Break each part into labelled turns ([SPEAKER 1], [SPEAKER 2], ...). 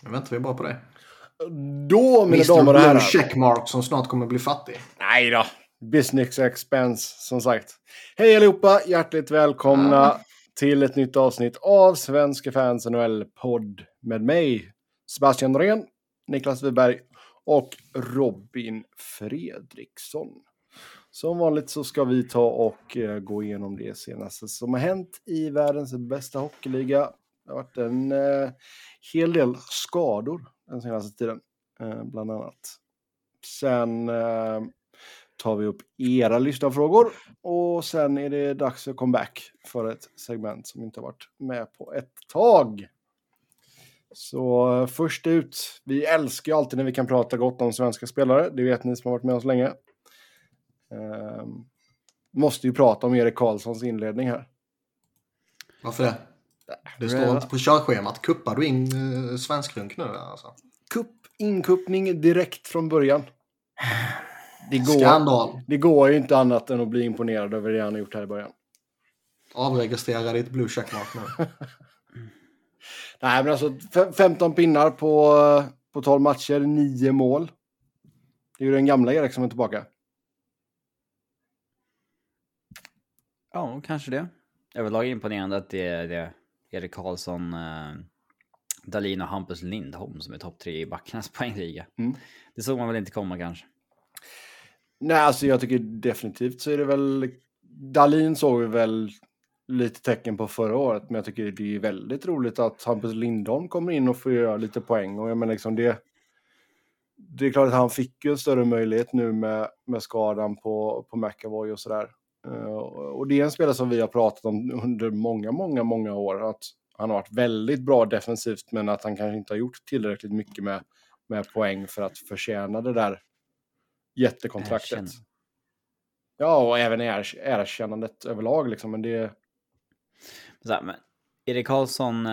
[SPEAKER 1] Nu väntar vi bara på det.
[SPEAKER 2] Då, mina damer och herrar.
[SPEAKER 1] Checkmark som snart kommer bli fattig.
[SPEAKER 2] Nej då. Business expense, som sagt. Hej allihopa, hjärtligt välkomna till ett nytt avsnitt av Svenska Fans NHL-podd med mig, Sebastian Norén, Niklas Wiberg och Robin Fredriksson. Som vanligt så ska vi ta och gå igenom det senaste som har hänt i världens bästa hockeyliga. Det har varit en hel del skador den senaste tiden, bland annat. Sen tar vi upp era lyssnarfrågor och sen är det dags för comeback för ett segment som inte har varit med på ett tag. Så först ut, vi älskar ju alltid när vi kan prata gott om svenska spelare, det vet ni som har varit med oss länge. Måste ju prata om Erik Karlssons inledning här.
[SPEAKER 1] Varför det? Det står inte på körschemat. Kuppar du in svenskrunk nu alltså?
[SPEAKER 2] Inkuppning direkt från början.
[SPEAKER 1] Skandal.
[SPEAKER 2] Det går ju inte annat än att bli imponerad över det han har gjort här i början.
[SPEAKER 1] Avregistrera ditt blue checkmark nu.
[SPEAKER 2] Nej, men alltså 15 pinnar på 12 matcher, 9 mål. Det är ju den gamla Erik som är tillbaka.
[SPEAKER 3] Ja, kanske det. Överlag imponerande att det är Erik Karlsson, Dahlin och Hampus Lindholm som är topp 3 i backarnas poängliga. Det såg man väl inte komma kanske.
[SPEAKER 2] Nej, alltså jag tycker definitivt så är det väl... Dahlin såg vi väl lite tecken på förra året, men jag tycker det är väldigt roligt att Hampus Lindholm kommer in och får göra lite poäng. Och jag menar liksom det är klart att han fick ju en större möjlighet nu med skadan på McAvoy och sådär. Och det är en spelare som vi har pratat om under många år, att han har varit väldigt bra defensivt, men att han kanske inte har gjort tillräckligt mycket med poäng för att förtjäna det där jättekontraktet. Ja, och även erkännandet överlag liksom, men det...
[SPEAKER 3] Men Erik Karlsson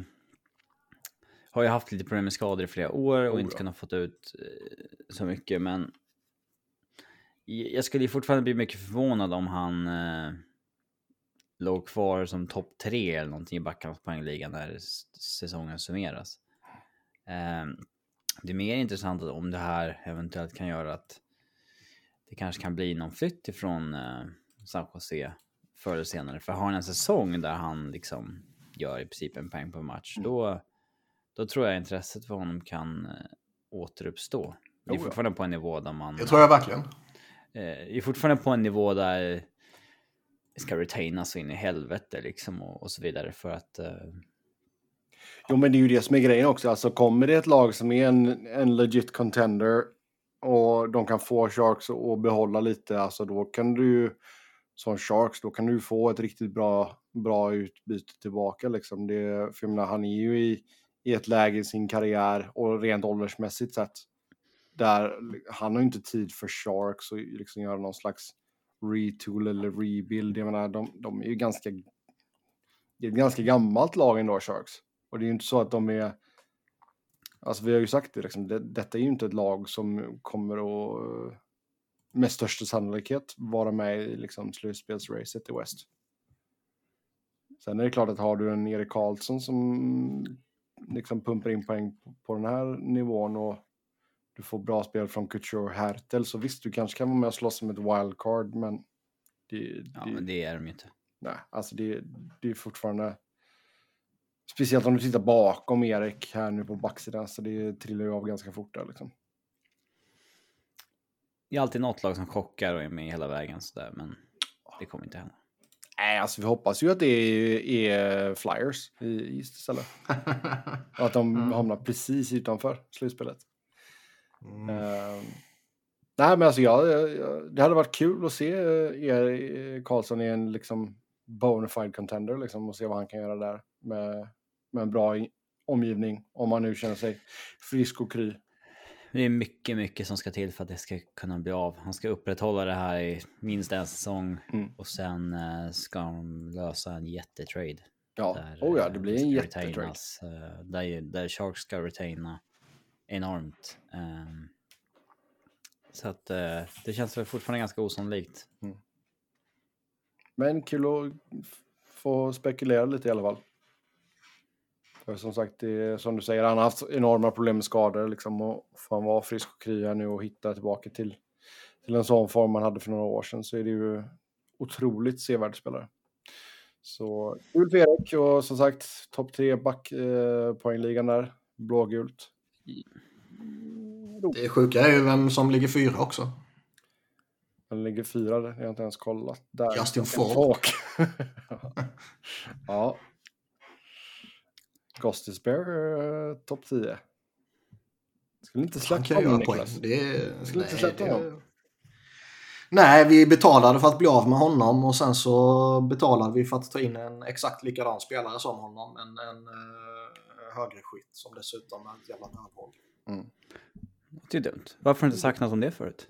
[SPEAKER 3] har ju haft lite problem med skador i flera år och inte kunnat få ut så mycket, men jag skulle ju fortfarande bli mycket förvånad om han låg kvar som topp 3 eller någonting i backarnas poängliga när säsongen summeras. Det är mer intressant om det här eventuellt kan göra att det kanske kan bli någon flytt ifrån San Jose förr eller senare. För har han en säsong där han liksom gör i princip en poäng på match, då tror jag intresset för honom kan återuppstå. Det är fortfarande på en nivå där man...
[SPEAKER 1] Det tror jag verkligen.
[SPEAKER 3] Det är fortfarande på en nivå där det ska retainas så in i helvete liksom och så vidare för att...
[SPEAKER 2] Jo, men det är ju det som är grejen också. Alltså kommer det ett lag som är en legit contender och de kan få Sharks och behålla lite, alltså då kan du som Sharks, då kan du få ett riktigt bra utbyte tillbaka liksom. För jag menar, han är ju i ett läge i sin karriär och rent åldersmässigt sett där han har inte tid för Sharks och liksom göra någon slags retool eller rebuild. Jag menar, de är ju det är ett ganska gammalt lag ändå, Sharks. Och det är ju inte så att de är... Alltså vi har ju sagt det liksom, detta är ju inte ett lag som kommer att med största sannolikhet vara med i liksom slutspelsracet i West. Sen är det klart att har du en Erik Karlsson som liksom pumpar in poäng på den här nivån och du får bra spel från Couture Hertel, så visst, du kanske kan vara med och slåss som ett wildcard, men
[SPEAKER 3] men det är de ju inte.
[SPEAKER 2] Nej, alltså det är fortfarande... Speciellt om du tittar bakom Erik här nu på backsidan, så det trillar ju av ganska fort där liksom.
[SPEAKER 3] Det är alltid något lag som chockar och är med hela vägen sådär, men det kommer inte hända.
[SPEAKER 2] Nej, alltså vi hoppas ju att det är Flyers i East istället. Och att de hamnar precis utanför slutspelet. Nej, men alltså det hade varit kul att se Karlsson i en liksom bona fide contender liksom, och se vad han kan göra där med en bra omgivning, om man nu känner sig frisk och kry.
[SPEAKER 3] Det är mycket som ska till för att det ska kunna bli av. Han ska upprätthålla det här i minst en säsong och sen ska han lösa en jättetrade.
[SPEAKER 2] Ja, det blir en jättetrade.
[SPEAKER 3] Där Sharks ska retaina enormt. Så att det känns väl fortfarande ganska osannolikt.
[SPEAKER 2] Men kul att få spekulera lite i alla fall. För som sagt, det är, som du säger, han har haft enorma problem med skador liksom, och får han vara frisk och krya nu och hitta tillbaka till en sån form man hade för några år sedan, så är det ju otroligt sevärd spelare. Så kul för Erik, och som sagt topp 3 poängligan där, blågult.
[SPEAKER 1] Det sjuka är ju vem som ligger 4 också.
[SPEAKER 2] Den ligger 4, det har jag inte ens kollat. Där.
[SPEAKER 1] Justin Falk.
[SPEAKER 2] Ja. Gostisbehere topp 10. Skulle inte släppa honom, Niklas. Skulle inte släppa honom.
[SPEAKER 1] Nej, vi betalade för att bli av med honom och sen så betalade vi för att ta in en exakt likadan spelare som honom. En högre skytt som dessutom är ett jävla närhåll.
[SPEAKER 3] Det är dumt. Varför har du inte sagt något om det förut?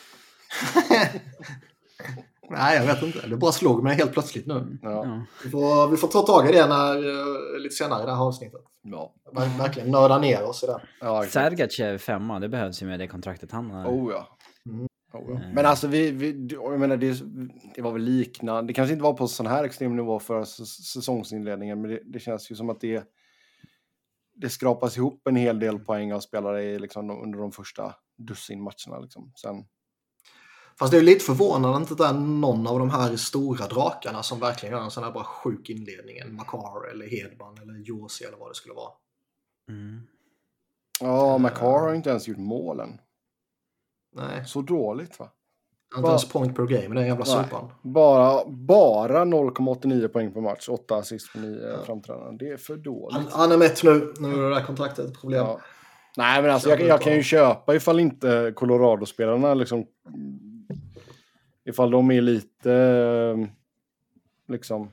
[SPEAKER 1] Nej, jag vet inte. Det bara slog mig helt plötsligt nu.
[SPEAKER 2] Ja.
[SPEAKER 1] Vi får ta tag i det lite senare i det här avsnittet.
[SPEAKER 2] Ja.
[SPEAKER 1] Verkligen nörda ner oss i det.
[SPEAKER 2] Ja,
[SPEAKER 3] Sergachev 5, det behövs ju med det kontraktet han har.
[SPEAKER 2] Oh ja. Men alltså jag menar, det var väl liknande. Det kanske inte var på sån här extrem nivå för säsongsinledningen, men det känns ju som att det skrapas ihop en hel del poäng av spelare liksom, under de första dussin matcherna. Liksom. Sen...
[SPEAKER 1] Fast det är lite förvånande att det inte är någon av de här stora drakarna som verkligen gör en sån här bara sjuk inledning. En Makar eller Hedman eller Josi eller vad det skulle vara.
[SPEAKER 2] Ja, Makar har inte ens gjort målen.
[SPEAKER 1] Nej.
[SPEAKER 2] Så dåligt, va?
[SPEAKER 1] Inte ens point per game, det är jävla supan.
[SPEAKER 2] Bara 0,89 poäng per match, 8 assist på 9 framträdanden. Det är för dåligt.
[SPEAKER 1] Han är mätt nu. Nu är det där kontraktet ett problem.
[SPEAKER 2] Ja. Nej, men alltså jag kan ju köpa ifall inte Colorado-spelarna liksom, ifall de är lite liksom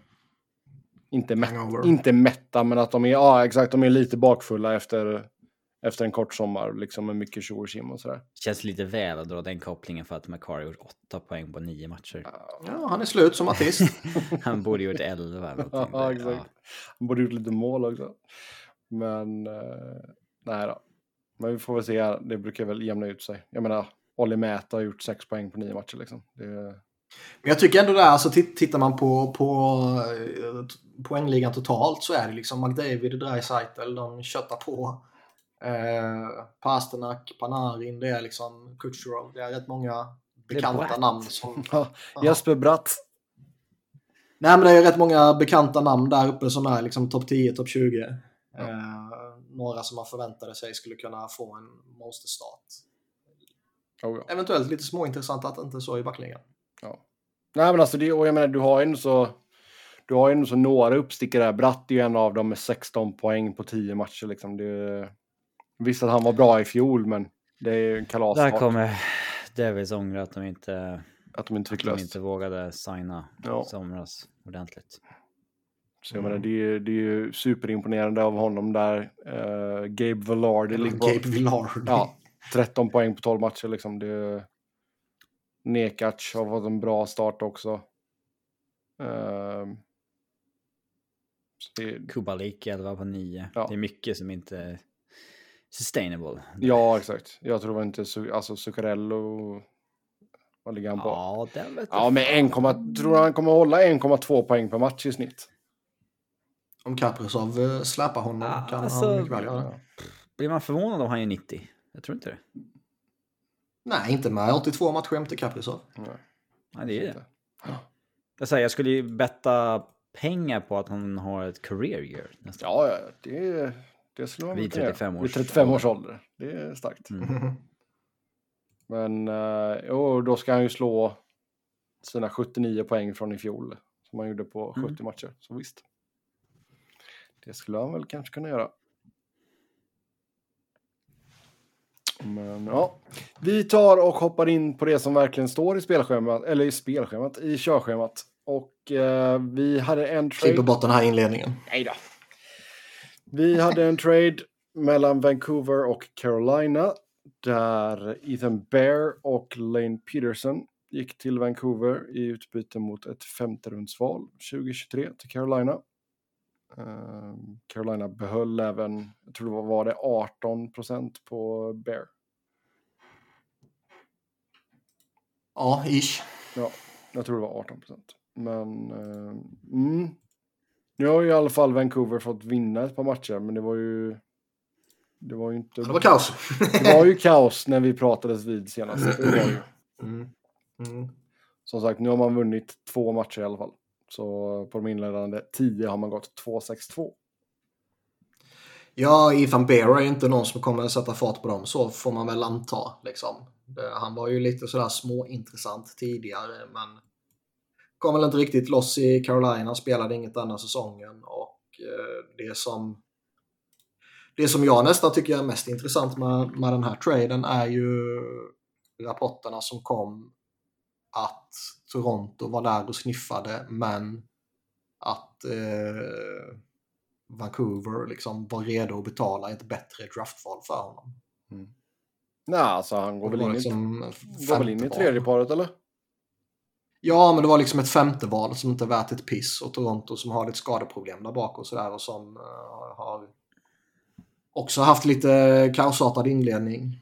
[SPEAKER 2] inte mätta, men att de är lite bakfulla efter en kort sommar liksom, med mycket tjo och tjim och sådär.
[SPEAKER 3] Känns lite väl att dra den kopplingen för att Makar har gjort 8 poäng på 9 matcher.
[SPEAKER 1] Ja, han är slut som artist.
[SPEAKER 3] Han borde gjort 11 eller
[SPEAKER 2] ja, exakt. Ja. Han borde gjort lite mål också. Men nej då. Men vi får väl se, det brukar väl jämna ut sig. Jag menar, Olli Mäta har gjort 6 poäng på 9 matcher liksom.
[SPEAKER 1] Men jag tycker ändå där, alltså tittar man på poängligan totalt så är det liksom McDavid, Draisaitl, de köttar på. Pasternak, Panarin, det är liksom Kucherov, det är rätt många bekanta namn som...
[SPEAKER 2] Jesper Bratt.
[SPEAKER 1] Nej, men det är rätt många bekanta namn där uppe som är liksom topp 10, topp 20. Några som man förväntade sig skulle kunna få en monsterstart. Eventuellt lite småintressant att inte så i backlinjen.
[SPEAKER 2] Ja. Nej, men alltså och jag menar, du har ju så några uppstickare där. Bratt är ju en av dem med 16 poäng på 10 matcher liksom. Visst att han var bra i fjol, men det är ju en kalas.
[SPEAKER 3] Där kommer Devils ångra att de inte vågade signa somras ordentligt.
[SPEAKER 2] Så jag menar, det är ju superimponerande av honom där. Gabe Villard. Ja, 13 poäng på 12 matcher liksom. Nekac har fått en bra start också.
[SPEAKER 3] Kubalik 11 på 9. Ja. Det är mycket som inte är sustainable.
[SPEAKER 2] Ja, exakt. Jag tror inte Zuccarello, vad ligger han på?
[SPEAKER 3] Ja, den vet
[SPEAKER 2] jag. Ja, men tror han kommer hålla 1,2 poäng per match i snitt.
[SPEAKER 1] Om Kaprizov släpar honom kan han mycket väl göra.
[SPEAKER 3] Blir man förvånad om han är 90? Jag tror inte det.
[SPEAKER 1] Nej, inte med 82 matcher jämte Kaprizov.
[SPEAKER 3] Nej, det är det. Jag skulle ju betta pengar på att han har ett career year nästan.
[SPEAKER 2] Ja, det skulle man
[SPEAKER 3] vid 35 års
[SPEAKER 2] 35 års ålder. Det är starkt. Men då ska han ju slå sina 79 poäng från i fjol som han gjorde på 70 matcher. Så visst. Det skulle han väl kanske kunna göra. Men ja, vi tar och hoppar in på det som verkligen står i i körschemat. Och vi hade en trade.
[SPEAKER 1] Klipper bort den här inledningen.
[SPEAKER 2] Nej då. Vi hade en trade mellan Vancouver och Carolina där Ethan Bear och Lane Peterson gick till Vancouver i utbyte mot ett 5:e-rundsval 2023 till Carolina. Carolina behöll även, jag tror det var 18% på Bear.
[SPEAKER 1] Ja, ish.
[SPEAKER 2] Ja, jag tror det var 18%. Men Nu har ju i alla fall Vancouver fått vinna ett par matcher, men det var ju inte...
[SPEAKER 1] Det var kaos.
[SPEAKER 2] Det var ju kaos när vi pratades vid senast. Det var ju. Som sagt, nu har man vunnit 2 matcher i alla fall. Så på de inledande 10 har man gått 2-6-2.
[SPEAKER 1] Ja, Ethan Bear är inte någon som kommer att sätta fart på dem, så får man väl anta. Liksom. Han var ju lite sådär småintressant tidigare, men kom väl inte riktigt loss i Carolina, spelade inget annat säsongen. Och det som jag nästan tycker är mest intressant med den här traden är ju rapporterna som kom att Toronto var där och sniffade, men att Vancouver liksom var redo att betala ett bättre draftval för honom.
[SPEAKER 2] Nej, alltså han går väl in i tredje paret, eller?
[SPEAKER 1] Ja, men det var liksom ett femte val som inte är värt ett piss, och Toronto som har ett skadeproblem där bak och sådär, och som har också haft lite kaosartad inledning.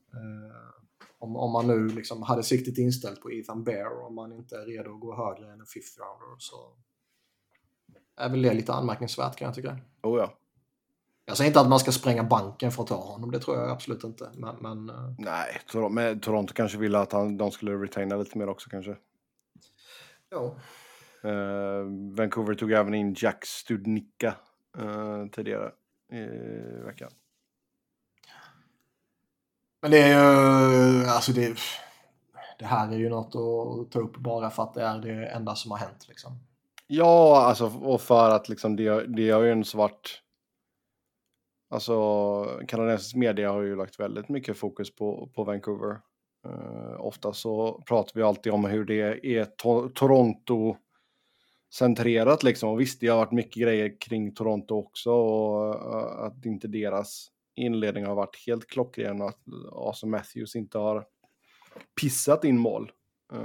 [SPEAKER 1] Om man nu liksom hade siktet inställt på Ethan Bear, om man inte är redo att gå högre än en fifth rounder, så är väl det lite anmärkningsvärt, kan jag tycka.
[SPEAKER 2] Oh ja.
[SPEAKER 1] Jag säger inte att man ska spränga banken för att ta honom, det tror jag absolut inte. Men
[SPEAKER 2] nej, Toronto kanske ville att de skulle retaina lite mer också kanske.
[SPEAKER 1] Ja.
[SPEAKER 2] Vancouver tog även in Jack Studnicka tidigare i veckan. Men
[SPEAKER 1] det är ju, alltså det här är ju något att ta upp bara för att det är det enda som har hänt liksom.
[SPEAKER 2] Ja, alltså, och för att liksom det har ju en svart, alltså kanadensisk media har ju lagt väldigt mycket fokus på Vancouver. Ofta så pratar vi alltid om hur det är Toronto-centrerat liksom. Och visst, det har varit mycket grejer kring Toronto också, och att inte deras inledning har varit helt klockren, och att Austin Matthews inte har pissat in mål.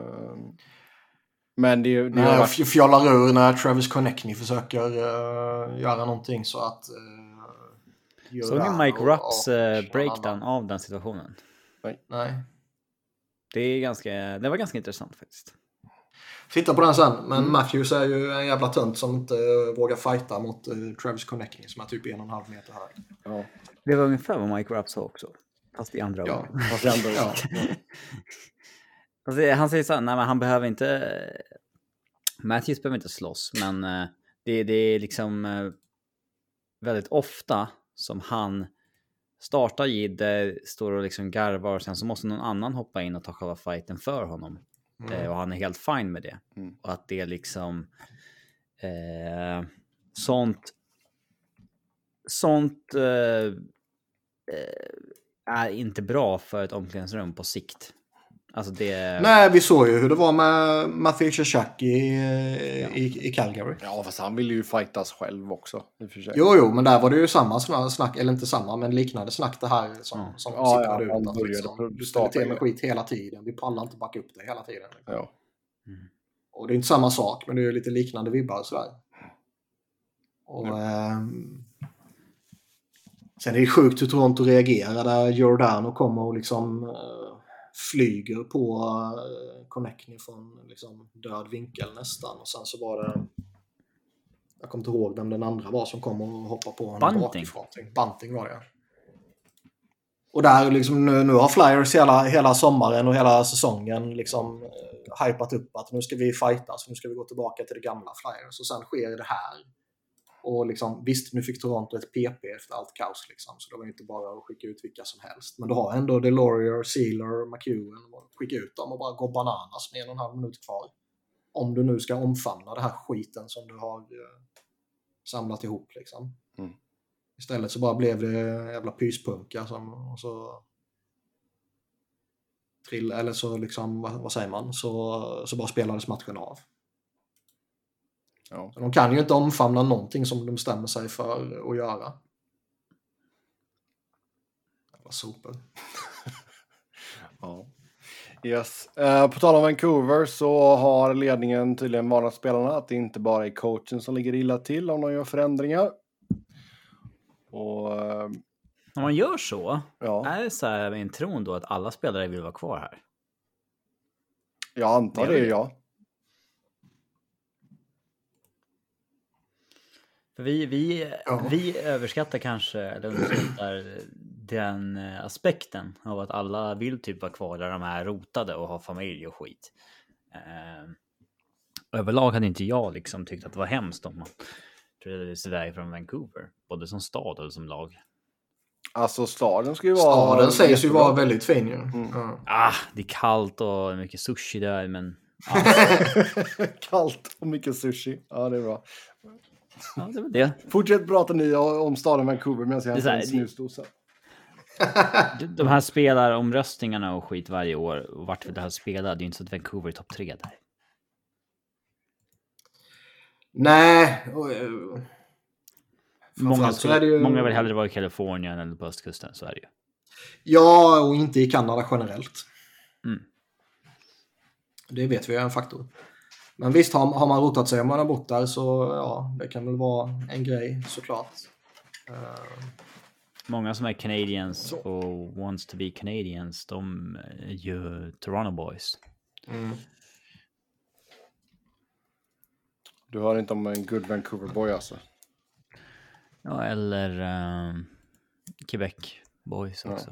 [SPEAKER 2] Men det har varit...
[SPEAKER 1] fjollar ur när Travis Konechny försöker göra någonting så att...
[SPEAKER 3] Såg ni Mike Rupps breakdown av den situationen?
[SPEAKER 1] Nej.
[SPEAKER 3] Det var ganska intressant faktiskt.
[SPEAKER 1] Titta på den sen, men Matthews är ju en jävla tönt som inte vågar fighta mot Travis Konechny som är typ 1,5 meter hög.
[SPEAKER 3] Ja. Det var ungefär vad Mike Rupp sa också. Fast i andra ord.
[SPEAKER 1] Ja.
[SPEAKER 3] Alltså, han säger så här, nej men han behöver inte... Matthews behöver inte slåss, men det är liksom väldigt ofta som han startar jidder, står och liksom garvar, och sen så måste någon annan hoppa in och ta själva fighten för honom. Och han är helt fine med det. Och att det är liksom sånt är inte bra för ett omklädningsrum på sikt. Alltså det...
[SPEAKER 1] Nej, vi såg ju hur det var med Matthew Tkachuk i Calgary.
[SPEAKER 2] Ja, fast han ville ju fightas själv också.
[SPEAKER 1] Jo, men där var det ju samma snack, eller inte samma, men liknande snack det här som sipprade ut. Att liksom, du ställer till med skit hela tiden. Vi pallar inte backa upp det hela tiden.
[SPEAKER 2] Ja.
[SPEAKER 1] Och det är inte samma sak, men det är ju lite liknande vibbar sådär. Och sen är det sjukt hur Toronto reagerar där Giordano kommer och liksom... flyger på Konechny från liksom död vinkel nästan, och sen så var det, jag kommer inte ihåg vem den andra var som kom och hoppade på honom bakifrån. Bunting var det. Och där liksom nu har Flyers hela sommaren och hela säsongen liksom hypat upp att nu ska vi fightas, nu ska vi gå tillbaka till det gamla Flyers, och sen sker det här. Och liksom, visst, nu fick Toronto ett PP efter allt kaos liksom, så det var inte bara att skicka ut vilka som helst. Men du har ändå Delorier, Sealer, McEwen, och skicka ut dem och bara gå bananas med 1,5 minut kvar. Om du nu ska omfamna det här skiten som du har samlat ihop liksom. Istället så bara blev det jävla pyspunka och så eller så liksom, vad säger man, så bara spelades matchen av.
[SPEAKER 2] Ja.
[SPEAKER 1] De kan ju inte omfamna någonting som de bestämmer sig för att göra. Jävla sopor.
[SPEAKER 2] Ja. Yes. På tal om Vancouver så har ledningen tydligen varnat spelarna att det inte bara är coachen som ligger illa till om de gör förändringar. Och
[SPEAKER 3] om man gör så,
[SPEAKER 2] ja.
[SPEAKER 3] Är det så här en tron då att alla spelare vill vara kvar här?
[SPEAKER 2] Jag antar det, ja.
[SPEAKER 3] För vi överskattar kanske, eller underskattar den aspekten av att alla vill typ vara kvar där de är rotade och ha familj och skit. Överlag hade inte jag liksom tyckt att det var hemskt om man trillades iväg från Vancouver, både som stad eller som lag.
[SPEAKER 2] Alltså staden ska ju vara...
[SPEAKER 1] Staden sägs ju vara väldigt fin ju.
[SPEAKER 3] Det är kallt och mycket sushi där, men...
[SPEAKER 2] Kallt och mycket sushi. Ja, det är bra.
[SPEAKER 3] Ja, det var det.
[SPEAKER 2] Fortsätt prata ni om staden Vancouver medan jag hämtar en snusdosa.
[SPEAKER 3] De här spelaromröstningarna och skit varje år, och vart vi det här spelade, det är ju inte så att Vancouver är topp 3 där.
[SPEAKER 1] Nej.
[SPEAKER 3] Många vill hellre vara i Kalifornien eller på östkusten, så är det ju.
[SPEAKER 1] Ja, och inte i Kanada generellt. Det vet vi är en faktor. Men visst, har man rotat sig om man har bott där, så ja, det kan väl vara en grej såklart.
[SPEAKER 3] Många som är Canadiens och wants to be Canadiens, de är ju Toronto Boys.
[SPEAKER 2] Du hör inte om en good Vancouver boy alltså?
[SPEAKER 3] Ja, eller Quebec Boys också.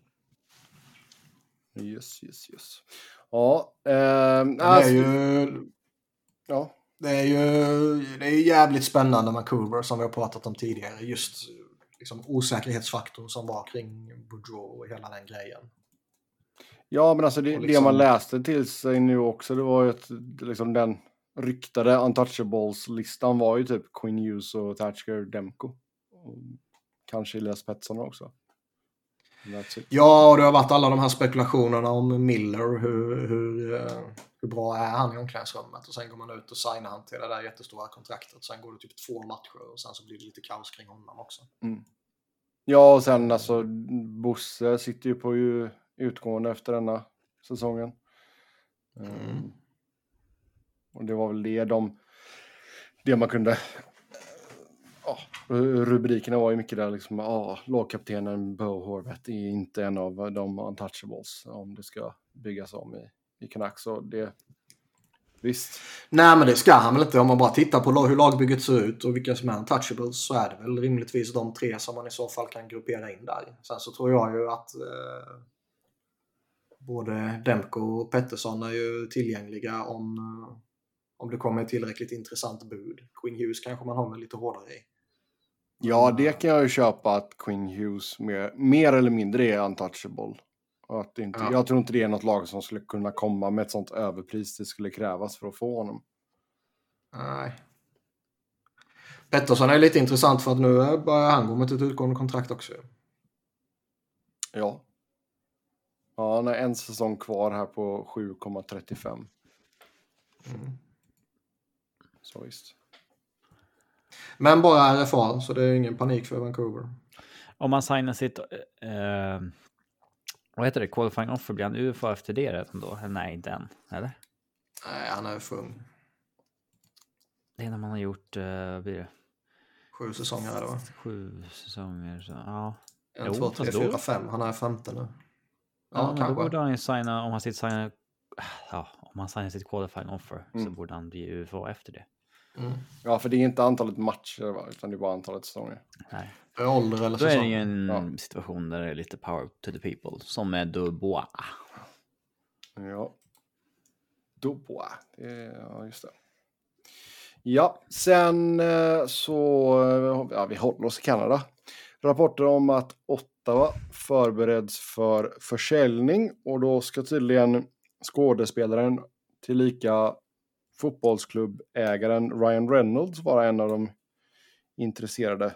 [SPEAKER 2] Ja. Yes. Ja,
[SPEAKER 1] det är ju jävligt spännande Vancouver som vi har pratat om tidigare. Just liksom osäkerhetsfaktorn som var kring Boudreau och hela den grejen.
[SPEAKER 2] Ja, men alltså det man läste till sig nu också, det var ju att liksom den ryktade untouchables-listan var ju typ Quinn Hughes och Thatcher Demko. Och kanske Elias Pettersson också.
[SPEAKER 1] Ja, och det har varit alla de här spekulationerna om Miller, hur bra är han i omklädningsrummet, och sen går man ut och signar han till det där jättestora kontraktet, sen går det typ 2 matcher och sen så blir det lite kaos kring honom också.
[SPEAKER 2] Ja, och sen alltså Bosse sitter ju på utgående efter denna säsongen. Och det var väl det man kunde... rubrikerna var ju mycket där liksom, lagkaptenen Bo Horvath är inte en av de untouchables om det ska byggas om i Canucks, så det visst.
[SPEAKER 1] Nej, men det ska han väl inte. Om man bara tittar på hur lagbygget ser ut och vilka som är untouchables, så är det väl rimligtvis de 3 som man i så fall kan gruppera in där. Sen så tror jag ju att både Demko och Pettersson är ju tillgängliga om det kommer ett tillräckligt intressant bud. Quinn Hughes kanske man håller lite hårdare i.
[SPEAKER 2] Ja, det kan jag ju köpa, att Quinn Hughes mer eller mindre är untouchable. Och att jag tror inte det är något lag som skulle kunna komma med ett sånt överpris det skulle krävas för att få honom.
[SPEAKER 1] Nej. Pettersson är lite intressant för att nu börjar han gå med ett utgående kontrakt också.
[SPEAKER 2] Ja. Ja, han har en säsong kvar här på 7,35. Så visst.
[SPEAKER 1] Men bara RFA, så det är ingen panik för Vancouver.
[SPEAKER 3] Om man signar sitt vad heter det? Qualifying offer, blir han UFA efter det redan då? Nej, inte än. Eller?
[SPEAKER 1] Nej, han är för ung.
[SPEAKER 3] Det är när man har gjort blir det?
[SPEAKER 1] 7 säsonger är det, va?
[SPEAKER 3] 7 säsonger, så ja.
[SPEAKER 1] 1, 2, 3, 4, 5. Han är 15 nu.
[SPEAKER 3] Ja, men då borde han ju signa, om han signar sitt qualifying offer, så borde han bli UFA efter det.
[SPEAKER 2] Ja, för det är inte antalet matcher, va? Utan det är bara antalet säsonger.
[SPEAKER 3] Nej.
[SPEAKER 1] Ålder eller
[SPEAKER 3] då är det ju en situation där det är lite power to the people, som med Dubois.
[SPEAKER 2] Ja. Dubois. Ja, just det. Ja, sen så... Ja, vi håller oss i Kanada. Rapporter om att Ottawa förbereds för försäljning, och då ska tydligen skådespelaren tillika fotbollsklubbägaren Ryan Reynolds vara en av de intresserade.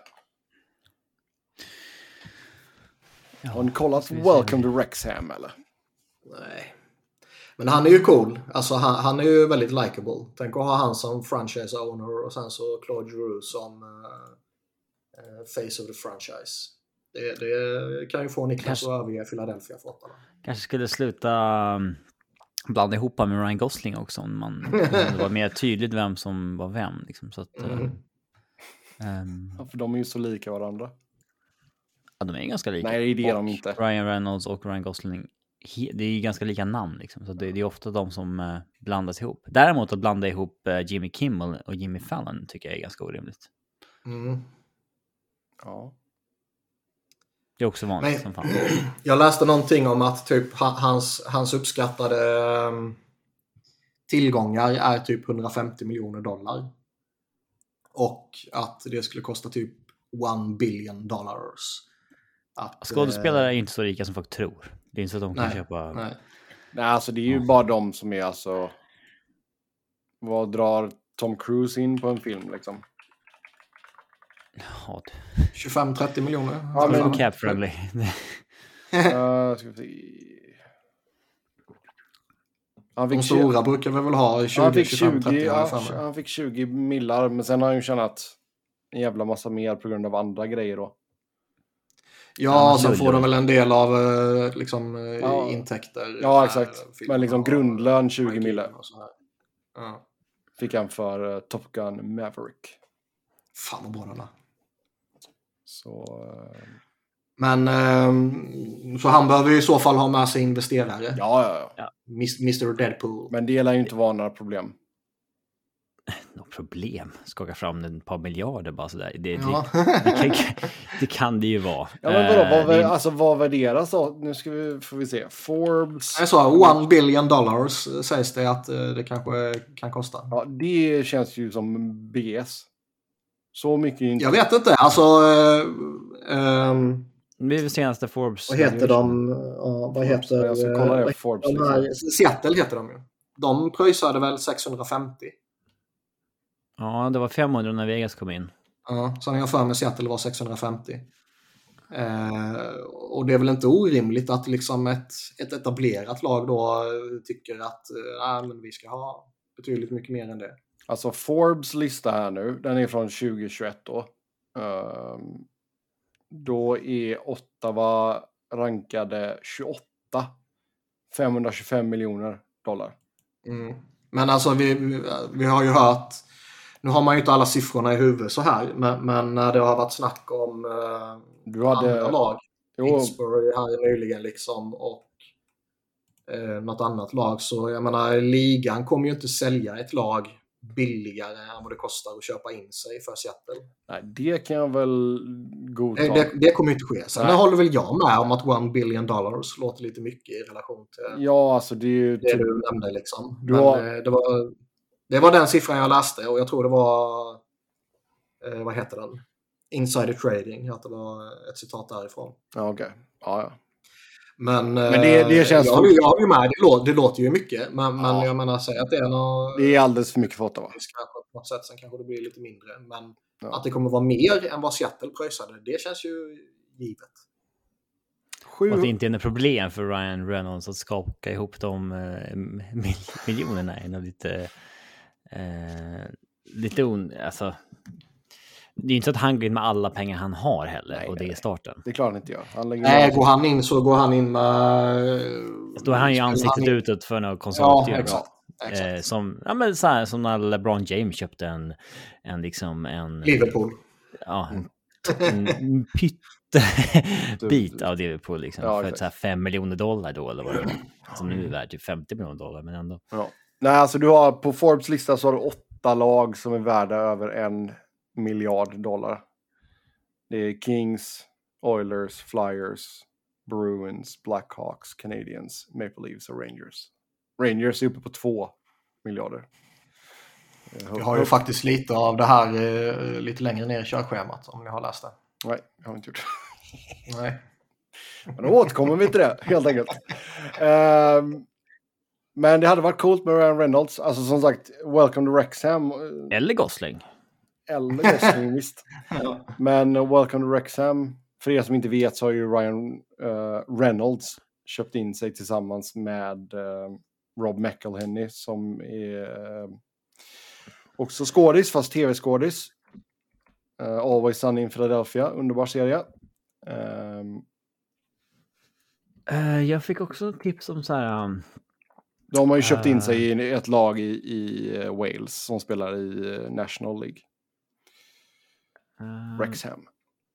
[SPEAKER 3] Ja,
[SPEAKER 2] har ni kollat Welcome to Wrexham eller?
[SPEAKER 1] Nej. Men han är ju cool. Alltså han är ju väldigt likable. Tänk att ha han som franchise owner och sen så Claude Giroux som face of the franchise. Det kan ju få Niklas att överge Philadelphia för Ottawa.
[SPEAKER 3] Kanske skulle sluta blanda ihop med Ryan Gosling också, om det var mer tydligt vem som var vem liksom, så att
[SPEAKER 2] ja, för de är ju så lika varandra.
[SPEAKER 3] Ja, de är ganska lika.
[SPEAKER 2] Nej, det är de inte.
[SPEAKER 3] Ryan Reynolds och Ryan Gosling, det är ju ganska lika namn liksom, så det är ofta de som blandas ihop. Däremot att blanda ihop Jimmy Kimmel och Jimmy Fallon tycker jag är ganska orimligt.
[SPEAKER 2] Ja.
[SPEAKER 3] Det är också vanligt som fan.
[SPEAKER 1] Jag läste någonting om att typ hans uppskattade tillgångar är typ $150 miljoner. Och att det skulle kosta typ $1 billion.
[SPEAKER 3] Skådespelare är inte så rika som folk tror. Det är inte så att de kan köpa...
[SPEAKER 2] Nej, alltså det är ju bara de som är alltså... Vad drar Tom Cruise in på en film liksom?
[SPEAKER 3] Ja,
[SPEAKER 1] 25-30 miljoner.
[SPEAKER 2] Ja, men
[SPEAKER 3] cap-friendly.
[SPEAKER 2] Ska vi se.
[SPEAKER 1] De stora brukar vi väl ha 20-25-30.
[SPEAKER 2] Han fick 20 millar, men sen har han ju tjänat en jävla massa mer på grund av andra grejer då.
[SPEAKER 1] Ja, sen får de väl en del av intäkter.
[SPEAKER 2] Ja, exakt. Men liksom grundlön 20 millar.
[SPEAKER 1] Ja.
[SPEAKER 2] Fick han för Top Gun Maverick.
[SPEAKER 1] Fan vad bra den är.
[SPEAKER 2] Så...
[SPEAKER 1] Men så han behöver ju i så fall ha med sig investerare.
[SPEAKER 2] Ja.
[SPEAKER 1] Mr. Deadpool.
[SPEAKER 2] Men det lär ju inte vara några problem.
[SPEAKER 3] Något problem? Skaka fram ett par miljarder bara sådär. Det kan det ju vara.
[SPEAKER 2] Ja, men vadå? Vad värderas då? Nu får vi se. Forbes...
[SPEAKER 1] Jag sa $1 billion sägs det att det kanske kan kosta.
[SPEAKER 2] Ja, det känns ju som BS. Så mycket inte.
[SPEAKER 1] Jag vet inte. Alltså...
[SPEAKER 3] Det är det senaste Forbes.
[SPEAKER 1] Vad heter de? Vad heter...
[SPEAKER 2] Jag ska kolla det Forbes.
[SPEAKER 1] Seattle heter de ju. De pröjsade väl 650.
[SPEAKER 3] Ja, det var 500 när Vegas kom in.
[SPEAKER 1] Ja, så jag för mig Seattle var 650. Och det är väl inte orimligt att liksom ett etablerat lag då tycker att men vi ska ha betydligt mycket mer än det.
[SPEAKER 2] Alltså Forbes lista här nu, den är från 2021 då. Då är Ottawa rankade 28. $525 miljoner.
[SPEAKER 1] Men alltså vi har ju hört, nu har man ju inte alla siffrorna i huvudet så här, men när det har varit snack om andra lag, Pittsburgh här nyligen liksom, och något annat lag, så jag menar, ligan kommer ju inte sälja ett lag billigare än vad det kostar att köpa in sig för Seattle.
[SPEAKER 2] Nej, det kan jag väl godta.
[SPEAKER 1] Det kommer inte ske. Sen håller väl jag med om att $1 billion låter lite mycket i relation till
[SPEAKER 2] alltså det är ju
[SPEAKER 1] det du nämnde liksom. Men det var den siffran jag läste, och jag tror det var vad heter den? Insider Trading, att det var ett citat därifrån.
[SPEAKER 2] Ja, okej. Ja.
[SPEAKER 1] Men
[SPEAKER 2] det känns...
[SPEAKER 1] Jag har ju med, det låter ju mycket, men jag menar säga att det är något...
[SPEAKER 2] Det är alldeles för mycket för Ottawa.
[SPEAKER 1] På något sätt, sen kanske det blir lite mindre, men att det kommer vara mer än vad Seattle pröjsade, det känns ju givet.
[SPEAKER 3] Och att det inte är något problem för Ryan Reynolds att skaka ihop de miljonerna är nog alltså, det är inte så att han går in med alla pengar han har heller. Nej, och det är starten.
[SPEAKER 2] Det är klart han inte gör.
[SPEAKER 1] Går han in så går han in med...
[SPEAKER 3] Då är han ju ansiktet utåt för något konsult.
[SPEAKER 1] Ja, exakt.
[SPEAKER 3] Som när LeBron James köpte en
[SPEAKER 1] Liverpool.
[SPEAKER 3] Ja, en pyttebit av Liverpool liksom, för så här $5 miljoner då, eller vad det var. Som nu är värt typ $50 miljoner, men ändå.
[SPEAKER 2] Ja. Nej, alltså du har på Forbes lista så har du 8 lag som är värda över $1 miljard. Det är Kings, Oilers, Flyers, Bruins, Blackhawks, Canadiens, Maple Leafs och Rangers. Rangers är uppe på 2 miljarder.
[SPEAKER 1] Jag har ju faktiskt lite av det här lite längre ner i körschemat, om ni har läst det.
[SPEAKER 2] Nej, jag har inte gjort det.
[SPEAKER 1] Nej.
[SPEAKER 2] Men då återkommer vi till det, helt enkelt. Men det hade varit coolt med Ryan Reynolds. Alltså som sagt, Welcome to Wrexham.
[SPEAKER 3] Eller Gosling,
[SPEAKER 2] Visst. Ja. Men Welcome to Wrexham, för er som inte vet så har ju Ryan Reynolds köpt in sig tillsammans med Rob McElhenney som är också skådis, fast tv-skådis. Always Sunny in Philadelphia, underbar serie.
[SPEAKER 3] Jag fick också tips om så här...
[SPEAKER 2] De har ju köpt in sig i ett lag i Wales som spelar i National League. Wrexham.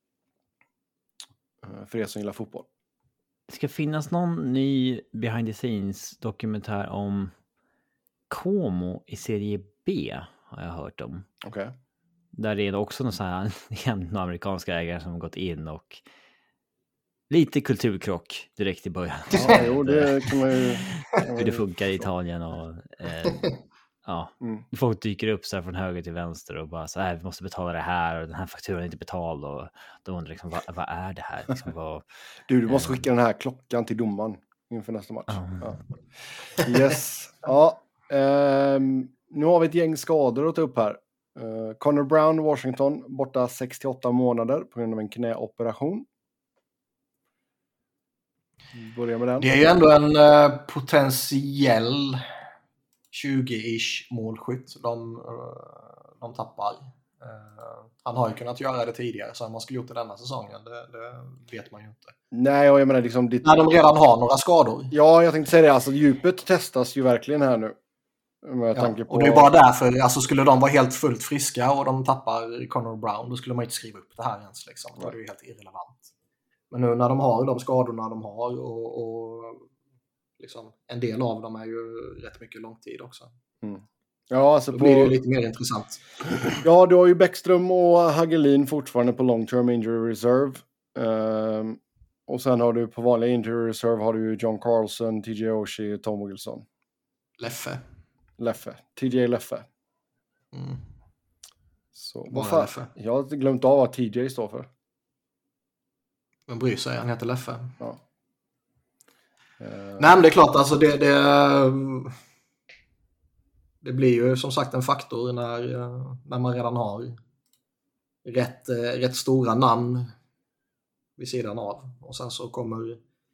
[SPEAKER 2] För er som gillar fotboll.
[SPEAKER 3] Det ska finnas någon ny behind the scenes dokumentär om Como i serie B, har jag hört om.
[SPEAKER 2] Okej.
[SPEAKER 3] Där är det också någon sån här amerikanska ägare som har gått in och lite kulturkrock direkt i början.
[SPEAKER 2] Ja, jo, det kan man ju...
[SPEAKER 3] Hur det funkar i Italien och ja, folk dyker upp så här från höger till vänster och bara så här, vi måste betala det här och den här fakturan är inte betald och då undrar liksom, vad är det här? Liksom,
[SPEAKER 2] du måste skicka den här klockan till domaren inför nästa match. Ja. Yes. Ja. Nu har vi ett gäng skador att ta upp här. Connor Brown, Washington, borta 6-8 månader på grund av en knäoperation. Börja med den.
[SPEAKER 1] Det är ju ändå en potentiell 20-ish målskytt de tappar. Han har ju kunnat göra det tidigare, så om man skulle gjort det denna säsongen, det vet man ju inte.
[SPEAKER 2] Nej, och jag menar liksom...
[SPEAKER 1] När de redan har några skador.
[SPEAKER 2] Ja, jag tänkte säga det. Alltså, djupet testas ju verkligen här nu.
[SPEAKER 1] Och det är bara därför, alltså skulle de vara helt fullt friska och de tappar Connor Brown, då skulle man inte skriva upp det här ens. Liksom. Då är det ju helt irrelevant. Men nu när de har de skadorna de har och liksom, en del av dem är ju rätt mycket långtid också.
[SPEAKER 2] Ja, alltså
[SPEAKER 1] då blir det ju lite mer intressant.
[SPEAKER 2] Ja, du har ju Bäckström och Hagelin fortfarande på long term injury reserve. Och sen har du på vanliga injury reserve har du John Carlson, TJ Oshie och Tom Wilson. Leffe. TJ Leffe. Så, vad fan?
[SPEAKER 1] Leffe?
[SPEAKER 2] Jag har glömt av vad TJ står för.
[SPEAKER 1] Men bryr sig, han heter Leffe.
[SPEAKER 2] Ja.
[SPEAKER 1] Nej, men det är klart, alltså det blir ju som sagt en faktor när man redan har rätt stora namn vid sidan av. Och sen så kommer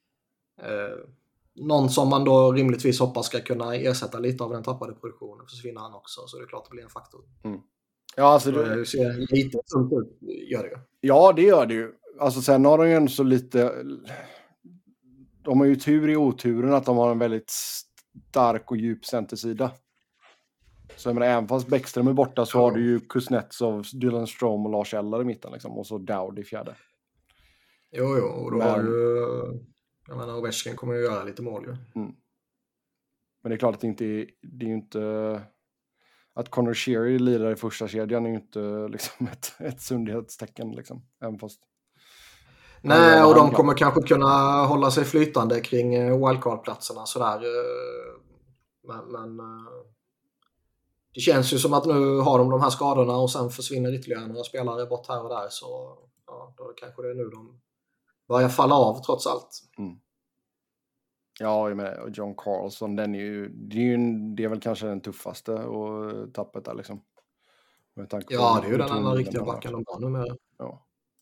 [SPEAKER 1] någon som man då rimligtvis hoppas ska kunna ersätta lite av den tappade produktionen, försvinner han också. Så det är klart att det blir en faktor.
[SPEAKER 2] Ja, alltså
[SPEAKER 1] det ser lite sunt ut, gör det ju.
[SPEAKER 2] Ja, det gör det ju. Alltså sen har de ju ändå så lite... De har ju tur i oturen att de har en väldigt stark och djup centersida. Så jag menar, även fast Bäckström är borta så har du ju Kuznetsov, Dylan Strome och Lars Eller i mitten liksom. Och så Dowd i fjärde.
[SPEAKER 1] Jo, och då har ju... Jag menar, Ovechkin kommer ju göra lite mål ju.
[SPEAKER 2] Men det är klart att det är ju inte... Att Connor Sheary lirar i första kedjan är ju inte liksom ett sundhetstecken liksom. Även fast...
[SPEAKER 1] Nej, och de kommer kanske kunna hålla sig flytande kring wildcard-platserna sådär. Men det känns ju som att nu har de här skadorna och sen försvinner ytterligare några spelare bort här och där. Så ja, då kanske det är nu de börjar falla av trots allt.
[SPEAKER 2] Ja, jag menar, och John Carlson, det är väl kanske den tuffaste och tappet där liksom.
[SPEAKER 1] Ja, det är ju den enda riktiga backen de har nu med.
[SPEAKER 2] Ja.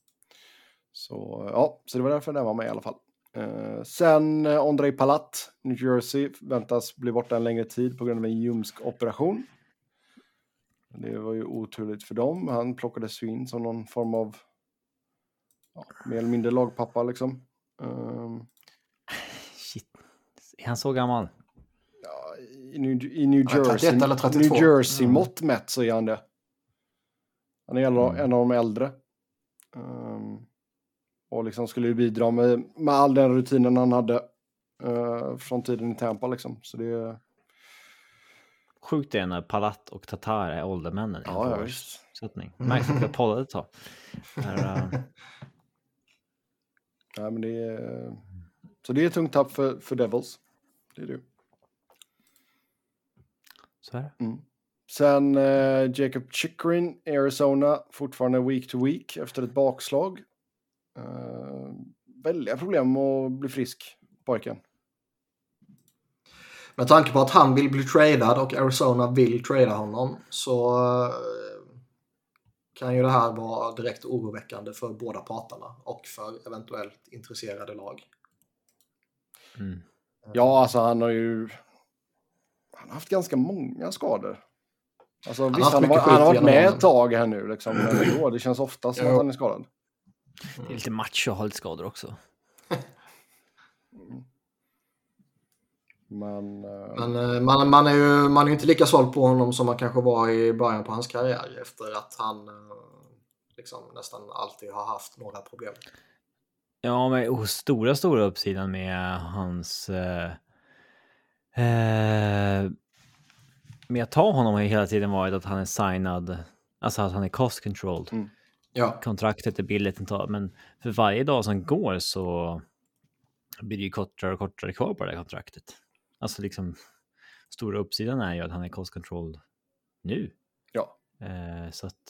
[SPEAKER 2] Så det var därför den var med i alla fall. Sen Ondrej Palat, New Jersey, väntas bli borta en längre tid på grund av en ljumskoperation. Det var ju oturligt för dem. Han plockades in som någon form av mer eller mindre lagpappa liksom.
[SPEAKER 3] Shit. Är han så gammal?
[SPEAKER 2] Ja, i New Jersey.
[SPEAKER 1] 31 eller 32.
[SPEAKER 2] New Jersey mått mätt så är han det. Han är en av de äldre. Och liksom skulle ju bidra med all den rutinen han hade från tiden i Tampa liksom. Så det är...
[SPEAKER 3] Sjukt det är när Palat och Tatar är åldermännen.
[SPEAKER 2] Ja, visst.
[SPEAKER 3] Märks att vi har poddat ett tag.
[SPEAKER 2] Nej, men det är... Så det är ett tungt tapp för Devils. Det är det.
[SPEAKER 3] Så är det.
[SPEAKER 2] Sen Jacob Chychrun, Arizona, fortfarande week to week efter ett bakslag. Väldiga problem att bli frisk, pojken.
[SPEAKER 1] Med tanke på att han vill bli tradad och Arizona vill trada honom så kan ju det här vara direkt oroväckande för båda parterna och för eventuellt intresserade lag.
[SPEAKER 2] Ja, alltså han har haft ganska många skador. Alltså visst, han har varit med ett tag här nu liksom, men då, det känns ofta som att han är skadad.
[SPEAKER 3] Det är lite macho och har lite skador också.
[SPEAKER 2] Men
[SPEAKER 1] man är ju inte lika såld på honom som man kanske var i början på hans karriär efter att han liksom nästan alltid har haft några problem.
[SPEAKER 3] Ja, men stora uppsidan med hans med att ta honom har ju hela tiden varit att han är signad Alltså att han är cost controlled.
[SPEAKER 1] Ja.
[SPEAKER 3] Kontraktet är billigt att ta, men för varje dag som går så blir det ju kortare och kortare kvar på det här kontraktet. Alltså liksom stora uppsidan är ju att han är cost controlled nu.
[SPEAKER 2] Ja.
[SPEAKER 3] Så att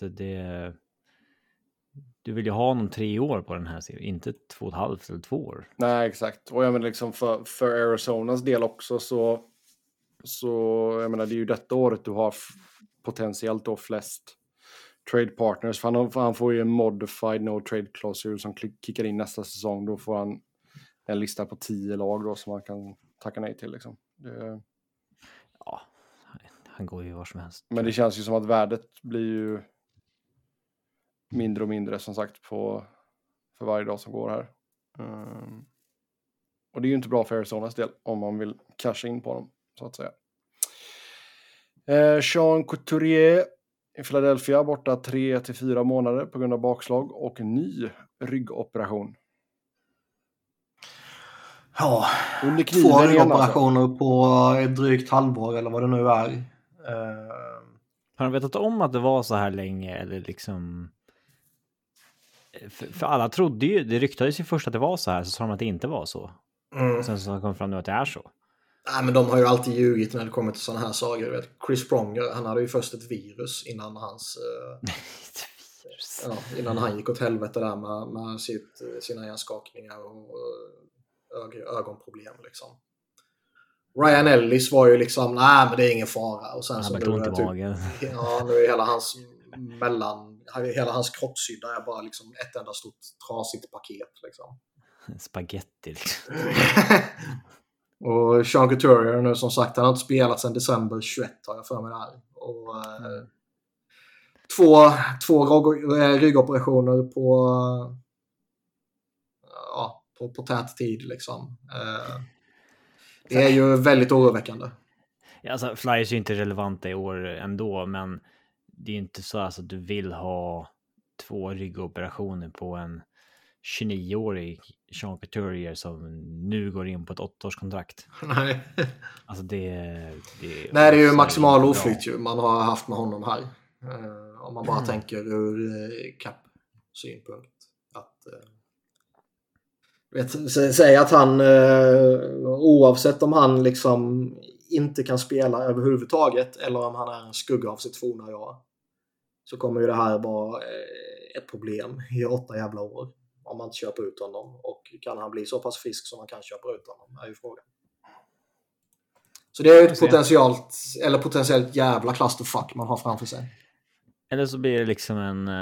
[SPEAKER 3] du vill ju ha honom 3 år på den här serien, inte 2,5 eller 2 år.
[SPEAKER 2] Nej, exakt. Och jag menar liksom för Arizonas del också så jag menar det är ju detta året du har potentiellt då flest trade partners. För han får ju en modified no trade klausul som kickar in nästa säsong. Då får han en lista på 10 lag då som man kan tacka nej till liksom.
[SPEAKER 3] Ja, han går ju var som helst.
[SPEAKER 2] Men det känns ju som att värdet blir ju mindre och mindre som sagt för varje dag som går här. Och det är ju inte bra för Arizonas del om man vill casha in på dem så att säga. Sean Couturier i Philadelphia borta 3-4 månader på grund av bakslag och ny ryggoperation.
[SPEAKER 1] Ja,
[SPEAKER 2] under
[SPEAKER 1] 2 ryggoperationer på ett drygt halvår eller vad det nu är.
[SPEAKER 3] Har de vetat om att det var så här länge eller liksom... För alla trodde ju, det ryktades ju först att det var så här, så sa de att det inte var så. Sen så kom det fram nu att det är så.
[SPEAKER 1] Nej, men de har ju alltid ljugit när det kommer till sådana här saker. Vet. Chris Pronger, han hade ju först ett virus innan hans... innan han gick åt helvete där med sina hjärnskakningar och ögonproblem liksom. Ryan Ellis var ju liksom, nej men det är ingen fara. Och sen
[SPEAKER 3] han
[SPEAKER 1] så
[SPEAKER 3] nu
[SPEAKER 1] är hela hans kroppshydda är bara liksom ett enda stort trasigt paket liksom.
[SPEAKER 3] Spaghetti liksom.
[SPEAKER 1] Och Sean Couturier nu som sagt, han har inte spelat sedan december 21 har jag för mig där. Och två ryggoperationer på tät tid liksom. Det är ju väldigt oroväckande.
[SPEAKER 3] Ja, alltså Flyers är ju inte relevanta i år ändå, men det är ju inte så alltså, att du vill ha 2 ryggoperationer på en 29-årig Sean Couturier som nu går in på ett 8-årskontrakt.
[SPEAKER 1] Nej.
[SPEAKER 3] Alltså det
[SPEAKER 1] är ju maximal oflytt ju man har haft med honom här. Om man bara tänker ur cap-synpunkt. Säg att han oavsett om han liksom inte kan spela överhuvudtaget eller om han är en skugga av sitt forna jag, så kommer ju det här vara ett problem i 8 jävla år om man inte köper ut honom. Och kan han bli så pass frisk som man kan köpa ut honom är ju frågan. Så det är ju ett potentiellt jävla clusterfuck man har framför sig.
[SPEAKER 3] Eller så blir det liksom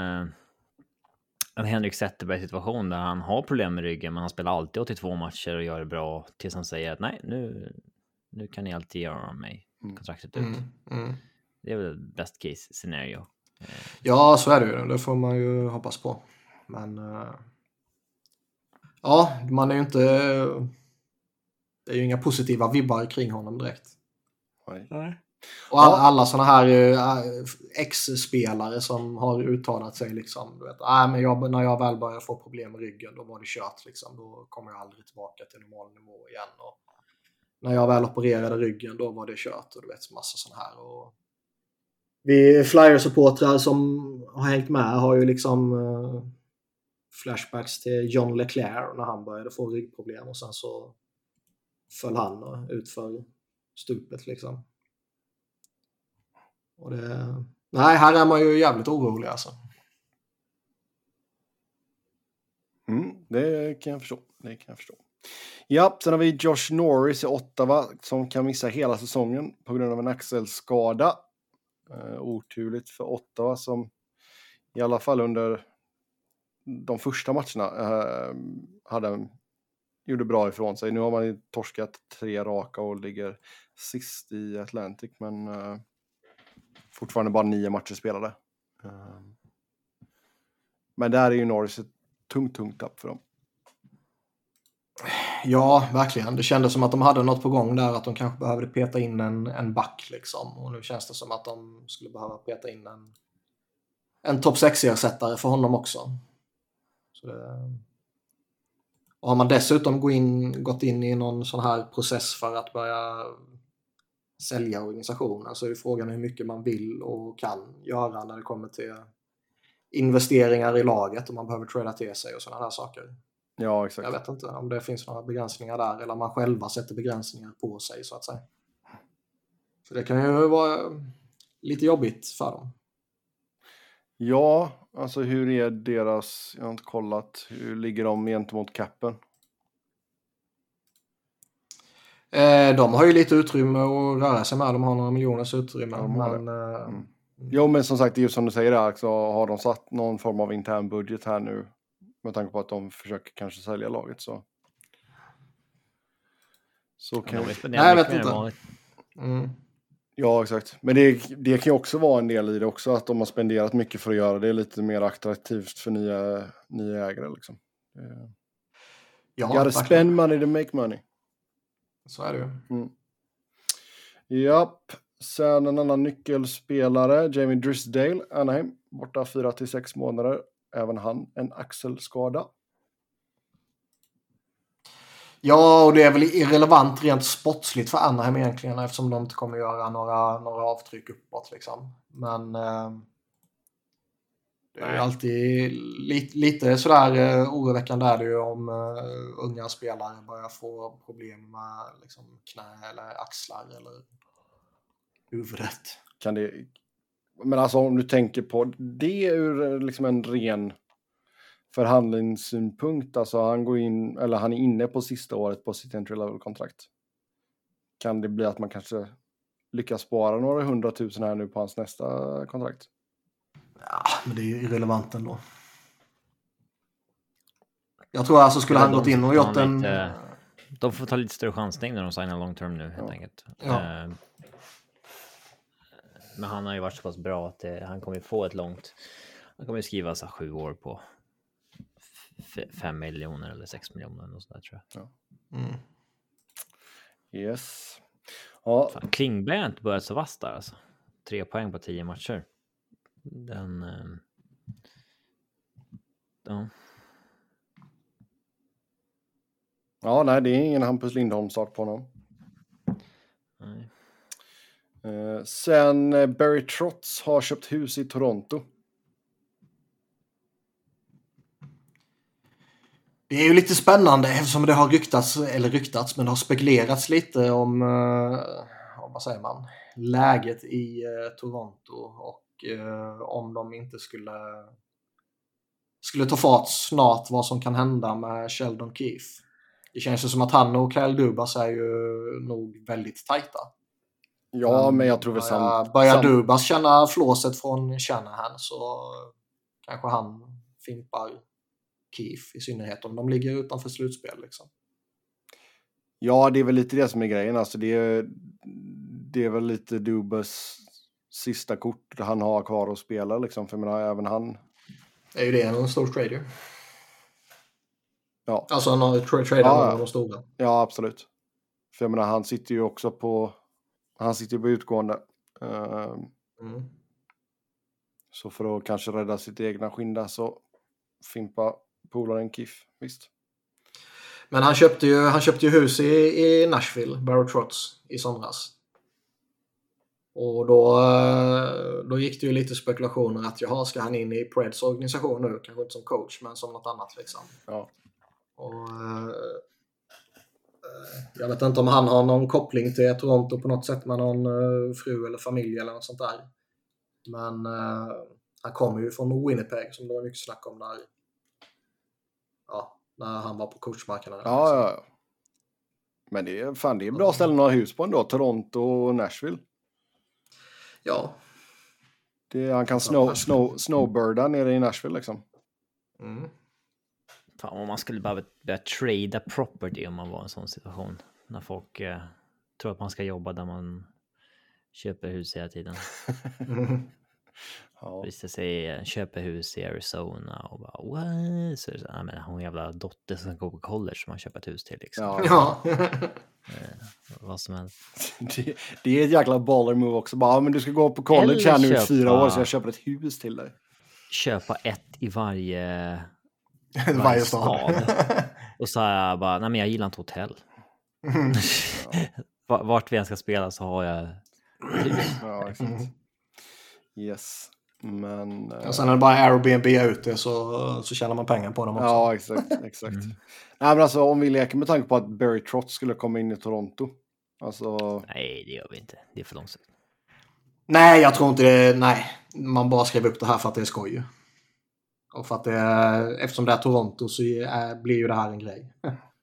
[SPEAKER 3] en Henrik Zetterberg situation där han har problem med ryggen, men han spelar alltid 82 matcher och gör det bra tills han säger att nej, nu kan ni alltid göra mig kontraktet ut. Det är väl best case scenario.
[SPEAKER 1] Ja, så är det ju. Det får man ju hoppas på. Men man är ju inte... Det är ju inga positiva vibbar kring honom direkt.
[SPEAKER 2] Nej.
[SPEAKER 1] Och alla såna här ex-spelare som har uttalat sig liksom, du vet, men när jag väl börjar få problem med ryggen, då var det kört liksom, då kommer jag aldrig tillbaka till normal nivå igen. Och när jag väl opererade ryggen, då var det kört, och du vet, massa såna här. Och vi Flyers-supportrar som har hängt med har ju liksom flashbacks till John Leclerc när han började få ryggproblem, och sen så föll han ut för stupet liksom. Och här är man ju jävligt orolig alltså.
[SPEAKER 2] Det kan jag förstå. Ja, sen har vi Josh Norris i Ottawa som kan missa hela säsongen på grund av en axelskada. Oturligt för Ottawa som i alla fall under de första matcherna gjorde bra ifrån sig. Nu har man ju torskat 3 raka och ligger sist i Atlantic, men fortfarande bara 9 matcher spelade. Men där är ju Norris ett tungt tapp för dem.
[SPEAKER 1] Ja, verkligen. Det kändes som att de hade något på gång där, att de kanske behövde peta in en back liksom. Och nu känns det som att de skulle behöva peta in en topp 6-ersättare för honom också. Så och har man dessutom gått in i någon sån här process för att börja säljarorganisationen, så är frågan hur mycket man vill och kan göra när det kommer till investeringar i laget och man behöver trada till sig och sådana här saker.
[SPEAKER 2] Ja, exakt.
[SPEAKER 1] Jag vet inte om det finns några begränsningar där eller om man själva sätter begränsningar på sig så att säga. Så det kan ju vara lite jobbigt för dem.
[SPEAKER 2] Ja, alltså hur är deras, jag har inte kollat, hur ligger de gentemot capen?
[SPEAKER 1] De har ju lite utrymme att röra sig med, de har några miljoners utrymme.
[SPEAKER 2] Ja,
[SPEAKER 1] men,
[SPEAKER 2] Jo, men som sagt, det är ju som du säger där, så har de satt någon form av intern budget här nu med tanke på att de försöker kanske sälja laget så kan
[SPEAKER 3] Nej,
[SPEAKER 1] jag vet inte.
[SPEAKER 2] Ja, exakt. Men det kan ju också vara en del i det också, att de har spenderat mycket för att göra det lite mer attraktivt för nya ägare liksom.
[SPEAKER 1] Ja,
[SPEAKER 2] gotta spend money to make money.
[SPEAKER 1] Så är det ju.
[SPEAKER 2] Japp. Sen en annan nyckelspelare, Jamie Drysdale, Anaheim, borta 4-6 månader. Även han en axelskada.
[SPEAKER 1] Ja, och det är väl irrelevant rent sportsligt för Anaheim egentligen, eftersom de inte kommer göra några avtryck uppåt liksom. Men det är alltid lite sådär oroväckande är det ju om unga spelare börjar få problem med liksom, knä eller axlar eller huvudet.
[SPEAKER 2] Kan det... Men alltså om du tänker på det ur liksom en ren förhandlingssynpunkt, alltså han är inne på sista året på sitt entry level kontrakt. Kan det bli att man kanske lyckas spara några 100 000 här nu på hans nästa kontrakt?
[SPEAKER 1] Ja, men det är ju irrelevant ändå. Jag tror alltså skulle han gått in och gjort en...
[SPEAKER 3] De får ta lite större chansning när de signar long term nu helt enkelt.
[SPEAKER 1] Ja.
[SPEAKER 3] Men han har ju varit så pass bra att han kommer få ett långt... Han kommer skriva så 7 år på 5 miljoner eller 6 miljoner och sådär tror jag.
[SPEAKER 2] Ja. Yes. Ja.
[SPEAKER 3] Fan, Klingberg har inte börjat så vass där alltså. 3 poäng på 10 matcher.
[SPEAKER 2] Ja, nej, det är ingen Hampus Lindholm-start på honom.
[SPEAKER 3] Nej.
[SPEAKER 2] Sen Barry Trotz har köpt hus i Toronto.
[SPEAKER 1] Det är ju lite spännande eftersom det har ryktats, men det har spekulerats lite om vad säger man, läget i Toronto och om de inte skulle ta fart snart, vad som kan hända med Sheldon Keefe. Det känns ju som att han och Kyle Dubas är ju nog väldigt tajta.
[SPEAKER 2] Ja, men jag tror väl
[SPEAKER 1] börjar Dubas känna flåset från Shanahan så kanske han fimpar Keefe, i synnerhet om de ligger utanför slutspel liksom.
[SPEAKER 2] Ja, det är väl lite det som är grejen. Alltså det är väl lite Dubas sista kort han har kvar att spela liksom. För jag menar, även han...
[SPEAKER 1] Är ju det en stor trader?
[SPEAKER 2] Ja.
[SPEAKER 1] Alltså han har trader med de stora.
[SPEAKER 2] Ja, absolut. För jag menar, han sitter ju på utgående. Så för att kanske rädda sitt egna skinn där så fimpa polaren Keefe, visst. Men
[SPEAKER 1] han köpte ju hus i Nashville, Barry Trotz, i somras. Och då gick det ju lite spekulationer att ska han in i Preds organisation nu, kanske inte som coach men som något annat liksom.
[SPEAKER 2] Ja.
[SPEAKER 1] Och jag vet inte om han har någon koppling till Toronto på något sätt med någon fru eller familj eller något sånt där. Men han kommer ju från Winnipeg som det var mycket snack om när han var på coachmarknaden.
[SPEAKER 2] Ja. Men det är bra ställen att ha hus på ändå, Toronto och Nashville.
[SPEAKER 1] Ja.
[SPEAKER 2] Han kan snowbirda nere i Nashville liksom.
[SPEAKER 3] Fan, om man skulle bara börja trada property om man var i en sån situation. När folk tror att man ska jobba där man köper hus hela tiden. Visst, jag säger köper hus i Arizona och bara what? Så men hon jävla dotter som går på college som man köper ett hus till liksom.
[SPEAKER 1] Ja.
[SPEAKER 3] Vad som helst.
[SPEAKER 2] Det är ett jäkla baller move också. Bara, men du ska gå på college här nu i 4 år så jag köper ett hus till dig.
[SPEAKER 3] Köpa ett i varje
[SPEAKER 1] stad.
[SPEAKER 3] Och så jag bara, nej men jag gillar inte hotell. vart vi än ska spela så har jag
[SPEAKER 2] Ja, exakt. Yes. Men...
[SPEAKER 1] Och sen är det bara Airbnb ut det så tjänar man pengar på dem också.
[SPEAKER 2] Ja, exakt. Nej, men alltså om vi leker med tanke på att Barry Trotz skulle komma in i Toronto. Alltså...
[SPEAKER 3] Nej, det gör vi inte. Det är för långsamt.
[SPEAKER 1] Nej, jag tror inte det. Nej, man bara skriver upp det här för att det är skoj. Och för att det är, eftersom det är Toronto så blir ju det här en grej.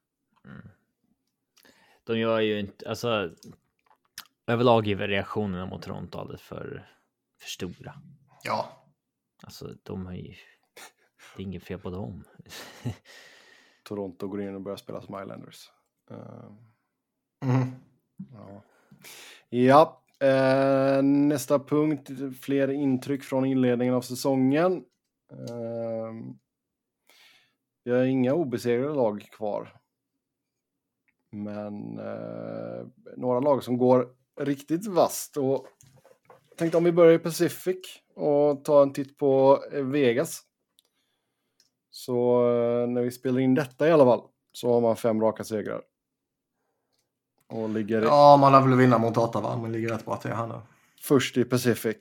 [SPEAKER 3] De gör ju inte, alltså överlag är reaktionerna mot Toronto alldeles för stora.
[SPEAKER 1] Ja.
[SPEAKER 3] Alltså de har ju, det är inget fel på dem.
[SPEAKER 2] Toronto går in och börjar spela som Islanders. Ja. Nästa punkt, fler intryck från inledningen av säsongen. Vi har inga obesegrade lag kvar. Men några lag som går riktigt vasst. Och jag tänkte om vi börjar i Pacific och tar en titt på Vegas. Så när vi spelar in detta i alla fall så har man 5 raka segrar. Och ligger
[SPEAKER 1] Ja, man har väl vinna mot Ottawa, men ligger rätt bra till här nu.
[SPEAKER 2] först i Pacific.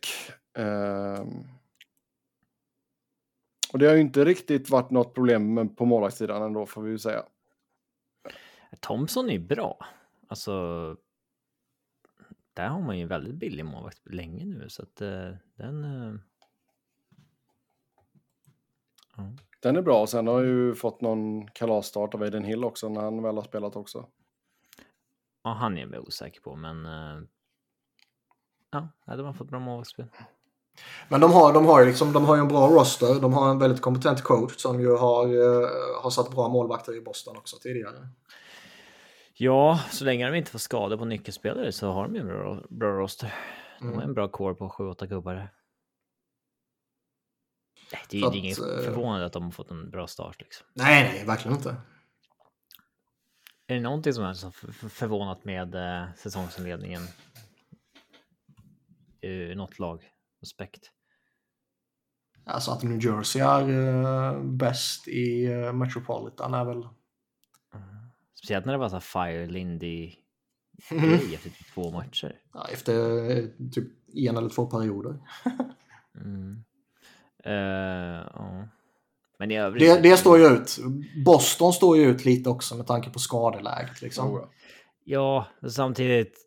[SPEAKER 2] Och det har ju inte riktigt varit något problem på målvaktssidan ändå, får vi ju säga.
[SPEAKER 3] Thompson är bra. Alltså där har man ju väldigt billig målvakt länge nu så att den
[SPEAKER 2] Den är bra. Sen har ju fått någon kalasstart av Aiden Hill också när han väl har spelat också.
[SPEAKER 3] ja, han är jag väl osäker på, men ja, de har fått bra målvaktsspel.
[SPEAKER 1] Men de har ju liksom, de har ju en bra roster. De har en väldigt kompetent coach som ju har satt bra målvakter i Boston också tidigare.
[SPEAKER 3] Ja, så länge de inte får skada på nyckelspelare så har de ju en bra roster. De har en bra core på 7-8 gubbar. Det är ju inget förvånande att de har fått en bra start liksom.
[SPEAKER 1] Nej, verkligen inte.
[SPEAKER 3] Är det någonting som är så förvånat med säsongsinledningen? Något lag? Respekt.
[SPEAKER 1] Alltså att New Jersey är bäst i Metropolitan är väl...
[SPEAKER 3] Speciellt när det var så här Fire Lindy efter 2 matcher.
[SPEAKER 1] Ja, efter typ 1 eller 2 perioder.
[SPEAKER 3] Ja. Men i övrigt...
[SPEAKER 1] Det står ju ut. Boston står ju ut lite också med tanke på skadeläget liksom.
[SPEAKER 3] Ja, samtidigt...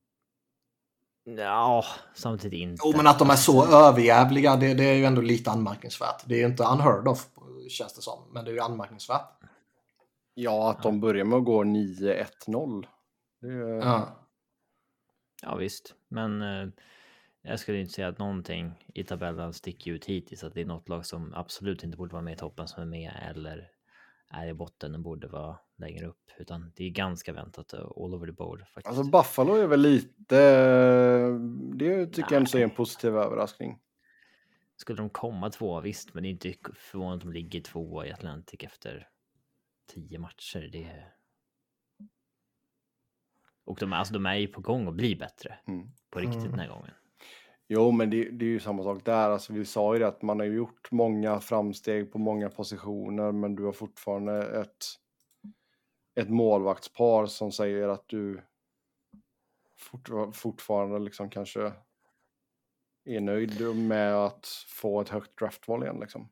[SPEAKER 3] Ja, samtidigt inte.
[SPEAKER 1] Jo, men att de är så överjävliga, det är ju ändå lite anmärkningsvärt. Det är ju inte unheard of, känns det som. Men det är ju anmärkningsvärt.
[SPEAKER 2] Ja, att de börjar med att gå 9-1-0.
[SPEAKER 3] Ja, visst. Men jag skulle inte säga att någonting i tabellen sticker ut hittills. Att det är något lag som absolut inte borde vara med i toppen som är med eller är i botten och borde vara längre upp. Utan det är ganska väntat all over the board faktiskt.
[SPEAKER 2] Alltså Buffalo är väl lite... Det tycker jag inte är en positiv överraskning.
[SPEAKER 3] Skulle de komma 2 visst, men det är inte förvånande att de ligger 2 i Atlantic efter 10 matcher. Det är... Och de är ju på gång att bli bättre på riktigt den här gången.
[SPEAKER 2] Jo, men det är ju samma sak där. Alltså, vi sa ju det att man har gjort många framsteg på många positioner, men du har fortfarande ett målvaktspar som säger att du fortfarande liksom kanske är nöjd med att få ett högt draftval igen liksom.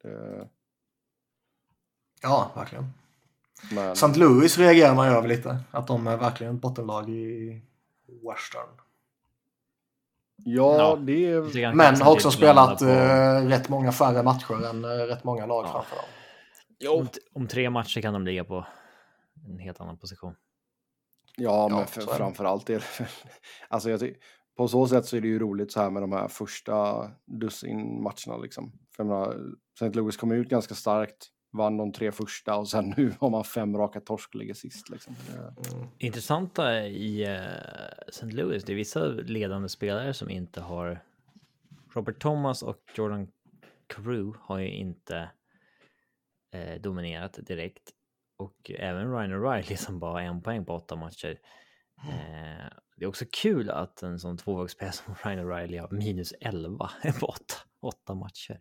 [SPEAKER 1] Ja, verkligen.
[SPEAKER 2] Men...
[SPEAKER 1] St. Louis reagerar man över lite. Att de är verkligen bottenlag i Western.
[SPEAKER 2] Ja, det är...
[SPEAKER 1] Men har också spelat rätt många färre matcher än rätt många lag framför dem.
[SPEAKER 3] Jo. Om 3 matcher kan de ligga på en helt annan position.
[SPEAKER 2] Ja, men framförallt är det... Alltså på så sätt så är det ju roligt så här med de här första dussin matcherna liksom. För jag menar, St. Louis kom ut ganska starkt, vann de 3 första och sen nu har man 5 raka torsk och ligger sist liksom.
[SPEAKER 3] Intressanta i St. Louis, det är vissa ledande spelare som inte har... Robert Thomas och Jordan Carew har ju inte dominerat direkt. Och även Ryan O'Reilly som bara 1 poäng på 8 matcher. Det är också kul att en sån tvåvägsspelare som Ryan O'Reilly har minus 11 på 8 matcher.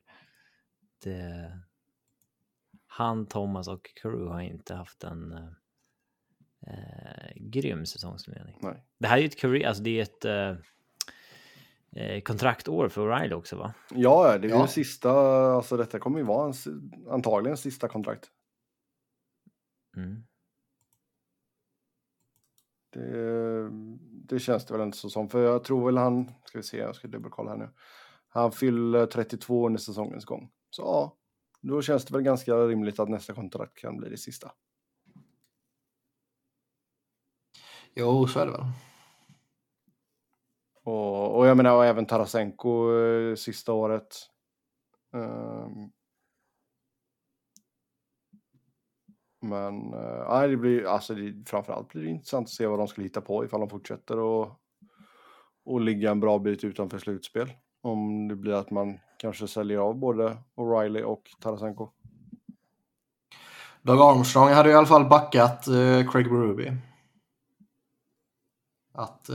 [SPEAKER 3] Han, Thomas och Carew har inte haft en grym säsongsinledning.
[SPEAKER 2] Nej.
[SPEAKER 3] Det här är ju ett career, alltså det är ett kontraktår för O'Reilly också, va?
[SPEAKER 2] Ja, det är
[SPEAKER 1] Ja.
[SPEAKER 2] ju sista, alltså detta kommer ju vara antagligen sista kontrakt.
[SPEAKER 3] Mm.
[SPEAKER 2] Det känns det väl inte så som, för jag tror väl han, ska vi se, jag ska dubbelkolla här nu. Han fyller 32 under säsongens gång. Så ja, då känns det väl ganska rimligt att nästa kontrakt kan bli det sista.
[SPEAKER 1] Jo, så är det väl.
[SPEAKER 2] Och jag menar, och även Tarasenko sista året. Men det blir, alltså framförallt blir det intressant att se vad de skulle hitta på ifall de fortsätter och ligga en bra bit utanför slutspel. Om det blir att man kanske säljer av både O'Reilly och Tarasenko.
[SPEAKER 1] Doug Armstrong hade i alla fall backat Craig Berube. Att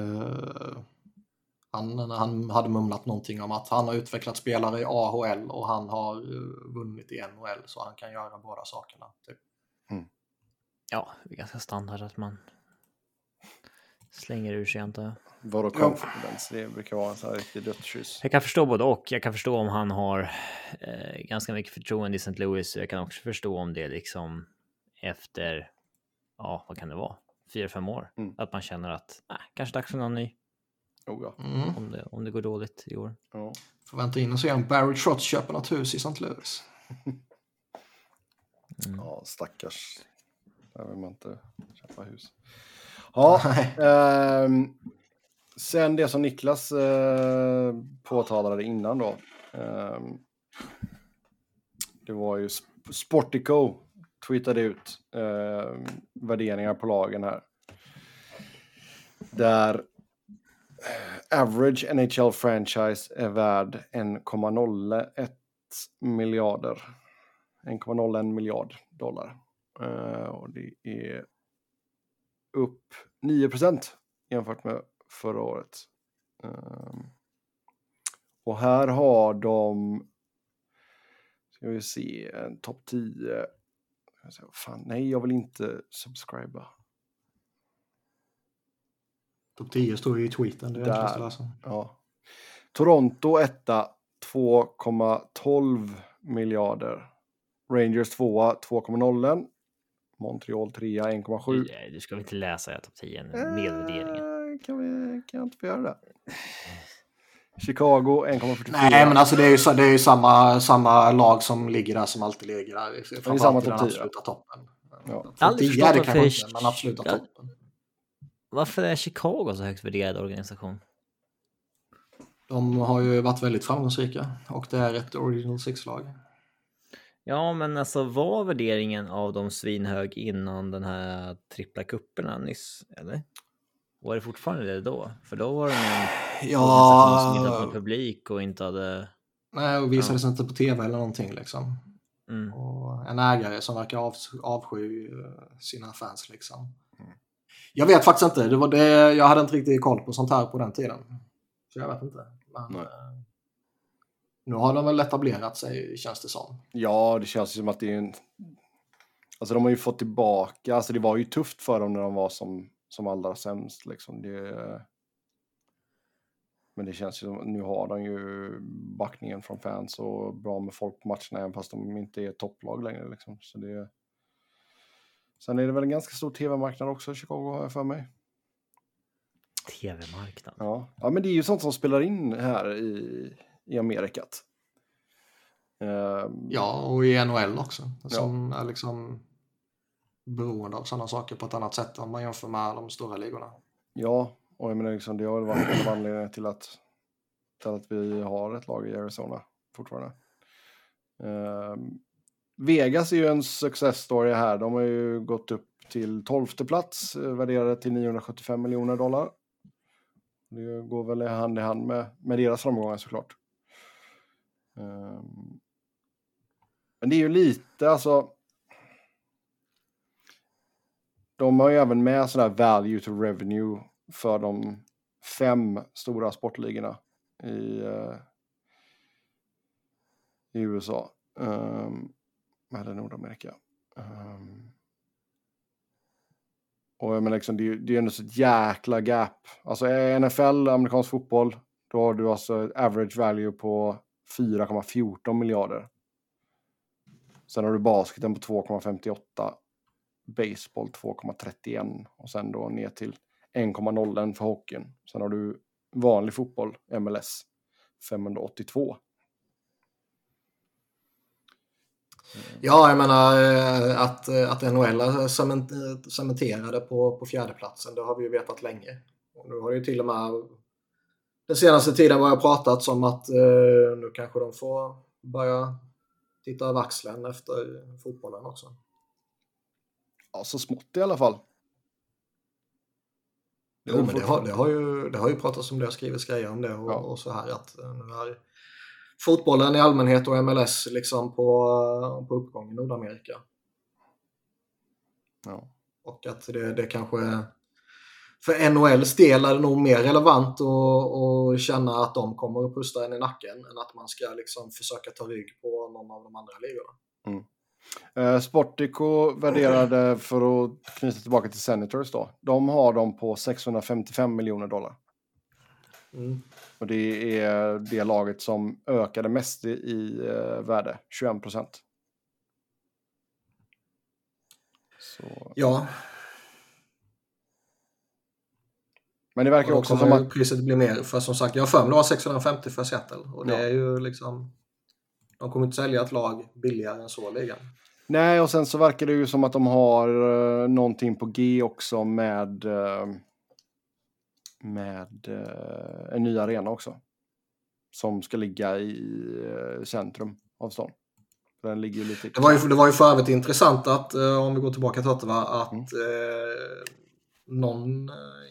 [SPEAKER 1] han hade mumlat någonting om att han har utvecklat spelare i AHL och han har vunnit i NHL, så han kan göra båda sakerna. Typ.
[SPEAKER 3] Ja, det är ganska standard att man slänger ur sig, antar jag.
[SPEAKER 2] Vadå confidence? Det brukar vara en sån här riktig dödskyss.
[SPEAKER 3] Jag kan förstå både och. Jag kan förstå om han har ganska mycket förtroende i St. Louis. Jag kan också förstå om det liksom efter, ja, vad kan det vara? 4-5 år. Att man känner att kanske dags för någon ny. Om det går dåligt i år.
[SPEAKER 2] Ja.
[SPEAKER 1] Får vänta in och se om Barry Trotz köper något hus i St. Louis.
[SPEAKER 2] Ja, stackars. Där vill man inte köpa hus. Ja, sen det som Niklas påtalade innan då. Det var ju Sportico tweetade ut värderingar på lagen här. Där average NHL franchise är värd 1,01 miljarder. 1,01 miljard dollar. Och det är upp 9% jämfört med förra året. Och här har de, ska vi se, en topp 10. Fan, nej, jag vill inte subscriba.
[SPEAKER 1] Topp 10 står ju i tweeten, det är enklast att läsa.
[SPEAKER 2] Ja. Toronto 1, 2,12 miljarder. Rangers 2, 2,01. Montreal 3, 1,7.
[SPEAKER 3] Du ska väl inte läsa topp 10 med värderingen.
[SPEAKER 2] Kan jag inte få göra det? Chicago 1,44.
[SPEAKER 1] Nej, men alltså det är ju samma lag som ligger där som alltid ligger där.
[SPEAKER 2] Det är samma topp 10.
[SPEAKER 1] Absoluta toppen.
[SPEAKER 2] Ja.
[SPEAKER 1] Aldrig förstått det kanske inte, men absoluta toppen.
[SPEAKER 3] Varför är Chicago så högt värderad organisation?
[SPEAKER 1] De har ju varit väldigt framgångsrika och det är ett Original Six-lag.
[SPEAKER 3] Ja, men alltså var värderingen av de svinhög innan den här trippla kupperna nyss, eller? Var det fortfarande det då? För då var det en organisation som inte hade publik och inte hade...
[SPEAKER 1] Nej, och visades inte på tv eller någonting liksom. Och en ägare som verkar avsky sina fans liksom. Jag vet faktiskt inte. Jag hade inte riktigt koll på sånt här på den tiden. Så jag vet inte. Men, nu har de väl etablerat sig, känns det som.
[SPEAKER 2] Ja, det känns som att det är en... Alltså de har ju fått tillbaka... Alltså det var ju tufft för dem när de var som allra sämst liksom. Men det känns ju som... Nu har de ju backningen från fans och bra med folk på matcherna, även fast de inte är topplag längre liksom. Så det... Sen är det väl en ganska stor tv-marknad också, Chicago, har jag för mig.
[SPEAKER 3] TV-marknad?
[SPEAKER 2] Ja, men det är ju sånt som spelar in här i Amerikat.
[SPEAKER 1] Ja, och i NHL också. Som är liksom beroende av sådana saker på ett annat sätt om man jämför med de stora ligorna.
[SPEAKER 2] Ja, och jag menar liksom, det har väl varit en av anledningarna till att vi har ett lag i Arizona fortfarande. Vegas är ju en success story här. De har ju gått upp till 12:e plats, värderade till $975 miljoner. Det går väl hand i hand med deras framgångar såklart. Men det är ju lite, alltså... De har ju även med sån här value to revenue för de 5 stora sportligorna i USA. Eller Nordamerika. Och men liksom, det är ändå så ett jäkla gap. Alltså NFL, amerikansk fotboll, då har du alltså average value på 4,14 miljarder. Sen har du basketen på 2,58. Baseball 2,31. Och sen då ner till 1,01 för hockeyn. Sen har du vanlig fotboll, MLS, 582.
[SPEAKER 1] Ja, jag menar att NHL är cementerade på fjärdeplatsen, det har vi ju vetat länge. Och nu har det ju till och med den senaste tiden var jag pratat som att nu kanske de får börja titta över axeln efter fotbollen också.
[SPEAKER 2] Ja, så smått i alla fall.
[SPEAKER 1] Jo, men det har ju pratats om det och skrivits grejer om det och så här att nu är fotbollen i allmänhet och MLS liksom på uppgång i Nordamerika.
[SPEAKER 2] Ja.
[SPEAKER 1] Och att det kanske för NHLs del är det nog mer relevant att känna att de kommer att pusta en i nacken än att man ska liksom försöka ta rygg på någon av de andra ligorna.
[SPEAKER 2] Sportico värderade, för att knyta tillbaka till Senators då, de har dem på $655 miljoner. Och det är det laget som ökade mest i värde, 21%. Så.
[SPEAKER 1] Ja.
[SPEAKER 2] Men det verkar också som att
[SPEAKER 1] priset blir mer, för som sagt, jag har för mig det var 650 för Seattle och det är ju liksom, de kommer inte sälja ett lag billigare än så ligan.
[SPEAKER 2] Nej, och sen så verkar det ju som att de har någonting på G också med en ny arena också. Som ska ligga i centrum av stan. Den ligger ju lite.
[SPEAKER 1] Det var ju för övrigt intressant att, om vi går tillbaka till Ottawa, att någon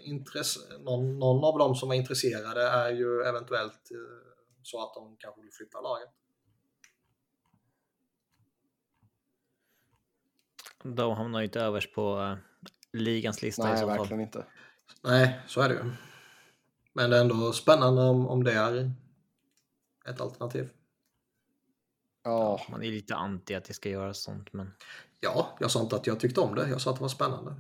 [SPEAKER 1] av dem som var intresserade är ju eventuellt så att de kanske vill flytta laget.
[SPEAKER 3] De hamnar ju inte överst på ligans lista.
[SPEAKER 2] Nej,
[SPEAKER 3] i så fall.
[SPEAKER 2] Verkligen inte.
[SPEAKER 1] Nej, så är det ju. Men det är ändå spännande om det är ett alternativ.
[SPEAKER 2] Ja.
[SPEAKER 3] Man är lite anti att det ska göra sånt, men...
[SPEAKER 1] Ja, jag sa inte att jag tyckte om det. Jag sa att det var spännande.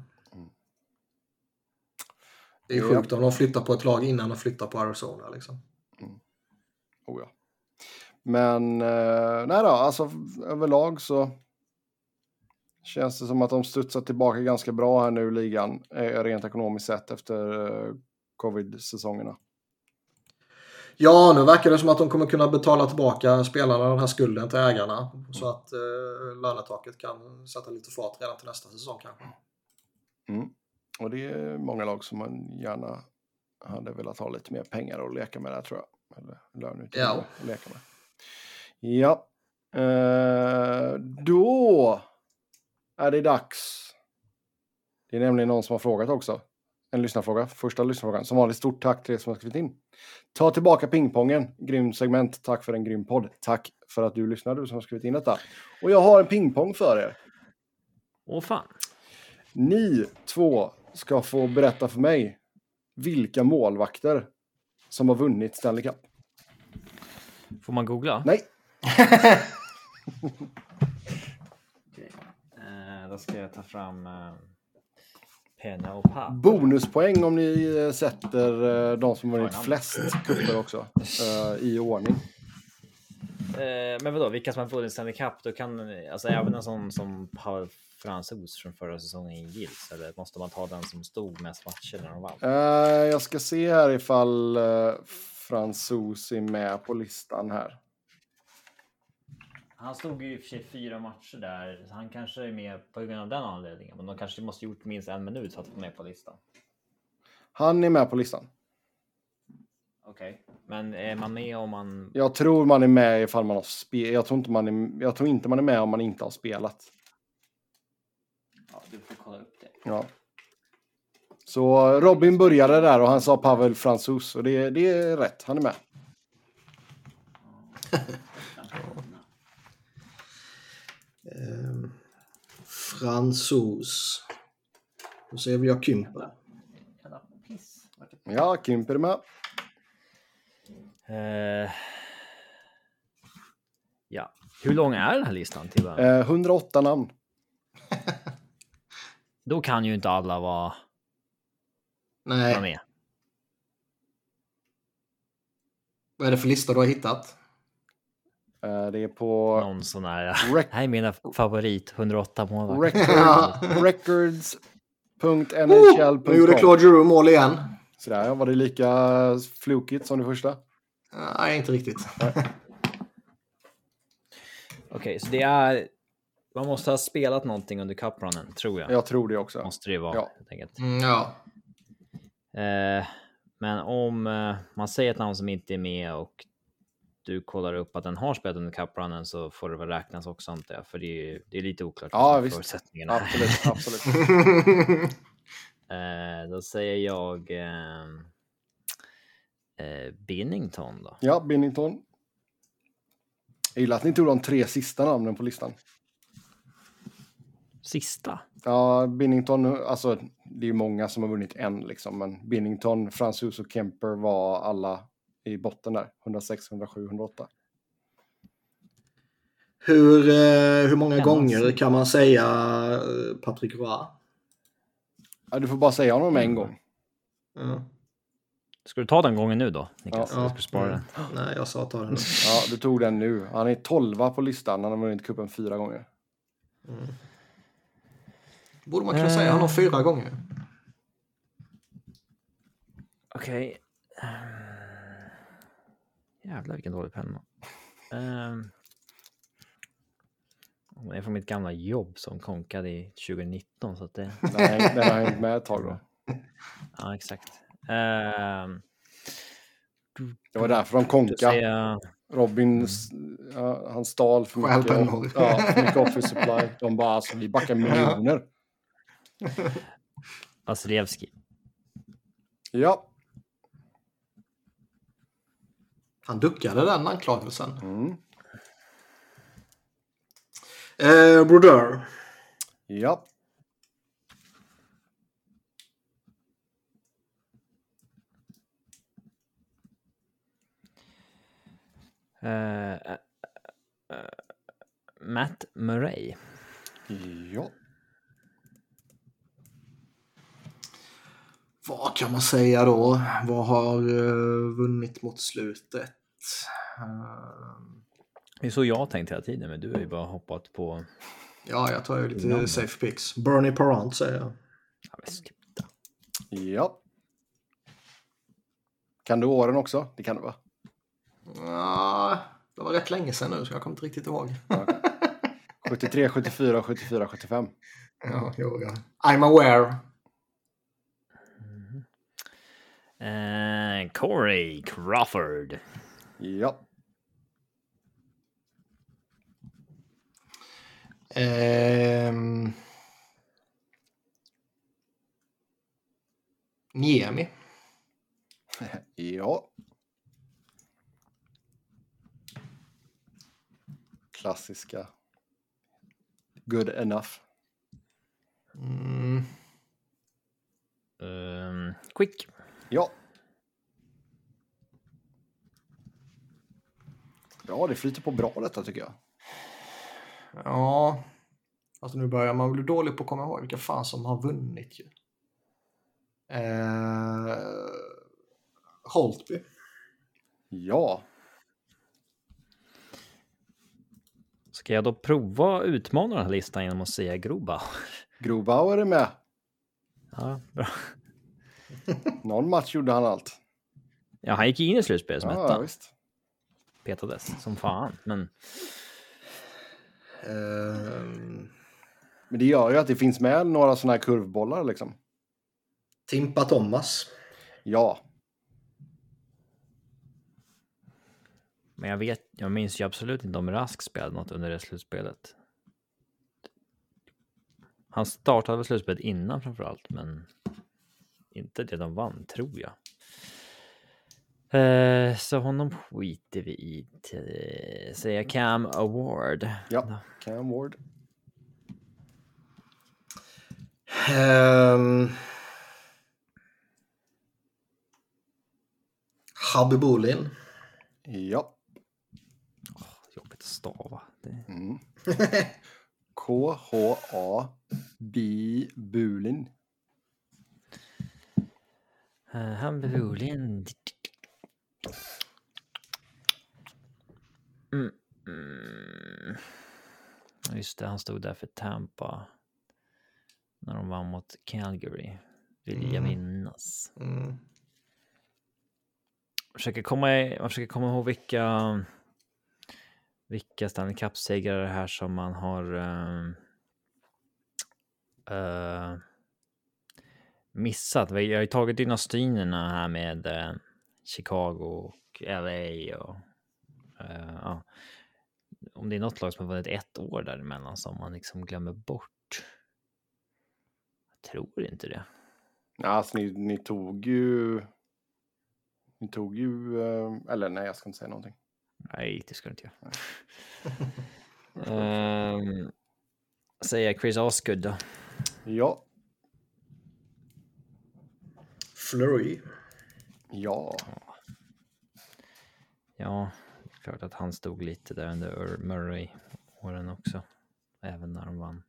[SPEAKER 1] Det är ju sjukt om de flyttar på ett lag innan de flyttar på Arizona liksom.
[SPEAKER 2] Oh ja. Men nej då, alltså överlag så känns det som att de studsar tillbaka ganska bra här nu i ligan, rent ekonomiskt sett efter covid-säsongerna.
[SPEAKER 1] Ja, nu verkar det som att de kommer kunna betala tillbaka spelarna den här skulden till ägarna så att lönetaket kan sätta lite fart redan till nästa säsong kanske.
[SPEAKER 2] Och det är många lag som man gärna hade velat ha lite mer pengar och leka med där, tror jag. Eller löneutrymme att leka med. Ja. Då är det dags. Det är nämligen någon som har frågat också. En lyssnarfråga. Första lyssnarfrågan. Som vanligt, stort tack till er som har skrivit in. Ta tillbaka pingpongen. Grym segment. Tack för en grym podd. Tack för att du lyssnade, du som har skrivit in detta. Och jag har en pingpong för er.
[SPEAKER 3] Åh fan.
[SPEAKER 2] Ni två ska få berätta för mig vilka målvakter som har vunnit Stanley Cup.
[SPEAKER 3] Får man googla?
[SPEAKER 2] Nej.
[SPEAKER 3] Okay. Då ska jag ta fram penna och papper.
[SPEAKER 2] Bonuspoäng om ni sätter de som har vunnit flest kupper också i ordning.
[SPEAKER 3] Men vadå, vilka som har vunnit Stanley Cup? Då kan alltså även en sån som Pavel Francouz från förra säsongen gills, eller måste man ta den som stod mest matcher när de vann?
[SPEAKER 2] Jag ska se här ifall Francouz är med på listan här.
[SPEAKER 3] Han stod ju i och för sig 4 matcher där, så han kanske är med på grund av den anledningen, men de kanske måste gjort minst 1 minut för att vara med på listan.
[SPEAKER 2] Han är med på listan.
[SPEAKER 3] Okej, men är man med om man...
[SPEAKER 2] Jag tror man är med ifall man har spelat. Jag tror inte man är med om man inte har spelat.
[SPEAKER 3] Ja, du får kolla upp det.
[SPEAKER 2] Ja. Så Robin började där och han sa Pavel Francouz, och det är rätt, han är med.
[SPEAKER 1] Francouz. Då ser vi Kymper.
[SPEAKER 2] Ja, Kymper är med.
[SPEAKER 3] Ja. Hur lång är den här listan?
[SPEAKER 2] 108 namn.
[SPEAKER 3] Då kan ju inte alla vara
[SPEAKER 1] Nej.
[SPEAKER 3] med.
[SPEAKER 1] Vad är det för lista du har hittat?
[SPEAKER 2] Det är på
[SPEAKER 3] Någon sån här. Här är mina favorit 108 målvakter.
[SPEAKER 2] records.nhl.com.
[SPEAKER 1] Nu gjorde Claude Giroux mål igen.
[SPEAKER 2] Sådär, var det lika flukigt som det första?
[SPEAKER 1] Nej, inte riktigt.
[SPEAKER 3] Okej, så det är... Man måste ha spelat någonting under cuprunnen, tror jag.
[SPEAKER 2] Jag tror det också.
[SPEAKER 3] Måste det vara, helt enkelt.
[SPEAKER 1] Ja.
[SPEAKER 3] Men om man säger ett namn som inte är med och du kollar upp att den har spelat under cuprunnen, så får det väl räknas också, antar jag. För det är lite oklart.
[SPEAKER 2] Ja, visst.
[SPEAKER 3] Förutsättningarna.
[SPEAKER 2] Absolut.
[SPEAKER 3] Då säger jag Binnington då.
[SPEAKER 2] Ja, Binnington. Jag gillar att ni tog de 3 sista namnen på listan.
[SPEAKER 3] Sista?
[SPEAKER 2] Ja, Binnington, alltså det är ju många som har vunnit en liksom, men Binnington, Franzus och Kemper var alla i botten där. 106, 107, 108.
[SPEAKER 1] Hur många gånger kan man säga Patrick Roy?
[SPEAKER 2] Ja, du får bara säga honom en gång.
[SPEAKER 1] Ja.
[SPEAKER 3] Ska du ta den gången nu då, Niklas?
[SPEAKER 2] Ja.
[SPEAKER 3] Ska du spara den?
[SPEAKER 1] Nej, jag sa ta den nu.
[SPEAKER 2] Ja, du tog den nu. Han är 12 på listan. Han har vunnit kuppen 4 gånger.
[SPEAKER 1] Borde man kunna säga honom 4 gånger?
[SPEAKER 3] Okej. Jävlar vilken dålig penna. Det är från mitt gamla jobb som konkade i 2019. Så att det...
[SPEAKER 2] Nej, den har hängt med ett tag då.
[SPEAKER 3] Ja, exakt.
[SPEAKER 2] Det var därför de konkade.
[SPEAKER 3] Säga...
[SPEAKER 2] Robin, han stal för mycket, för mycket office supply. De bara, alltså, vi backar miljoner.
[SPEAKER 3] Vasilevski.
[SPEAKER 2] Ja.
[SPEAKER 1] Han duckade den anklagelsen. Brodeur.
[SPEAKER 2] Ja.
[SPEAKER 3] Matt Murray.
[SPEAKER 2] Ja.
[SPEAKER 1] Vad kan man säga då? Vad har vunnit mot slutet?
[SPEAKER 3] Det är så jag tänkt hela tiden, men du har ju bara hoppat på...
[SPEAKER 1] Ja, jag tar ju lite safe picks. Bernie Parent säger jag.
[SPEAKER 3] Ja, men sluta.
[SPEAKER 2] Ja. Kan du åren också? Det kan du, va?
[SPEAKER 1] Ja, det var rätt länge sedan nu, så jag kommer inte riktigt ihåg.
[SPEAKER 2] Ja. 73, 74, 74, 75.
[SPEAKER 1] Ja, jo, ja. I'm aware.
[SPEAKER 3] Corey Crawford.
[SPEAKER 2] Ja.
[SPEAKER 1] Niemi.
[SPEAKER 2] Ja. Klassiska. Good enough.
[SPEAKER 3] Quick.
[SPEAKER 2] Ja. Ja, det flyter på bra detta tycker jag.
[SPEAKER 1] Ja. Alltså nu börjar man bli dålig på att komma ihåg vilka fan som har vunnit ju. Holtby.
[SPEAKER 2] Ja.
[SPEAKER 3] Ska jag då prova att utmana den här listan genom att säga Grobauer?
[SPEAKER 2] Grobauer är med.
[SPEAKER 3] Ja, bra.
[SPEAKER 2] Någon match gjorde han allt.
[SPEAKER 3] Ja, han gick in i slutspel som etta.
[SPEAKER 2] Ja, visst.
[SPEAKER 3] Petades som fan, men...
[SPEAKER 2] Men det gör ju att det finns med några sådana här kurvbollar liksom.
[SPEAKER 1] Timpa Thomas.
[SPEAKER 2] Ja.
[SPEAKER 3] Men jag minns ju absolut inte om Rask spelade något under det slutspelet. Han startade väl slutspelet innan framförallt, men inte det de vann, tror jag. Så honom skiter vi i. Säga Cam Award.
[SPEAKER 2] Ja, Cam Ward.
[SPEAKER 1] Habibulin.
[SPEAKER 2] Ja.
[SPEAKER 3] Jobbigt att stava.
[SPEAKER 2] K-H-A Bulin.
[SPEAKER 3] Han Bulin. Just det, han stod där för Tampa när de vann mot Calgary. Vill jag minnas. Jag försöker komma ihåg vilka Stanley Cup-segrare här som man har missat. Jag har ju tagit dynastynerna här med Chicago och LA och ja. Om det är något lag som har vunnit ett år däremellan som man liksom glömmer bort. Jag tror inte det.
[SPEAKER 2] Ja, alltså ni tog ju eller nej, jag ska inte säga någonting.
[SPEAKER 3] Nej, det ska du inte göra. Säger Chris Osgood då?
[SPEAKER 2] Ja.
[SPEAKER 1] Fleury.
[SPEAKER 2] Ja.
[SPEAKER 3] Ja, det är klart att han stod lite där under Murray-åren också. Även när de vann.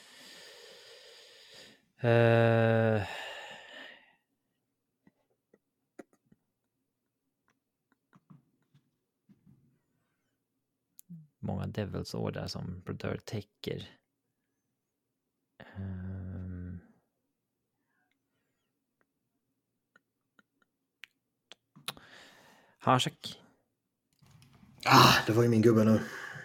[SPEAKER 3] Många Devils-år där som Brodeur täcker. Hasek.
[SPEAKER 1] Det var ju min gubbe nu.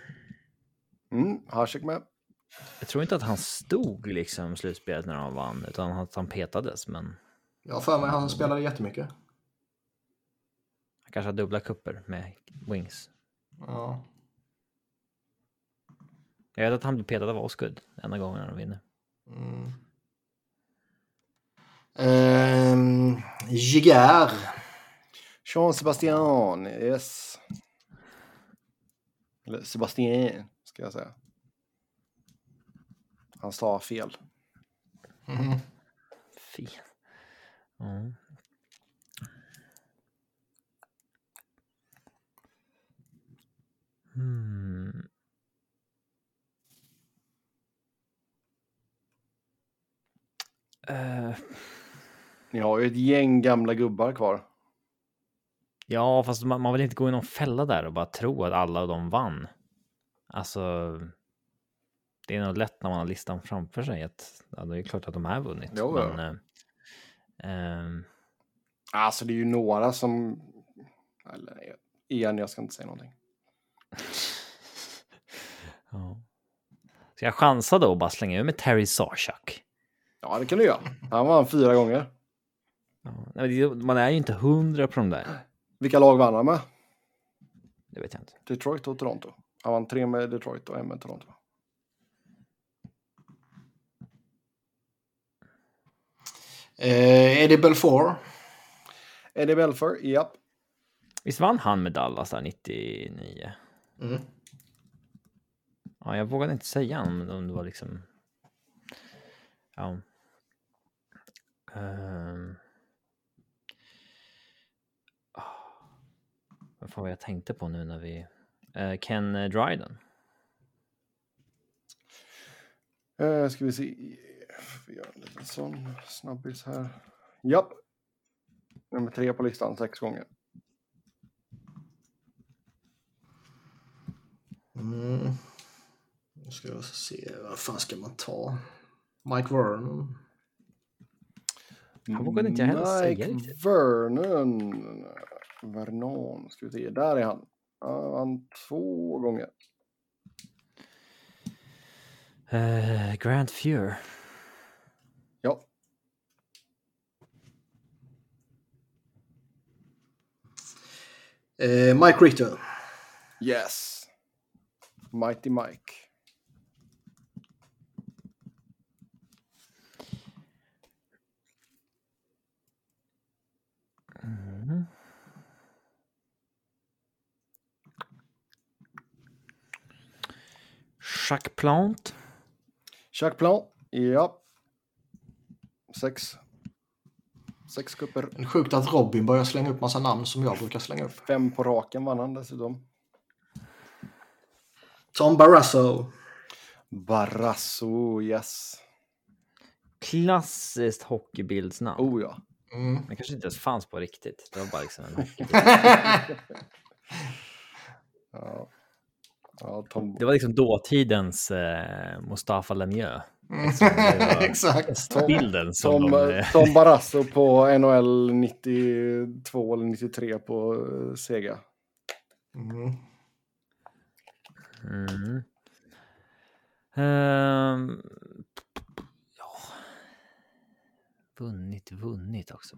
[SPEAKER 2] Hasek med.
[SPEAKER 3] Jag tror inte att han stod liksom slutspelet när han vann, utan att han petades, men...
[SPEAKER 1] Ja, för mig han spelade jättemycket.
[SPEAKER 3] Han kanske har dubbla kupper med Wings.
[SPEAKER 1] Ja.
[SPEAKER 3] Jag vet att han blir petad av Osgood enda gången när de vinner.
[SPEAKER 1] Giguère.
[SPEAKER 2] Jean-Sébastien, yes. Eller Sébastien, ska jag säga. Han sa fel.
[SPEAKER 3] Fel. Ja.
[SPEAKER 2] Ni har ju ett gäng gamla gubbar kvar.
[SPEAKER 3] Ja, fast man vill inte gå i någon fälla där och bara tro att alla av dem vann. Alltså, det är nog lätt när man har listan framför sig att ja, det är klart att de har vunnit.
[SPEAKER 2] Jo,
[SPEAKER 3] men,
[SPEAKER 2] alltså det är ju några som... Eller igen, jag ska inte säga någonting.
[SPEAKER 3] Ja. Ska jag chansa då och bara slänga ur med Terry Zajac?
[SPEAKER 2] Ja, det kan du göra. Han vann 4 gånger.
[SPEAKER 3] Ja, man är ju inte 100 på de där.
[SPEAKER 2] Vilka lag vann han med?
[SPEAKER 3] Det vet jag inte.
[SPEAKER 2] Detroit och Toronto. Han vann 3 med Detroit och 1 med Toronto.
[SPEAKER 1] Eddie Belfour.
[SPEAKER 2] Eddie Belfour, japp.
[SPEAKER 3] Visst vann han med Dallas där 99? Ja, jag vågade inte säga om det var liksom... Ja. Vad var jag tänkte på nu när vi... Ken Dryden.
[SPEAKER 2] Ska vi se. Vi gör en liten sån snabbis här. Japp. Nummer 3 på listan 6 gånger.
[SPEAKER 1] Nu ska jag se. Vad fan ska man ta? Mike Vernon.
[SPEAKER 3] Han vågade inte jag heller säga
[SPEAKER 2] Mike
[SPEAKER 3] riktigt.
[SPEAKER 2] Vernon. Ska vi se. Där är han. Han 2 gånger.
[SPEAKER 3] Grant Fuhr.
[SPEAKER 2] Ja.
[SPEAKER 1] Mike Ritter.
[SPEAKER 2] Yes. Mighty Mike.
[SPEAKER 3] Jacques Plante.
[SPEAKER 2] Jacques Plante. Ja. 6 kupper.
[SPEAKER 1] En sjukt att Robin börjar slänga upp massa namn som jag brukar slänga upp.
[SPEAKER 2] 5 på raken vann han dessutom.
[SPEAKER 1] Tom Barrasso.
[SPEAKER 2] Barrasso, yes.
[SPEAKER 3] Klassiskt hockeybildsnamn.
[SPEAKER 2] Oh ja.
[SPEAKER 3] Men kanske inte ens fanns på riktigt. Det var bara liksom en hockeybild.
[SPEAKER 2] Ja. Ja, Tom...
[SPEAKER 3] Det var liksom dåtidens Mustafa Lemieux. Liksom,
[SPEAKER 1] Exakt.
[SPEAKER 3] bilden som
[SPEAKER 2] Tom Barrasso på NHL 92 eller 93 på Sega.
[SPEAKER 3] Ja. Vunnit också.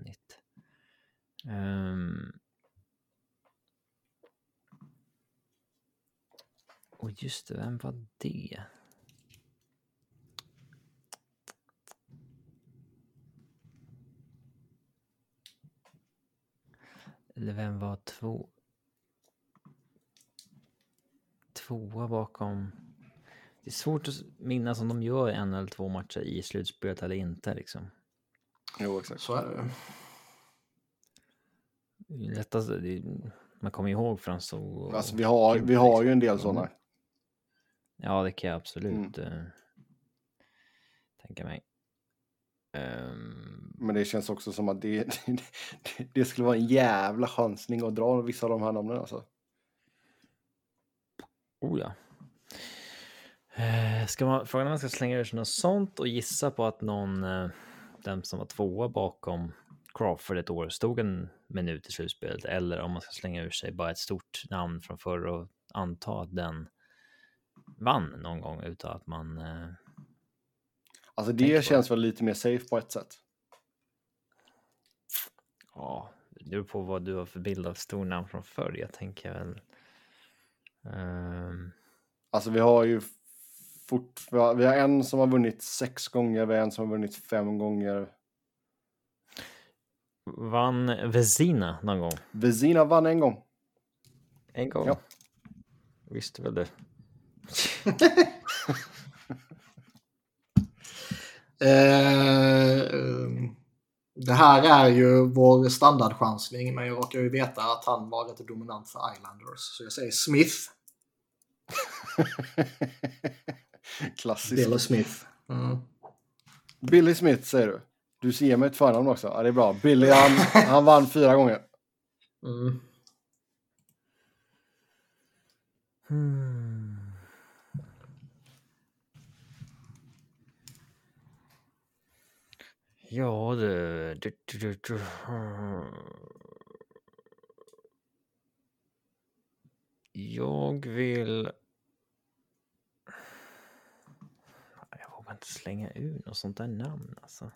[SPEAKER 3] Och just det, vem var det? Eller vem var tvåa bakom? Det är svårt att minnas om de gör en eller två matcher i slutspelet eller inte liksom.
[SPEAKER 2] Jo, exakt.
[SPEAKER 1] Så är det.
[SPEAKER 3] Lättast, man kommer ihåg från så...
[SPEAKER 2] Alltså, vi har ju en del sådana.
[SPEAKER 3] Ja, det kan jag absolut tänka mig.
[SPEAKER 2] Men det känns också som att det skulle vara en jävla chansning att dra vissa av de här namnen alltså.
[SPEAKER 3] Oh ja. Frågan om man ska slänga ur sig något sånt och gissa på att den som var tvåa bakom Crawford ett år stod en minut i slutspelet, eller om man ska slänga ur sig bara ett stort namn från förr och anta att den vann någon gång utan att man...
[SPEAKER 2] Alltså det känns väl lite mer safe på ett sätt.
[SPEAKER 3] Ja, det beror på vad du har för bild av stornamn från förr. Jag tänker väl...
[SPEAKER 2] Alltså vi har ju vi har en som har vunnit 6 gånger, vi har en som har vunnit 5 gånger.
[SPEAKER 3] Vann Vezina någon gång?
[SPEAKER 2] Vezina vann en gång.
[SPEAKER 3] En gång?
[SPEAKER 2] Ja.
[SPEAKER 3] Visste väl det.
[SPEAKER 1] Det här är ju vår standardchansning, men jag råkar ju veta att han var rätt dominant för Islanders. Så jag säger Smith.
[SPEAKER 2] Klassiskt.
[SPEAKER 1] Billy Smith.
[SPEAKER 2] Billy Smith säger du. Du ser mig ett förnamn också. Ja, det är bra. Billy, han vann 4 gånger.
[SPEAKER 3] Ja, jag vill... Jag vågar inte slänga ut något sånt där namn alltså.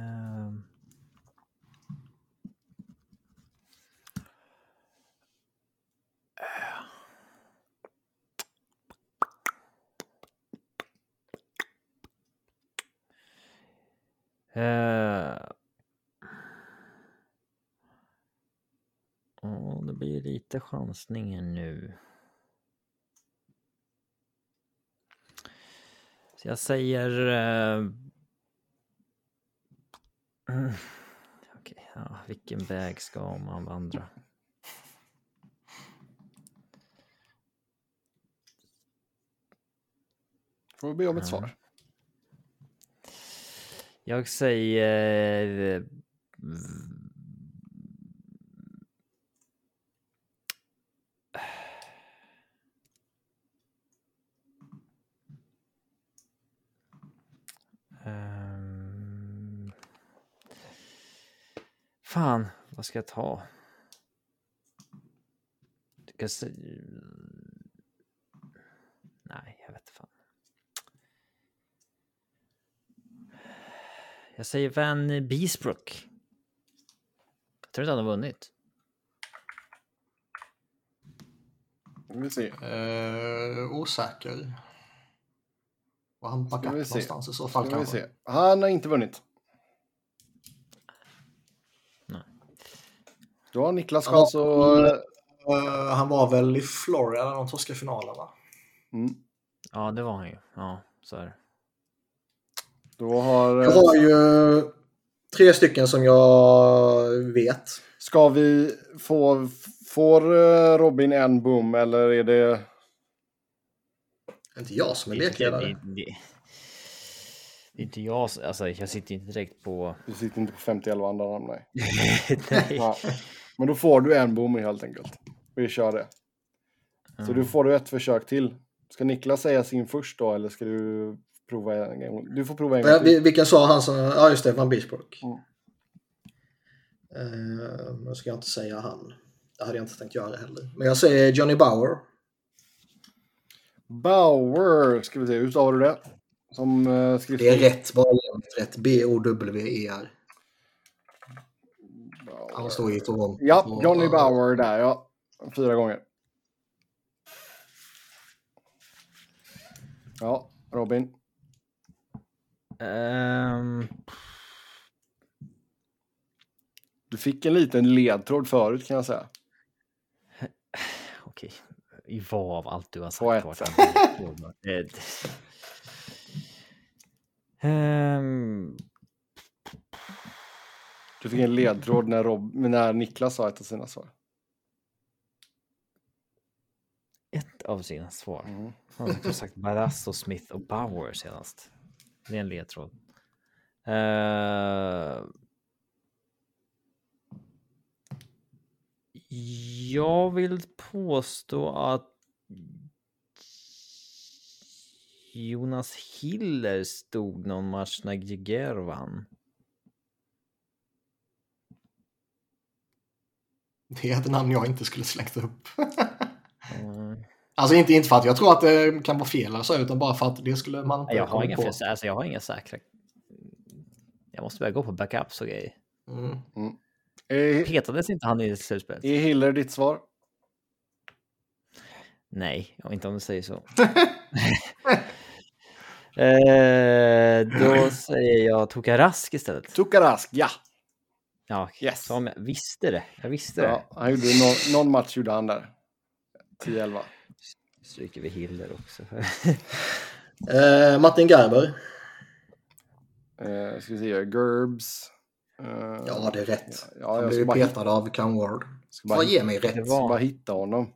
[SPEAKER 3] Det blir lite chansningen nu. Så jag säger... Okej, ja, vilken väg ska man vandra?
[SPEAKER 2] Får vi be om ett svar.
[SPEAKER 3] Jag säger... Fan, vad ska jag ta? Nej, jag vet fan. Jag säger Van Beesbrook. Jag tror inte han har vunnit.
[SPEAKER 2] Vi se.
[SPEAKER 1] Osäker. Var han backup någonstans i så fall
[SPEAKER 2] Ska vi
[SPEAKER 1] kanske?
[SPEAKER 2] se. Han har inte vunnit.
[SPEAKER 3] Nej.
[SPEAKER 2] Då har Niklas chans att...
[SPEAKER 1] Han var väl i Florida när de torskade finalen, va?
[SPEAKER 3] Ja, det var han ju. Ja, så är det.
[SPEAKER 2] Då har...
[SPEAKER 1] Jag har ju 3 stycken som jag vet.
[SPEAKER 2] Ska vi får Robin en boom eller är det...
[SPEAKER 1] Inte jag som är lekledare.
[SPEAKER 3] Det Inte jag, alltså jag sitter inte direkt på...
[SPEAKER 2] Du sitter inte på 50-11 andra namn, nej.
[SPEAKER 3] Nej.
[SPEAKER 2] Ja. Men då får du en bom helt enkelt. Vi kör det. Så du får ett försök till. Ska Niklas säga sin först då, eller ska du prova en gång? Du får prova en gång till.
[SPEAKER 1] Vilken sa han som... Ja, just det, Van Beesbrook.
[SPEAKER 2] Mm.
[SPEAKER 1] Nu ska jag inte säga han. Det hade jag inte tänkt göra heller. Men jag säger Johnny Bower.
[SPEAKER 2] Bauer, ska vi se, hur stavar du det? Som
[SPEAKER 1] Det är rätt, bara rätt. B-O-W-E-R. Han står i Toronto.
[SPEAKER 2] Ja, Johnny Bower där, ja. 4 gånger. Ja, Robin. Du fick en liten ledtråd förut kan jag säga.
[SPEAKER 3] Okej. I vad av allt du har
[SPEAKER 2] På
[SPEAKER 3] sagt?
[SPEAKER 2] ett. Du fick en ledtråd när Niklas sa ett av sina svar.
[SPEAKER 3] Ett av sina svar. Han har sagt Barrasso, Smith och Bauer senast. Det är en ledtråd. Jag vill påstå att Jonas Hiller stod någon match när Giger vann.
[SPEAKER 1] Det är ett namn jag inte skulle slängt upp. Alltså inte för att jag tror att det kan vara fel eller så, utan bara för att det skulle man inte
[SPEAKER 3] jag har inga
[SPEAKER 1] på.
[SPEAKER 3] Alltså jag har inga säkra. Jag måste börja gå på backups och grejer. Petades inte han i slutspelet?
[SPEAKER 2] Är Hiller ditt svar?
[SPEAKER 3] Nej, inte om du säger så. Då säger jag Tokarask istället.
[SPEAKER 2] Tokarask, ja.
[SPEAKER 3] Ja,
[SPEAKER 2] yes.
[SPEAKER 3] Som jag visste det.
[SPEAKER 2] Ja, han gjorde någon match gjorde han där. 10-11.
[SPEAKER 3] Stryker vi Hiller också.
[SPEAKER 1] Martin Gerber.
[SPEAKER 2] Ska vi se, Gerbs.
[SPEAKER 1] Ja, det är rätt.
[SPEAKER 2] Ja,
[SPEAKER 1] han
[SPEAKER 2] jag
[SPEAKER 1] blev petad av Cam Ward. Vad ger mig rätt?
[SPEAKER 2] Jag ska bara hitta honom.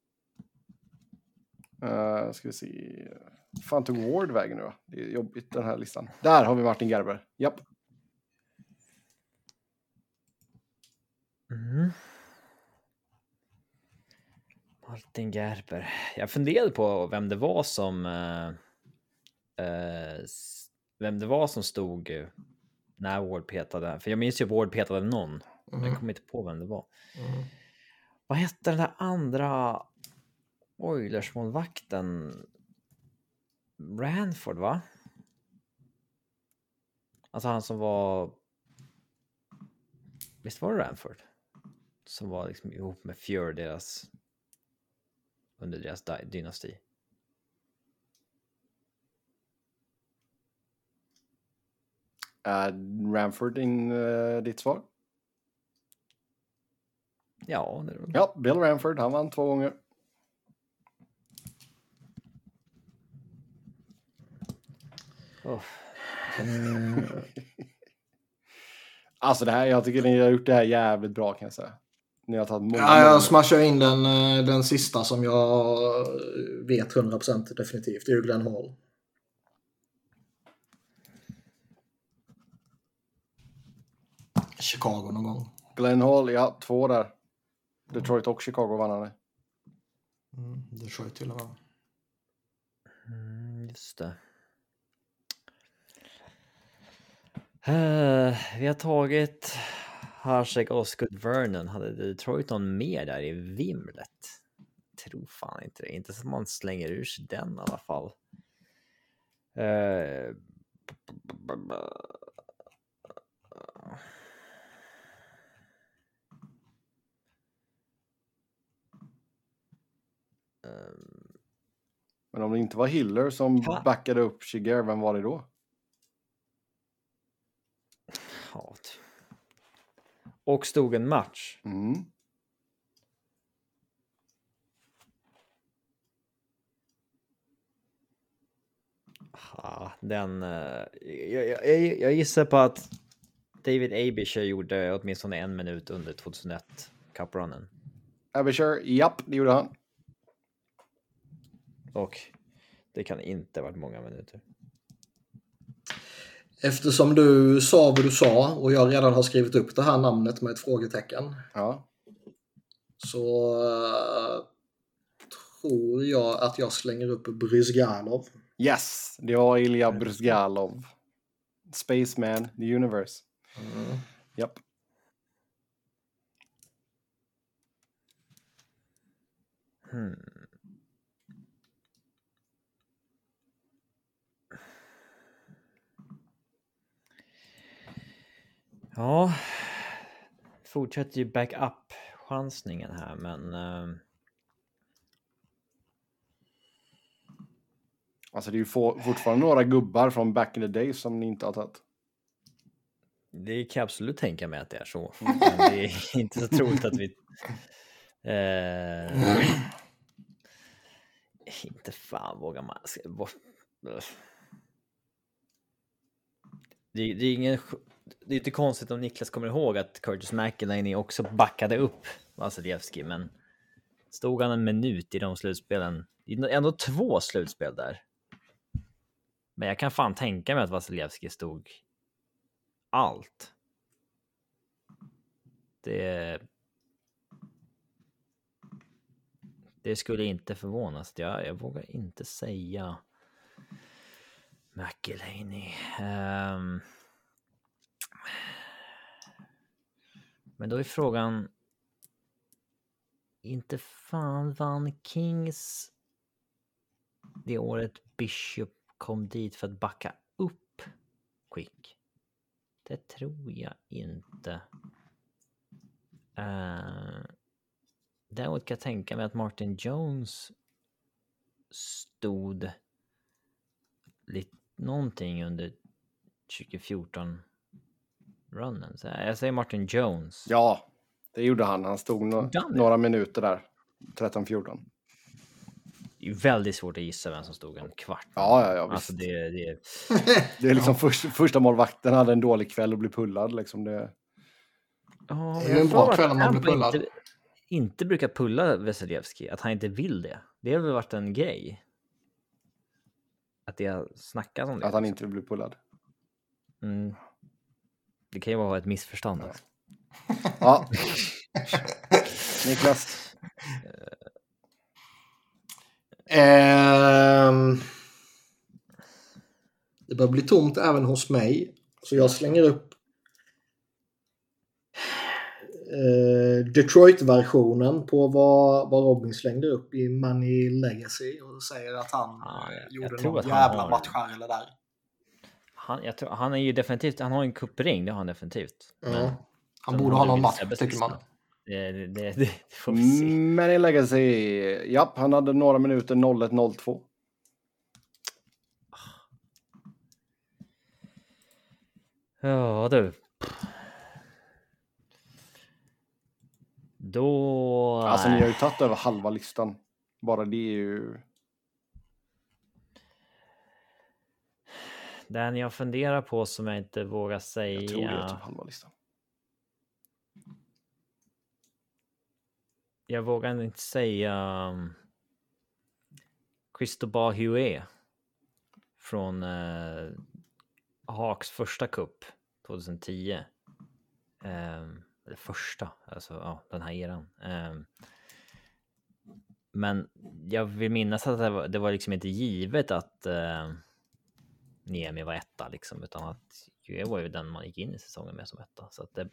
[SPEAKER 2] Ska vi se. Fan tog Ward vägen nu då? Det är jobbigt den här listan. Där har vi Martin Gerber. Japp.
[SPEAKER 3] Martin Gerber. Jag funderade på vem det var som stod när Ward petade. För jag minns ju att Ward petade någon. Jag kommer inte på vem det var. Vad hette den där andra Oilers-målvakten? Ranford, va? Alltså han som var... Visst var det Ranford? Som var liksom ihop med Fury under deras dynasti.
[SPEAKER 2] Ranford ditt svar?
[SPEAKER 3] Ja, det var...
[SPEAKER 2] Ja, Bill Ranford, han vann 2 gånger. Alltså det här, jag tycker ni har gjort det här jävligt bra kan jag säga. Ni har tagit många.
[SPEAKER 1] Jag smashar in den sista som jag vet 100% definitivt. Det är ju Glenn Hall. Chicago någon gång.
[SPEAKER 2] Glenn Hall, ja, 2 där. Detroit och Chicago vann han.
[SPEAKER 1] Detroit till och med.
[SPEAKER 3] Just det. Vi har tagit Hasek och Scott Vernon. Hade Detroit någon mer där i vimlet? Tror fan inte det. Inte så man slänger ur sig den i alla fall.
[SPEAKER 2] Men om det inte var Hiller som backade upp Shiger, vem var det då?
[SPEAKER 3] Ja. Och stod en match. Jag gissar på att David Abisher gjorde åtminstone 1 minut under 2001 Cup-runnen.
[SPEAKER 2] Abisher, japp, det gjorde han.
[SPEAKER 3] Och det kan inte ha varit många minuter.
[SPEAKER 1] Eftersom du sa vad du sa och jag redan har skrivit upp det här namnet med ett frågetecken.
[SPEAKER 2] Ja.
[SPEAKER 1] Så tror jag att jag slänger upp Bryzgalov.
[SPEAKER 2] Yes, det var Ilja Bryzgalov. Spaceman, the universe. Japp.
[SPEAKER 3] Ja, fortsätter ju backup-chansningen här, men
[SPEAKER 2] Alltså det är ju fortfarande några gubbar från back in the days som ni inte har tagit.
[SPEAKER 3] det kan jag absolut tänka mig att det är så. Men det är inte så troligt att vi... inte fan vågar man... Det är inte konstigt om Niklas kommer ihåg att Curtis McElhinney också backade upp Vasilevski, men stod han en minut i de slutspelen? Det är ändå 2 slutspel där. Men jag kan fan tänka mig att Vasilevski stod allt. Det skulle inte förvånas. Jag vågar inte säga McElhinney. Men då är frågan, inte fan vann Kings det året Bishop kom dit för att backa upp Quick? Det tror jag inte. Däremot kan jag tänka mig att Martin Jones stod lite någonting under 2014 runnen. Så jag säger Martin Jones.
[SPEAKER 2] Ja, det gjorde han. Han stod några minuter där. 13-14.
[SPEAKER 3] Det är väldigt svårt att gissa vem som stod en kvart.
[SPEAKER 2] Ja, visst.
[SPEAKER 3] Alltså det
[SPEAKER 2] är liksom första målvakten hade en dålig kväll och blev pullad. Liksom det...
[SPEAKER 1] Ja, det är en bra kväll om man blir pullad.
[SPEAKER 3] Inte brukar pulla Vasilevski. Att han inte vill det. Det har väl varit en grej. Att det har snackats om det.
[SPEAKER 2] Att han inte vill bli pullad.
[SPEAKER 3] Det kan ju vara ett missförstånd.
[SPEAKER 2] Ja. Niklas.
[SPEAKER 1] Det börjar bli tomt även hos mig. Så jag slänger upp Detroit-versionen på vad Robin slängde upp i Money Legacy och säger att han gjorde någon jävla matchare eller där.
[SPEAKER 3] Jag tror, han är ju definitivt, han har en kuppring, det har han definitivt. Men,
[SPEAKER 1] han borde ha någon match, tycker man.
[SPEAKER 3] Det får vi se.
[SPEAKER 2] Money Legacy, japp, han hade några minuter 01-02.
[SPEAKER 3] Ja, du. Då...
[SPEAKER 2] Alltså ni har ju tagit över halva listan. Bara det är ju...
[SPEAKER 3] Den jag funderar på som jag inte vågar säga...
[SPEAKER 2] Jag tror det är typ halva listan.
[SPEAKER 3] Jag vågar inte säga... Cristobal Huet. Från Hawks första cup 2010. Eller första, alltså ja, den här eran. Men jag vill minnas att det var liksom inte givet att Niemi var etta liksom, utan att Huet var ju den man gick in i säsongen med som etta. Så att det...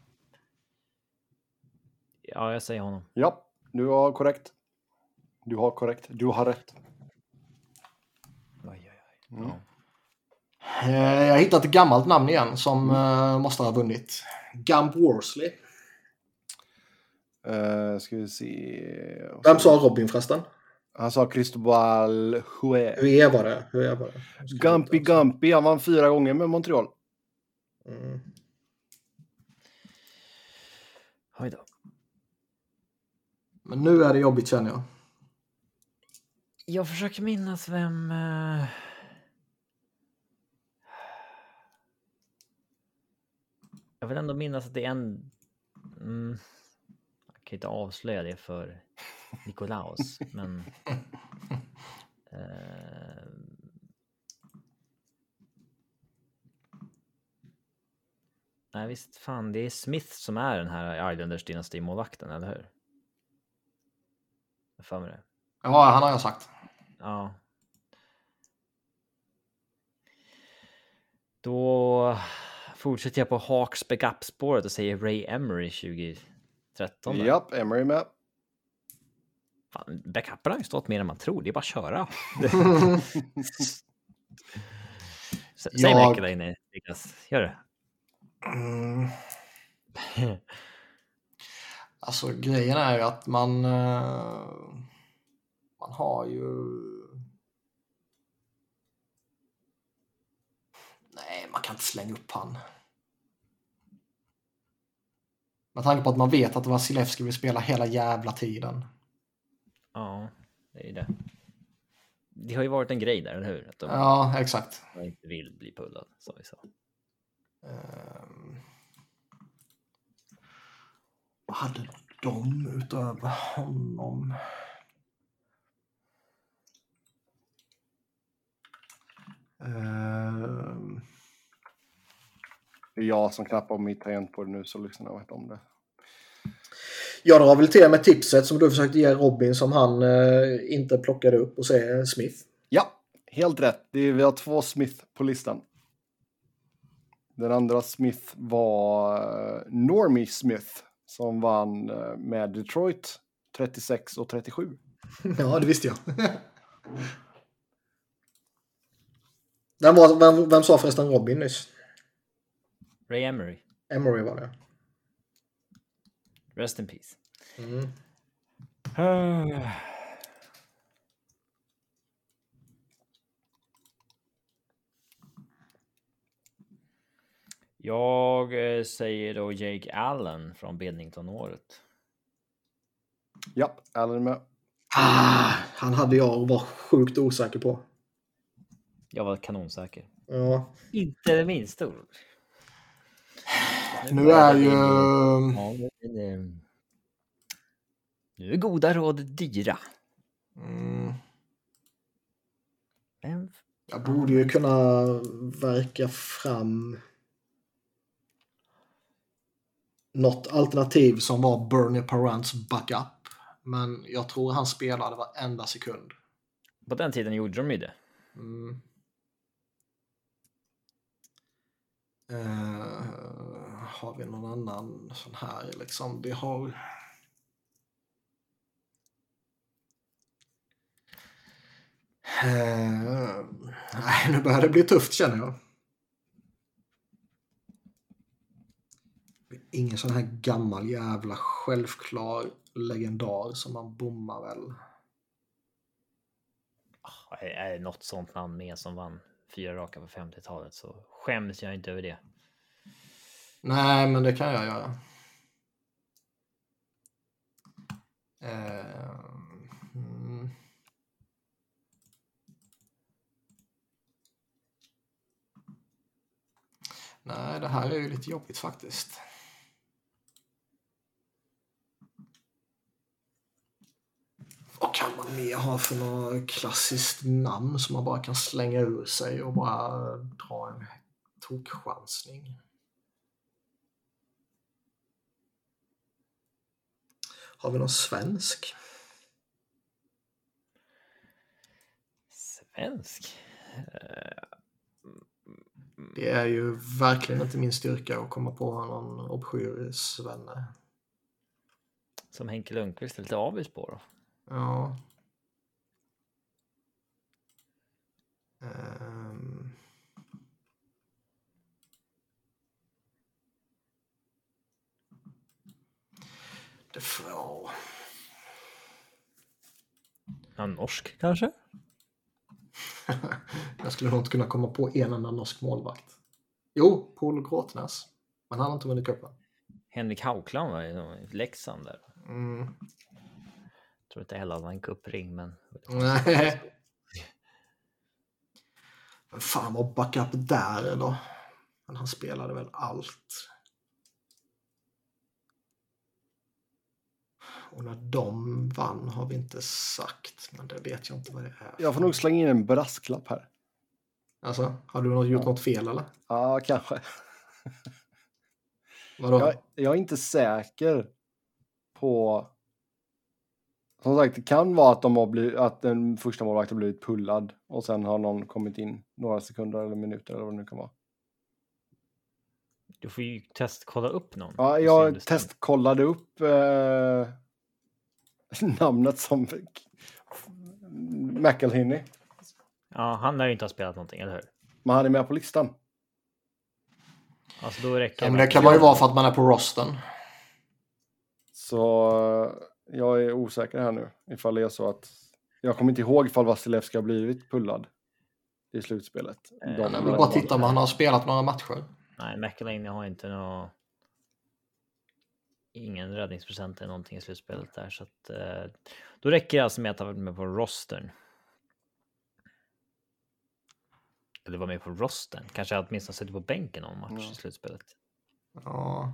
[SPEAKER 3] Ja, jag säger honom.
[SPEAKER 2] Ja, du har korrekt. Du har rätt.
[SPEAKER 3] Oj. Ja.
[SPEAKER 1] Jag har hittat ett gammalt namn igen som måste ha vunnit. Gump Worsley.
[SPEAKER 2] Ska vi se.
[SPEAKER 1] Vem sa Robin förresten?
[SPEAKER 2] Han sa Cristobal Huet.
[SPEAKER 1] Huet var det.
[SPEAKER 2] Gumpy. Han vann 4 gånger med Montreal.
[SPEAKER 3] Oj då.
[SPEAKER 1] Men nu är det jobbigt, känner jag.
[SPEAKER 3] Jag försöker minnas vem... Jag vill ändå minnas att det är en... Jag kan inte avslöja det för Nikolaus, men... Nej, visst fan, det är Smith som är den här Islanders dynastimålvakten, eller hur? Jag får med det.
[SPEAKER 1] Ja, han har jag sagt.
[SPEAKER 3] Ja. Då fortsätter jag på Hawks backup-spåret och säger Ray Emery 2013.
[SPEAKER 2] Japp, Emery med.
[SPEAKER 3] Fan, backupen har ju stått mer än man tror. Det är bara att köra. Säg backup där inne, Niklas. Gör det.
[SPEAKER 1] Alltså grejen är ju att man har ju... Nej, man kan inte slänga upp han. Med tanke på att man vet att Vasilevski vill spela hela jävla tiden.
[SPEAKER 3] Ja, det är det. Det har ju varit en grej där, eller hur? Att
[SPEAKER 1] ja, exakt.
[SPEAKER 3] Man inte vill bli pullad, så vi sa.
[SPEAKER 1] Vad hade de utöver honom?
[SPEAKER 2] Det är jag som knappar om mitt tangent på det nu, så lyssna och vet om det.
[SPEAKER 1] Jag drar väl till med tipset som du försökte ge Robin som han inte plockade upp och säger Smith.
[SPEAKER 2] Ja, helt rätt. Vi har 2 Smith på listan. Den andra Smith var Normie Smith som vann med Detroit 36 och 37.
[SPEAKER 1] Ja, det visste jag. Vem sa förresten Robin nyss?
[SPEAKER 3] Ray Emery.
[SPEAKER 1] Emery var det.
[SPEAKER 3] Rest in peace. Jag säger då Jake Allen från Binnington-året.
[SPEAKER 2] Ja, Allen med.
[SPEAKER 1] Han hade jag var sjukt osäker på.
[SPEAKER 3] Jag var kanonsäker.
[SPEAKER 1] Ja.
[SPEAKER 3] Inte det minsta ord.
[SPEAKER 1] Nu är ju...
[SPEAKER 3] Nu är goda råd dyra.
[SPEAKER 1] Jag borde ju kunna verka fram något alternativ som var Bernie Parents backup. Men jag tror han spelade varenda sekund.
[SPEAKER 3] På den tiden gjorde de ju det.
[SPEAKER 1] Har vi någon annan sån här liksom? Vi har... Nej, nu börjar det bli tufft känner jag. Ingen sån här gammal jävla självklar legendar som man bommar väl.
[SPEAKER 3] Är det något sånt namn med som vann 4 raka på 50-talet så skäms jag inte över det.
[SPEAKER 1] Nej, men det kan jag göra. Nej, det här är ju lite jobbigt faktiskt. Vad kan man mer ha för något klassiskt namn som man bara kan slänga ur sig och bara dra en tokchansning? Har vi någon svensk?
[SPEAKER 3] Svensk?
[SPEAKER 1] Det är ju verkligen inte min styrka att komma på någon obskyr svenne.
[SPEAKER 3] Som Henke Lundqvist är lite avis på då.
[SPEAKER 1] Ja. Det får...
[SPEAKER 3] Ja, norsk kanske?
[SPEAKER 1] Jag skulle nog inte kunna komma på en enda norsk målvakt. Jo, Paul Gråtnäs. Men han har inte vunnit cupen.
[SPEAKER 3] Henrik Haukland var i Leksand där. Jag tror inte heller att han en cupring, men...
[SPEAKER 1] Nej. Men fan var backup där eller? Men han spelade väl allt. Och när de vann har vi inte sagt. Men det vet jag inte vad det är.
[SPEAKER 2] Jag får nog slänga in en brasklapp här.
[SPEAKER 1] Alltså, har du gjort något fel eller?
[SPEAKER 2] Ja, kanske.
[SPEAKER 1] Vadå?
[SPEAKER 2] Jag är inte säker på... Som sagt, det kan vara att den första målvakten har blivit pullad och sen har någon kommit in några sekunder eller minuter eller vad det nu kan vara.
[SPEAKER 4] Du får ju testkolla upp någon.
[SPEAKER 2] Ja, jag testkollade upp namnet som McElhinney.
[SPEAKER 4] Ja, han lär ju inte ha spelat någonting, eller hur?
[SPEAKER 2] Men han är med på listan.
[SPEAKER 4] Alltså då räcker
[SPEAKER 1] Ja, men det kan man ju vara för att man är på rosten.
[SPEAKER 2] Så jag är osäker här nu. Ifall det är så att... Jag kommer inte ihåg ifall Vasilevski har blivit pullad i slutspelet.
[SPEAKER 1] Jag vill bara titta om han har spelat några matcher.
[SPEAKER 4] Nej, McElhinney har inte ingen räddningsprocent eller någonting i slutspelet där. Så att, då räcker det alltså med att ha varit med på rostern. Eller vara med på rostern. Kanske åtminstone suttit på bänken någon match i slutspelet.
[SPEAKER 1] Ja.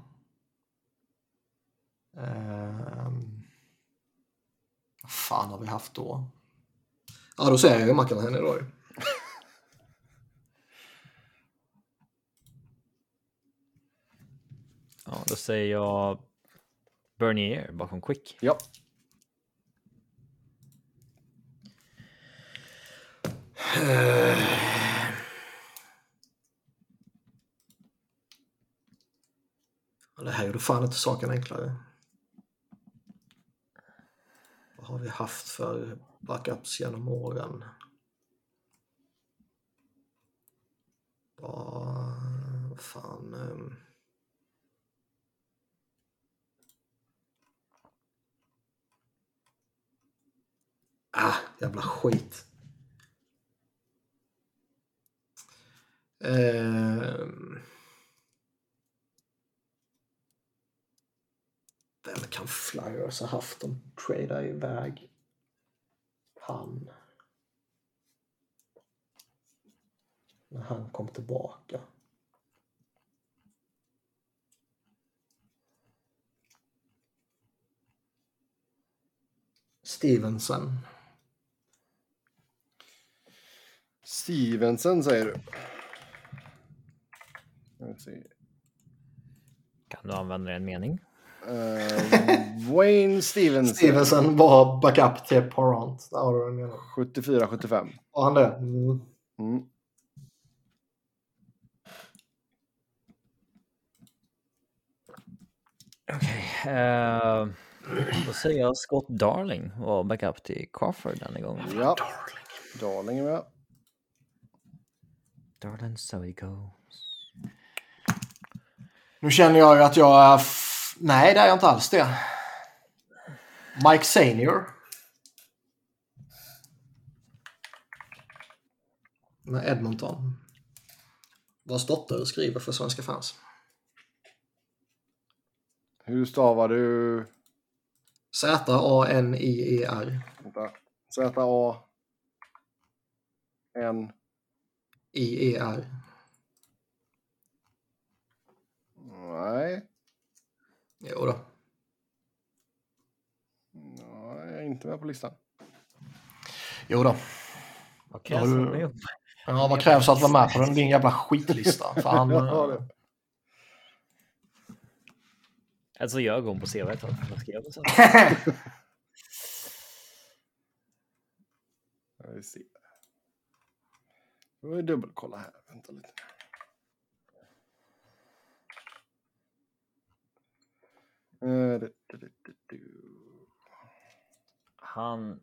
[SPEAKER 1] Vad fan har vi haft då? Ja, då säger jag ju McElhinney då.
[SPEAKER 4] Ja, då säger jag Bernier bakom Quick.
[SPEAKER 2] Ja.
[SPEAKER 1] Det här gjorde fan inte saken enklare. Vad har vi haft för backups genom åren? Vad fan... jävla skit. Vem kan Flyers ha haft dem trada iväg? Han. När han kom tillbaka. Stevenson
[SPEAKER 2] säger du.
[SPEAKER 4] Kan du använda en mening?
[SPEAKER 2] Wayne Stevenson.
[SPEAKER 1] Stevenson var backup till Parent. Där har du en mening.
[SPEAKER 2] 74-75.
[SPEAKER 1] Var han det?
[SPEAKER 4] Okej. Då säger jag Scott Darling var backup till Crawford den gången.
[SPEAKER 2] Ja. Darling är med.
[SPEAKER 4] Darling, so he goes.
[SPEAKER 1] Nu känner jag ju att jag är... Nej, det är jag inte alls det. Mike Senior. Med Edmonton. Vars dotter skriver för Svenska fans.
[SPEAKER 2] Hur stavar du?
[SPEAKER 1] Z-A-N-I-E-R.
[SPEAKER 2] Z-A-N
[SPEAKER 1] I-E-R.
[SPEAKER 2] Nej.
[SPEAKER 1] Jo då.
[SPEAKER 2] Nej, jag är inte med på listan.
[SPEAKER 1] Jo då.
[SPEAKER 4] Vad krävs det?
[SPEAKER 1] Ja, vad krävs att vara med på din jävla skitlista? För han...
[SPEAKER 4] Alltså jag går på CV ett tag. Vad ska jag göra så?
[SPEAKER 2] Jag vill se. Jag vill dubbelkolla här. Vänta lite.
[SPEAKER 4] Han...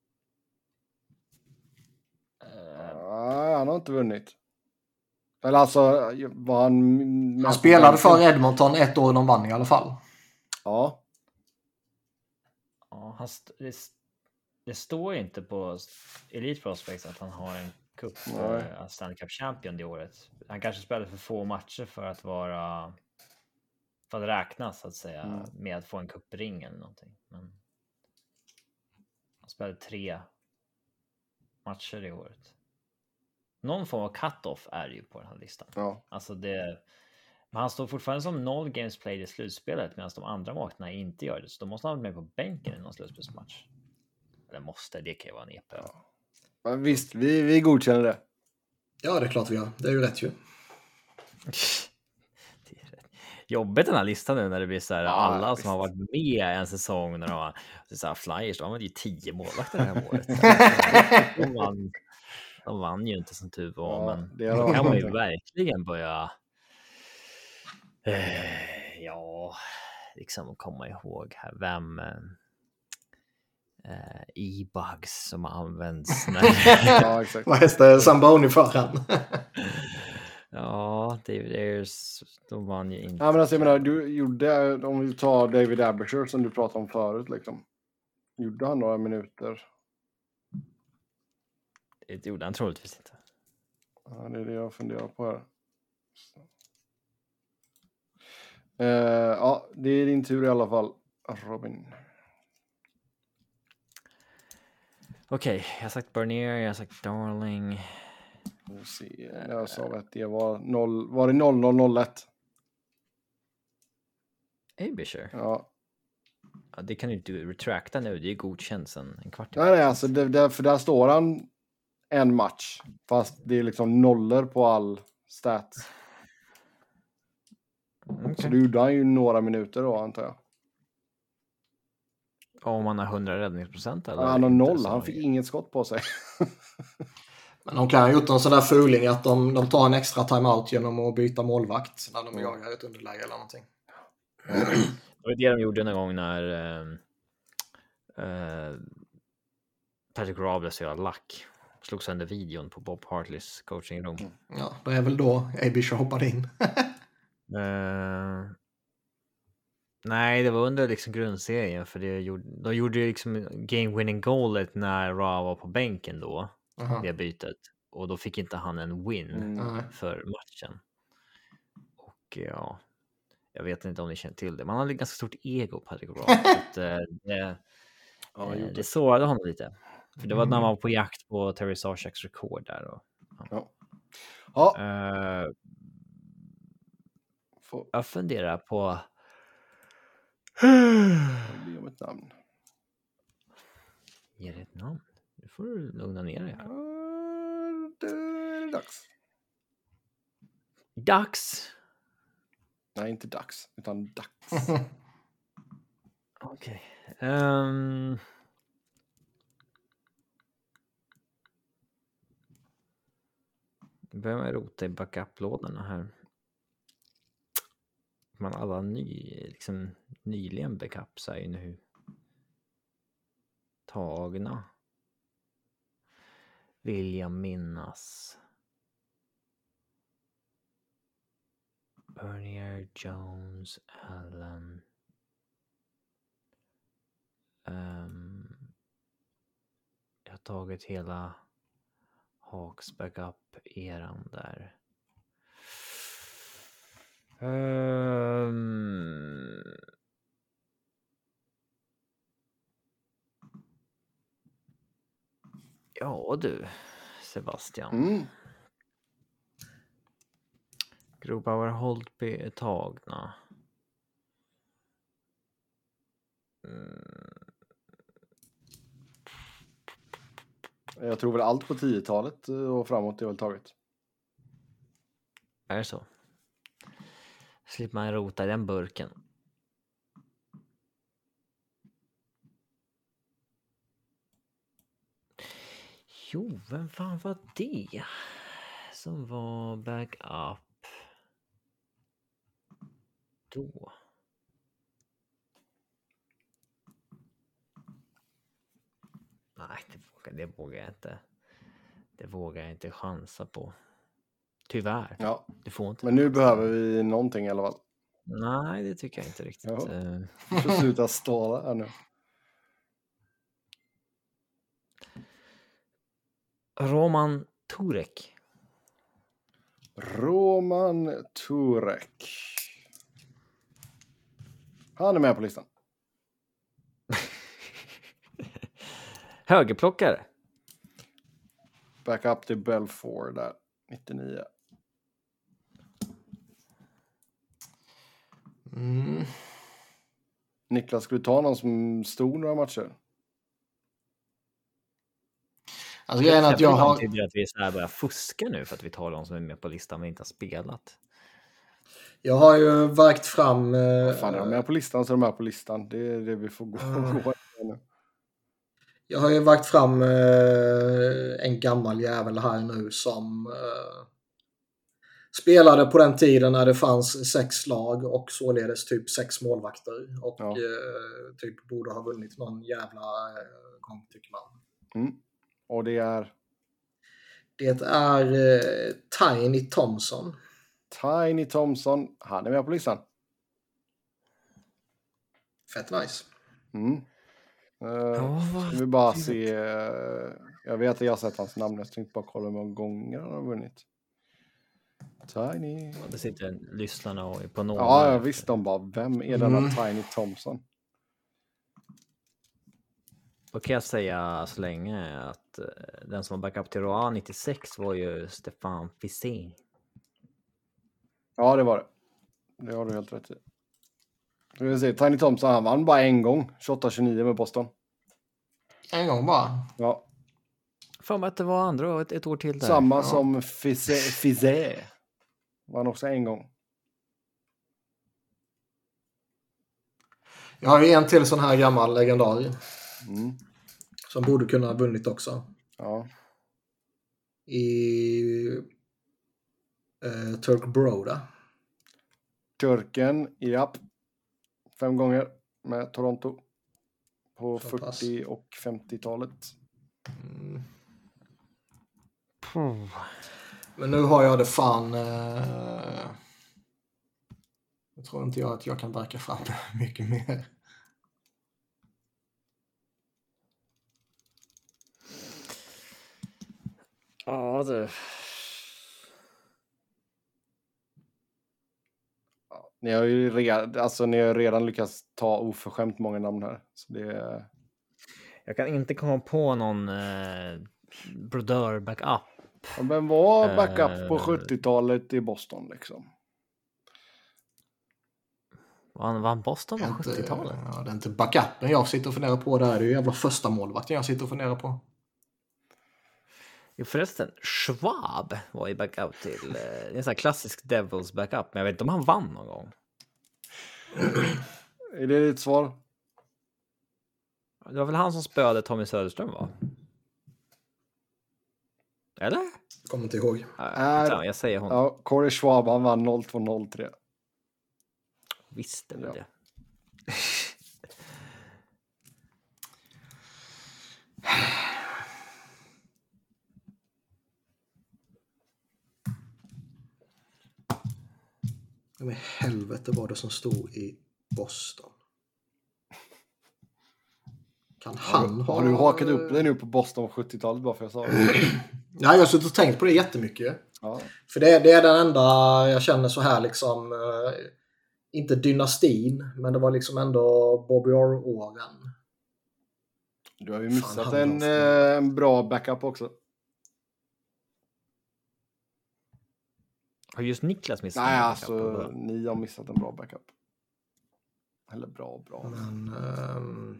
[SPEAKER 2] Han har inte vunnit. Eller alltså, var han...
[SPEAKER 1] Han spelade för Edmonton ett år de vann i alla fall.
[SPEAKER 2] Ja.
[SPEAKER 4] Ja, det står inte på Elite Prospects att han har en cup för Stanley Cup Champion det året. Han kanske spelade för få matcher för att vara... För att räknas så att säga med att få en cupring eller någonting. Men han spelade 3 matcher det året. Någon form av cut-off är ju på den här listan.
[SPEAKER 2] Ja.
[SPEAKER 4] Alltså det... Men han står fortfarande som 0 games played i slutspelet medan de andra måkterna inte gör det. Så då måste han vara med på bänken i någon slutspelsmatch. Eller det kan ju vara en EP.
[SPEAKER 2] Ja. Men visst, vi godkänner det.
[SPEAKER 1] Ja, det är klart vi gör. Det är ju rätt ju.
[SPEAKER 4] Jobbigt den här listan nu när det blir så här, alla
[SPEAKER 2] visst.
[SPEAKER 4] som har varit med en säsong när de har så här, Flyers, de hade ju 10 målvakter det här året. De vann ju inte som tur var,
[SPEAKER 2] Ja,
[SPEAKER 4] men
[SPEAKER 2] det
[SPEAKER 4] då
[SPEAKER 2] har
[SPEAKER 4] kan man ju
[SPEAKER 2] de.
[SPEAKER 4] verkligen börja ja, liksom komma ihåg här vem e-bugs som används när
[SPEAKER 2] Ja, exakt.
[SPEAKER 1] Vad heter det? Zamboni för han?
[SPEAKER 4] ja, David Ayers, de vann ju inte.
[SPEAKER 2] Ja, men alltså, jag menar, du gjorde, om vi tar David Abershire som du pratade om förut, liksom. Gjorde han några minuter?
[SPEAKER 4] Det gjorde han troligtvis inte.
[SPEAKER 2] Ja, det är det jag funderar på här. Ja, det är din tur i alla fall, Robin.
[SPEAKER 4] Okej, jag har sagt Bernier, jag har sagt Darling.
[SPEAKER 2] Vi se. Jag sa att det var 0. Var det 0001?
[SPEAKER 4] Abisher.
[SPEAKER 2] Ja.
[SPEAKER 4] Ja, det kan du inte retracta nu, det är godkänt sen en kvart.
[SPEAKER 2] Nej, alltså för där står han en match. Fast det är liksom nollor på all stats. Så då gjorde han ju några minuter då, antar jag.
[SPEAKER 4] Om man har 100 räddningsprocent eller?
[SPEAKER 2] Ja, han har 0, han fick inget skott på sig.
[SPEAKER 1] Men de kan ha gjort en sån där fuling att de tar en extra timeout genom att byta målvakt när de jagar ett underläge eller någonting.
[SPEAKER 4] Det var det de gjorde någon gång när Patrick Roy blev så jävla lack. Slog sönder videon på Bob Hartleys coachingrum.
[SPEAKER 1] Ja, det är väl då Abisher hoppade in.
[SPEAKER 4] Nej, det var under liksom grundserien för de gjorde ju liksom game winning goalet när Roy var på bänken då. Det bytet. Och då fick inte han en win för matchen. Och ja, jag vet inte om ni känner till det. Man har ett ganska stort ego, Patrick Roy. Det sårade honom lite. För det var när man var på jakt på Terry Sarchaks rekord där. Och,
[SPEAKER 2] Ja.
[SPEAKER 4] Jag funderar på...
[SPEAKER 2] Ge mig ett namn.
[SPEAKER 4] Ge det ett namn. Nu får du lugna ner dig här.
[SPEAKER 2] Det är dags.
[SPEAKER 4] Dags?
[SPEAKER 2] Nej, inte dags, utan dags.
[SPEAKER 4] Okej. Börjar man rota i backup-lådorna här. Man alla nyligen backups är ju nu tagna. Vill jag minnas. Bernier, Jones, Allen. Jag har tagit hela Hawks backup-eran där. Ja du, Sebastian. Grobauer Holtby är tagna.
[SPEAKER 2] Jag tror väl allt på 10-talet och framåt är väl taget.
[SPEAKER 4] Är det så? Slipper man rota i den burken. Jo, vem fan var det? Som var backup då? Nej, det vågar jag inte. Det vågar jag inte chansa på. Tyvärr.
[SPEAKER 2] Ja.
[SPEAKER 4] Du får inte.
[SPEAKER 2] Men nu behöver vi någonting i alla fall.
[SPEAKER 4] Nej, det tycker jag inte riktigt.
[SPEAKER 2] Ja. Du får sluta ståla här nu.
[SPEAKER 4] Roman Turek.
[SPEAKER 2] Roman Turek. Han är med på listan.
[SPEAKER 4] Högerplockare.
[SPEAKER 2] Backup till Belfort där. 99. Niklas, skulle du ta någon som stod några matcher?
[SPEAKER 1] Alltså grejen är att jag har...
[SPEAKER 4] Betyder att vi så här börjar fuska nu för att vi tar de som är med på listan men inte har spelat?
[SPEAKER 1] Jag har ju värkt fram...
[SPEAKER 2] Fan, är de med på listan så är de med på listan. Det är det vi får gå nu.
[SPEAKER 1] Jag har ju värkt fram en gammal jävel här nu som spelade på den tiden när det fanns 6 lag och således typ 6 målvakter. Och typ borde ha vunnit någon jävla gång, tycker man.
[SPEAKER 2] Mm. Och det är?
[SPEAKER 1] Det är Tiny Thompson.
[SPEAKER 2] Tiny Thompson. Han är med på listan.
[SPEAKER 1] Fett nice.
[SPEAKER 2] Mm. Ska vi bara se. Jag vet att jag har sett hans namn. Jag tänkte bara kolla hur många gånger han har vunnit. Tiny.
[SPEAKER 4] Det sitter lyssnarna och på någon.
[SPEAKER 2] Ja, jag visste de bara. Vem är denna Tiny Thompson?
[SPEAKER 4] Då kan jag säga så länge att den som var backup till Roa 96 var ju Stefan Fissé.
[SPEAKER 2] Ja, det var det. Det har du helt rätt i. Du vill se, Tiny Thompson, han vann bara en gång. 28-29 med Boston.
[SPEAKER 1] En gång bara?
[SPEAKER 2] Ja.
[SPEAKER 4] Fan vad att det var andra ett år till där.
[SPEAKER 2] Samma som Fissé. Vann också en gång.
[SPEAKER 1] Jag har ju en till sån här gammal legendar.
[SPEAKER 2] Mm.
[SPEAKER 1] Som borde kunna ha vunnit också.
[SPEAKER 2] Ja.
[SPEAKER 1] I Turk Broda.
[SPEAKER 2] Turken, japp. 5 gånger med Toronto. På
[SPEAKER 1] Så pass.
[SPEAKER 2] 40- och 50-talet.
[SPEAKER 1] Men nu har jag det fan... jag tror inte att jag kan verka fram mycket mer.
[SPEAKER 4] Ja, det...
[SPEAKER 2] Ni har ju redan lyckats ta oförskämt många namn här. Så det...
[SPEAKER 4] Jag kan inte komma på någon brodör backup.
[SPEAKER 2] Ja, men var backup på 70-talet i Boston liksom?
[SPEAKER 4] Vann Boston på 70-talet?
[SPEAKER 1] Ja, det är inte backupen jag sitter och funderar på där. Det är ju jävla första målvakten jag sitter och funderar på.
[SPEAKER 4] Jo, förresten, Schwab var ju backup till en sån här klassisk Devils backup, men jag vet inte om han vann någon gång.
[SPEAKER 2] Är det ditt svar?
[SPEAKER 4] Det var väl han som spöade Tommy Söderström, va? Eller?
[SPEAKER 1] Kommer inte ihåg.
[SPEAKER 4] Ja, jag säger honom.
[SPEAKER 2] Ja, Corey Schwab, han vann 02-03.
[SPEAKER 4] Visste väl det.
[SPEAKER 1] Men helvete var det som stod i Boston. Kan han ha...
[SPEAKER 2] Har du hakat upp dig nu på Boston 70-talet bara för jag sa det?
[SPEAKER 1] Nej, jag har suttit och tänkt på det jättemycket.
[SPEAKER 2] Ja.
[SPEAKER 1] För det är den enda jag känner så här liksom... inte dynastin, men det var liksom ändå Bobby Orr-åren.
[SPEAKER 2] Du har ju missat en bra backup också.
[SPEAKER 4] Har just Niklas missat?
[SPEAKER 2] Nej, alltså ni har missat en bra backup. Eller bra.
[SPEAKER 1] Men...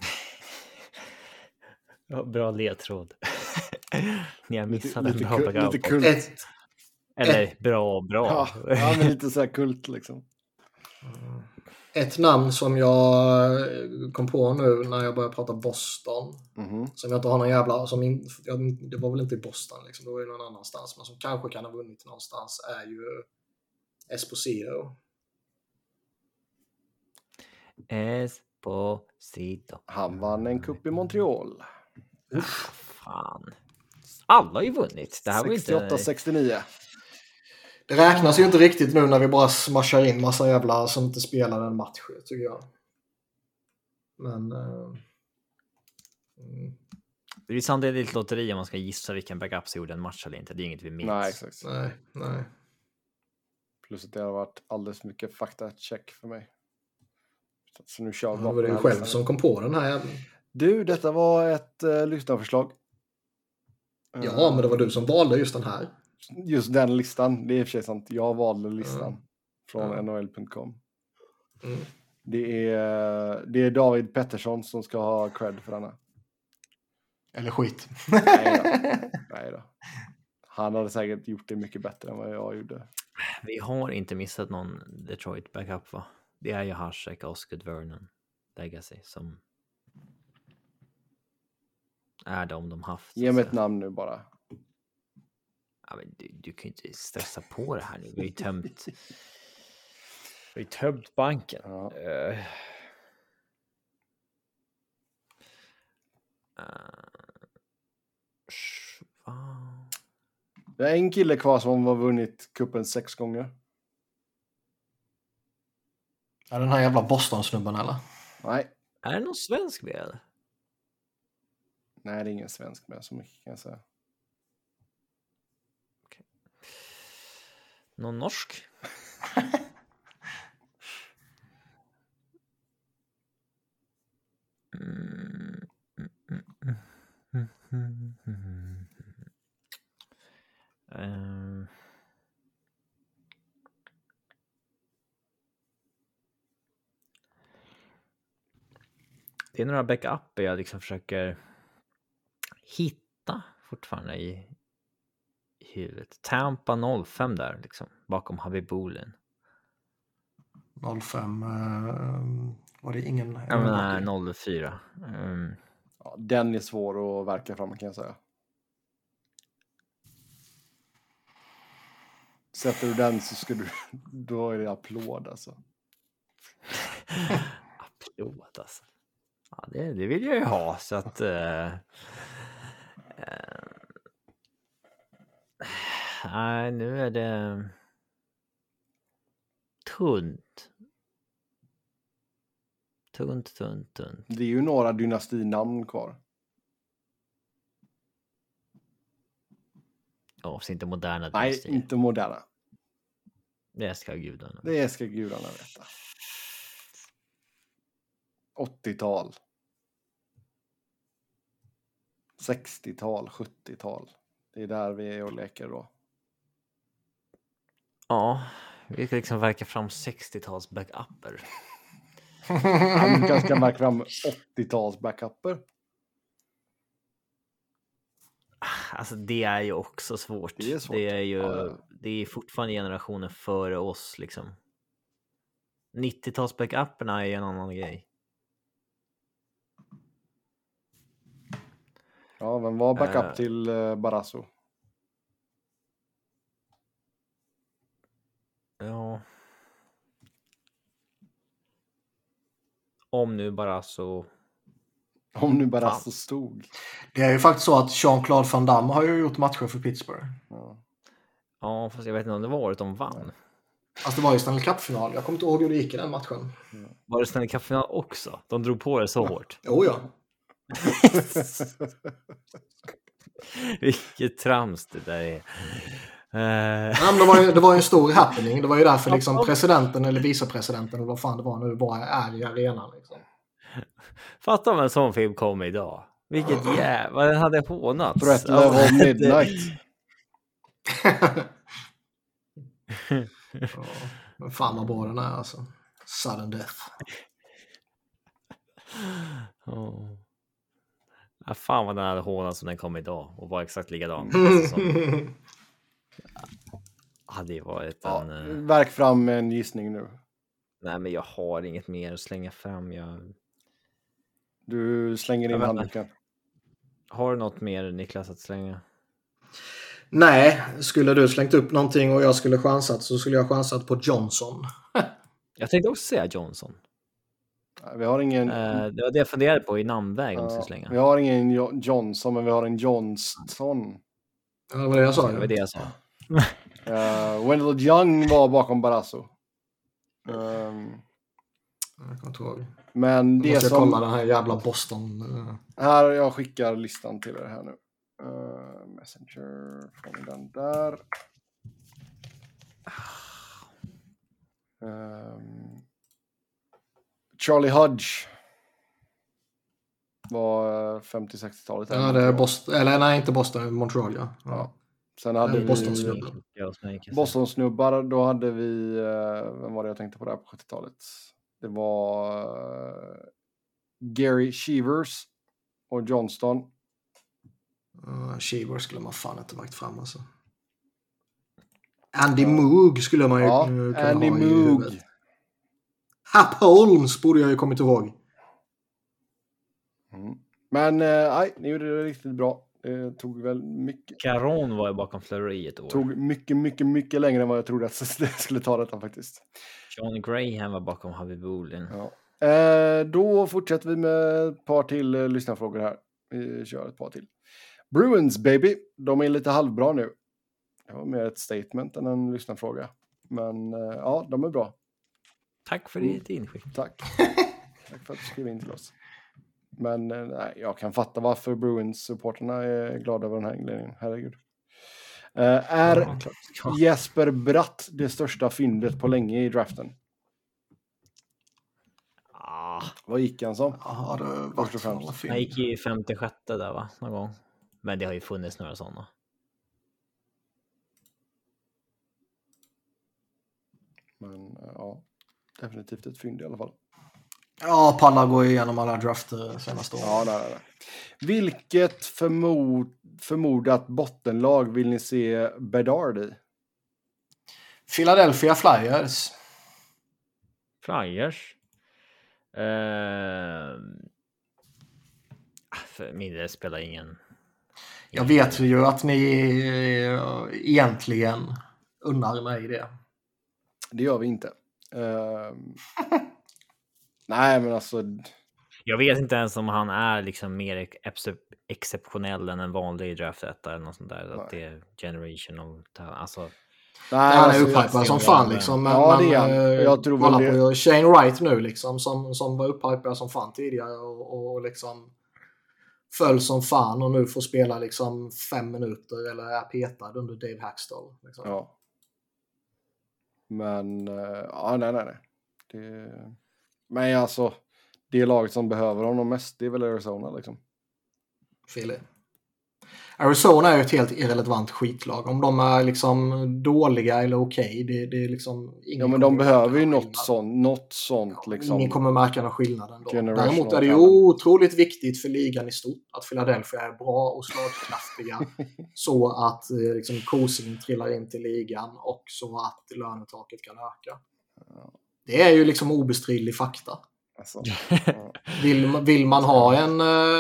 [SPEAKER 4] Ja, bra ledtråd. Ni har missat en bra backup.
[SPEAKER 2] Lite kult.
[SPEAKER 4] Eller bra.
[SPEAKER 2] Ja, men lite så här kult liksom.
[SPEAKER 1] Ett namn som jag kom på nu när jag började prata Boston. Som jag inte har någon jävla... det var väl inte i Boston liksom, det var ju någon annanstans. Men som kanske kan ha vunnit någonstans är ju Esposito.
[SPEAKER 4] Esposito.
[SPEAKER 2] Han vann en cup i Montreal.
[SPEAKER 4] Fan. Alla har ju vunnit. Det här
[SPEAKER 2] 68-69.
[SPEAKER 1] Det räknas ju inte riktigt nu när vi bara smashar in massa jävla som inte spelar en match, tycker jag. Men...
[SPEAKER 4] Det är samtidigt ett lotteri om man ska gissa vilken backup som gjorde en match eller inte. Det är inget vi minns.
[SPEAKER 2] Nej, exakt.
[SPEAKER 1] Nej.
[SPEAKER 2] Plus att det har varit alldeles för mycket fakta-check för mig. Så nu kör vi.
[SPEAKER 1] Det var du själv som kom på den här jäveln.
[SPEAKER 2] Du, detta var ett lyssnarförslag.
[SPEAKER 1] Ja, men det var du som valde just den här.
[SPEAKER 2] Just den listan, det är i och för sig sant. Jag valde listan från NHL.com. Det är David Pettersson som ska ha cred för denna.
[SPEAKER 1] Eller skit.
[SPEAKER 2] Nej då. Han hade säkert gjort det mycket bättre än vad jag gjorde.
[SPEAKER 4] Vi har inte missat någon Detroit backup, va? Det är ju Hasek, Osgood, Vernon, Legacy som är de haft.
[SPEAKER 2] Ge mig ett namn nu bara.
[SPEAKER 4] Ja, men du kan ju inte stressa på det här nu. Vi har ju tömt banken.
[SPEAKER 2] Ja. Det är en kille kvar som har vunnit kuppen 6 gånger.
[SPEAKER 1] Är den här jävla Boston-snubben eller?
[SPEAKER 2] Nej.
[SPEAKER 4] Är det någon svensk med eller?
[SPEAKER 2] Nej, det är ingen svensk med så mycket kan jag säga.
[SPEAKER 4] Okay. Någon norsk? Det är några backuper jag liksom försöker hitta fortfarande i huvudet. Tampa 05 där liksom, bakom Habibulin.
[SPEAKER 1] 05, var det ingen?
[SPEAKER 4] Ja, men 04.
[SPEAKER 2] Ja, den är svår att verka fram kan jag säga. Sätter du den så ska du, då är det applåd alltså.
[SPEAKER 4] Applåd alltså. Ja, det vill jag ju ha så att nej, nu är det tunt.
[SPEAKER 2] Det är ju några dynastinamn kvar.
[SPEAKER 4] Ja, så inte moderna
[SPEAKER 2] Nej,
[SPEAKER 4] dynastier.
[SPEAKER 2] inte moderna.
[SPEAKER 4] Det ska gudarna.
[SPEAKER 2] Det ska gudarna veta. 80-tal. 60-tal, 70-tal. Det är där vi är och leker då.
[SPEAKER 4] Ja, vi ska liksom verka fram 60-tals backuper.
[SPEAKER 2] Han ganska verka fram 80-tals backuper.
[SPEAKER 4] Alltså det är ju också svårt.
[SPEAKER 2] Det är svårt.
[SPEAKER 4] Det är ju
[SPEAKER 2] Ja.
[SPEAKER 4] det är fortfarande generationen före oss liksom. 90-tals backuperna är ju en annan grej.
[SPEAKER 2] Ja, vem var backup till Barrasso?
[SPEAKER 4] Ja. Om nu Barrasso.
[SPEAKER 2] Om nu Barrasso stod.
[SPEAKER 1] Det är ju faktiskt så att Jean-Claude Van Damme har ju gjort matcher för Pittsburgh.
[SPEAKER 4] Ja, fast jag vet inte om det var året de vann.
[SPEAKER 1] Alltså det var ju Stanley Cup-final. Jag kommer inte ihåg hur det gick i den matchen.
[SPEAKER 4] Var det Stanley Cup-final också? De drog på det så hårt.
[SPEAKER 1] Jo, ja.
[SPEAKER 4] Vilket trams det där är.
[SPEAKER 1] Ja, men det var ju en stor happening. Det var ju därför liksom presidenten eller vicepresidenten eller vad fan det var nu bara är i arenan. Liksom.
[SPEAKER 4] Fatta om en sån film kom idag. Vilket jävla... Den hade hånats.
[SPEAKER 2] Threat level midnight.
[SPEAKER 1] Ja, men fan vad bra den är alltså. Sudden death.
[SPEAKER 4] Ja, fan vad den hade hånats som den kom idag och var exakt likadan. Hade ju varit en...
[SPEAKER 2] Verk fram en gissning nu.
[SPEAKER 4] Nej, men jag har inget mer att slänga fram.
[SPEAKER 2] Du slänger in handduken.
[SPEAKER 4] Har du något mer, Niklas, att slänga?
[SPEAKER 1] Nej, skulle du slängt upp någonting och jag skulle chansat så skulle jag chansat på Johnson.
[SPEAKER 4] Jag tänkte också säga Johnson.
[SPEAKER 2] Vi har ingen...
[SPEAKER 4] Det var det jag funderade på i namnväg om jag slänga.
[SPEAKER 2] Vi har ingen Johnson, men vi har en Johnston.
[SPEAKER 1] Ja, det var det jag sa.
[SPEAKER 4] Det var det jag sa.
[SPEAKER 2] Wendell Young var bakom Barrasso.
[SPEAKER 1] Jag kommer inte ihåg.
[SPEAKER 2] Men det
[SPEAKER 1] måste
[SPEAKER 2] som...
[SPEAKER 1] jag kolla den här jävla Boston.
[SPEAKER 2] Här, jag skickar listan till er här nu. Messenger, från den där. Charlie Hudge var 50-60-talet.
[SPEAKER 1] Ja, det är Boston. Eller nej, inte Boston, Montreal, ja.
[SPEAKER 2] Ja. Sen hade vi Boston-snubbar. Då hade vi, vem var det jag tänkte på där på 70-talet? Det var Gary Shivers och Johnston.
[SPEAKER 1] Shivers skulle man fan inte lagt fram alltså. Andy Moog skulle man ju kunna
[SPEAKER 2] Andy
[SPEAKER 1] ha i
[SPEAKER 2] Moog.
[SPEAKER 1] huvudet. Hap Holmes borde jag ju kommit ihåg.
[SPEAKER 2] Men nej, ni gjorde det riktigt bra. Det tog väl mycket.
[SPEAKER 4] Caron var ju bakom Fleury ett år.
[SPEAKER 2] Tog mycket längre än vad jag trodde att det skulle ta detta faktiskt.
[SPEAKER 4] John Graham var bakom Habibulin.
[SPEAKER 2] Ja. Då fortsätter vi med ett par till lyssnarfrågor här. Vi kör ett par till. Bruins baby, de är lite halvbra nu. Det var mer ett statement än en lyssnarfråga. Men ja, de är bra.
[SPEAKER 4] Tack för ditt inskick.
[SPEAKER 2] Tack. Tack för att du skrev in till oss. Men nej, jag kan fatta varför Bruins-supporterna är glada över den här inledningen. Herregud. Är Jesper Bratt det största fyndet på länge i draften? Vad gick han som?
[SPEAKER 1] Ja, det var
[SPEAKER 4] Han gick i 56 där va? Någon gång. Men det har ju funnits några sådana.
[SPEAKER 2] Men ja, definitivt ett fynd i alla fall.
[SPEAKER 1] Ja, Palla går igenom alla drafter senaste åren.
[SPEAKER 2] Ja, nej. Vilket förmodat bottenlag vill ni se Bedard i?
[SPEAKER 1] Philadelphia Flyers.
[SPEAKER 4] Flyers? För min del spelar ingen...
[SPEAKER 1] Jag vet ju att ni egentligen unnar mig det.
[SPEAKER 2] Det gör vi inte. Nej, men alltså...
[SPEAKER 4] Jag vet inte ens om han är liksom mer exceptionell än en vanlig draft eller något sånt där. Att det är generational. Alltså...
[SPEAKER 1] Nej, han är upphypad som fan liksom.
[SPEAKER 2] Ja, det är han. Jag tror
[SPEAKER 1] kolla
[SPEAKER 2] väl
[SPEAKER 1] på Shane Wright nu liksom. Som var upphypad som fan tidigare. Och liksom föll som fan. Och nu får spela liksom 5 minuter. Eller är petad under Dave Hackstall. Liksom.
[SPEAKER 2] Ja. Men, ja, nej. Men alltså, det laget som behöver honom mest, det är väl Arizona liksom.
[SPEAKER 1] Philly. Arizona är ju ett helt irrelevant skitlag. Om de är liksom dåliga eller okej, det är liksom...
[SPEAKER 2] Ja, men de behöver ju något sånt liksom.
[SPEAKER 1] Ingen kommer märka någon skillnad ändå.
[SPEAKER 2] Generational
[SPEAKER 1] Däremot är det ju otroligt viktigt för ligan i stort att Philadelphia är bra och slagkraftiga så att liksom Kosing trillar in till ligan och så att lönetaket kan öka. Det är ju liksom obestridlig fakta.
[SPEAKER 2] Alltså,
[SPEAKER 1] Vill man ha en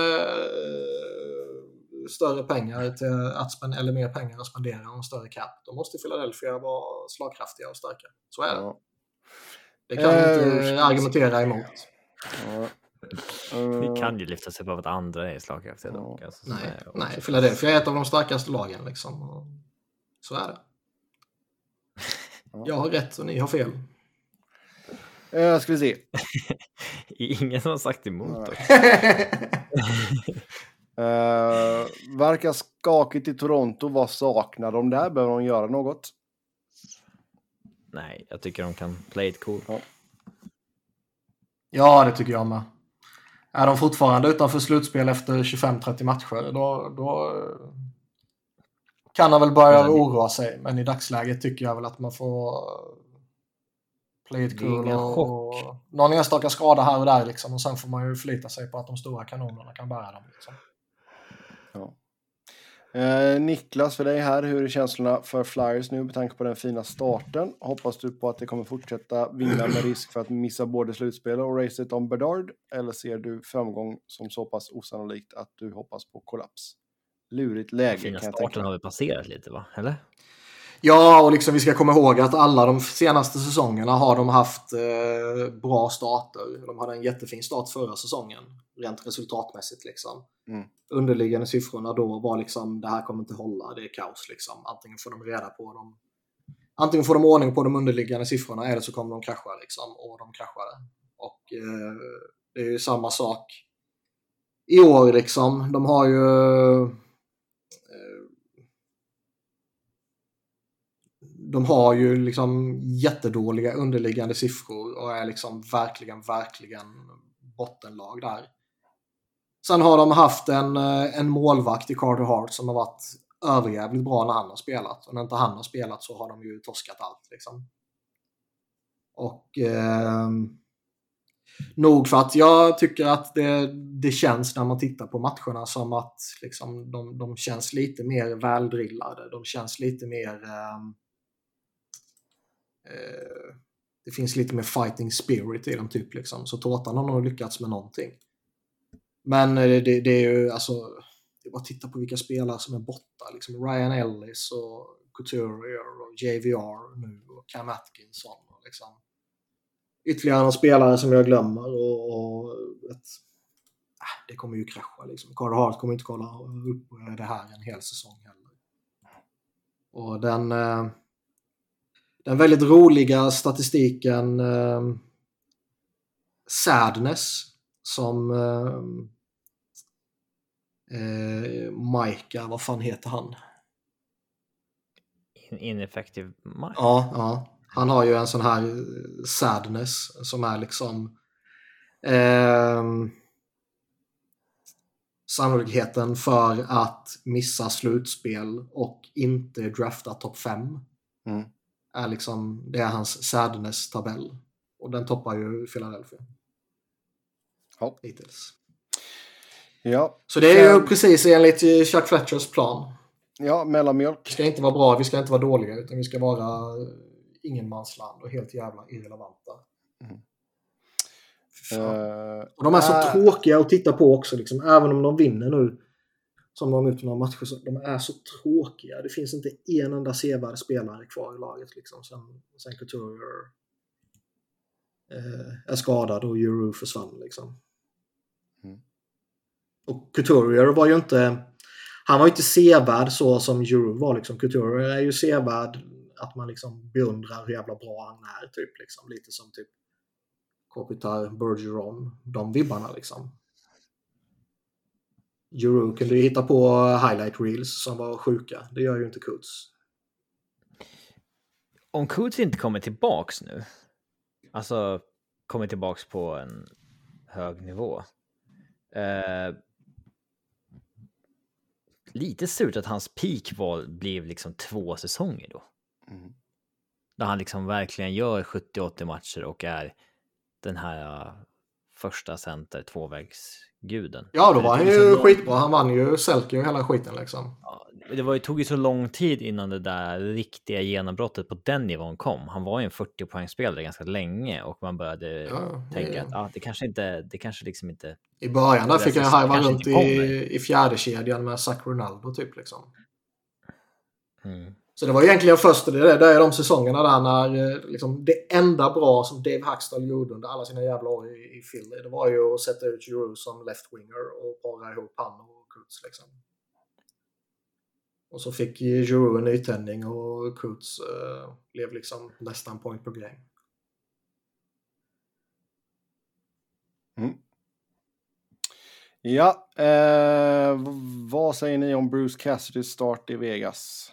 [SPEAKER 1] större pengar till att eller mer pengar att spendera och en större cap, då måste Philadelphia vara slagkraftiga och starka. Så är det.
[SPEAKER 2] ja.
[SPEAKER 1] Det kan vi inte argumentera emot.
[SPEAKER 2] Ja.
[SPEAKER 4] Vi kan ju lyfta sig på att andra är slagkraftiga dock. Alltså,
[SPEAKER 1] Nej, Philadelphia är ett av de starkaste lagen liksom. Och så är det. Jag har rätt och ni har fel.
[SPEAKER 2] Ska vi se.
[SPEAKER 4] Ingen som har sagt emot.
[SPEAKER 2] Verkar skakigt i Toronto. Vad saknar de där? Behöver de göra något?
[SPEAKER 4] Nej, jag tycker de kan play it cool.
[SPEAKER 1] Ja, det tycker jag med. Är de fortfarande utanför slutspel efter 25-30 matcher, då kan de väl börja oroa sig. Men i dagsläget tycker jag väl att man får play it cool och någon enstaka skada här och där liksom. Och sen får man ju förlita sig på att de stora kanonerna kan bära dem liksom.
[SPEAKER 2] Ja. Niklas, för dig här, hur är känslorna för Flyers nu med tanke på den fina starten? Hoppas du på att det kommer fortsätta vinna med risk för att missa både slutspel och racet om Bedard? Eller ser du framgång som så pass osannolikt att du hoppas på kollaps? Lurigt läge.
[SPEAKER 4] Fina starten har vi passerat lite va? Eller?
[SPEAKER 1] Ja, och liksom vi ska komma ihåg att alla de senaste säsongerna har de haft bra starter. De hade en jättefin start förra säsongen, rent resultatmässigt liksom. Underliggande siffrorna då var liksom, det här kommer inte hålla, det är kaos liksom. Antingen får de reda på dem, antingen får de ordning på de underliggande siffrorna eller så kommer de krascha liksom. Och de kraschade. Och det är ju samma sak i år liksom. De har ju liksom jättedåliga underliggande siffror och är liksom verkligen bottenlag där. Sen har de haft en målvakt i Carter Hart som har varit överjävligt bra när han har spelat. Och när inte han har spelat så har de ju torskat allt liksom. Och nog för att jag tycker att det känns när man tittar på matcherna som att liksom, de känns lite mer väldrillade. De känns lite mer det finns lite mer fighting spirit i dem typ liksom. Så Tårtan har nog lyckats med någonting. Men det är ju alltså, det är bara att titta på vilka spelare som är borta. Liksom Ryan Ellis och Couturier och JVR nu och Cam Atkinson. Och liksom. Ytterligare några spelare som jag glömmer och det kommer ju krascha liksom. Carter Hart kommer inte kolla upp det här en hel säsong heller. Och den väldigt roliga statistiken Sadness som Micah, vad fan heter han?
[SPEAKER 4] Ineffective Mike.
[SPEAKER 1] Ja. Han har ju en sån här Sadness som är liksom sannolikheten för att missa slutspel och inte drafta topp 5 är liksom, det är hans Sadness-tabell. Och den toppar ju Philadelphia.
[SPEAKER 2] Ja.
[SPEAKER 1] Hittills.
[SPEAKER 2] Ja.
[SPEAKER 1] Så det är ju precis enligt Chuck Fletchers plan.
[SPEAKER 2] Ja, mellanmjölk.
[SPEAKER 1] Vi ska inte vara bra, vi ska inte vara dåliga, utan vi ska vara ingenmansland och helt jävla irrelevanta. Och de är så tråkiga att titta på också, liksom. Även om de vinner nu, som de har gjort några matcher, så de är så tråkiga. Det finns inte en enda sevärd spelare kvar i laget. Liksom. Sen Couturier är skadad och Euro försvann. Liksom. Och Couturier var ju inte... Han var ju inte sevärd så som Euro var. Liksom. Couturier är ju sevärd att man liksom beundrar hur jävla bra han är. Typ, liksom. Lite som typ Kopitar, Bergeron. De vibbarna liksom. Euro kunde ju hitta på highlight reels som var sjuka. Det gör ju inte Kuts.
[SPEAKER 4] Om Kuts inte kommer tillbaks nu, alltså kommer tillbaks på en hög nivå, lite surt att hans peak blev liksom 2 säsonger då. Där han liksom verkligen gör 70-80 matcher och är den här första center tvåvägsguden.
[SPEAKER 1] Ja, då var han ju skitbra. Han vann ju Selke och hela skiten liksom.
[SPEAKER 4] Ja, tog ju så lång tid innan det där riktiga genombrottet på den nivån kom. Han var ju en 40-poängsspelare ganska länge och man började tänka att det kanske liksom inte...
[SPEAKER 1] I början där fick han harva runt i fjärde kedjan med Zach Ronaldo typ liksom. Så det var egentligen först det är de säsongerna där när liksom, det enda bra som Dave Hackstall gjorde under alla sina jävla år i Philly, det var ju att sätta ut Giroux som left-winger och para ihop han och Kuts liksom. Och så fick Giroux en nytändning och Kuts blev liksom nästan point per game.
[SPEAKER 2] Ja, vad säger ni om Bruce Cassidys start i Vegas?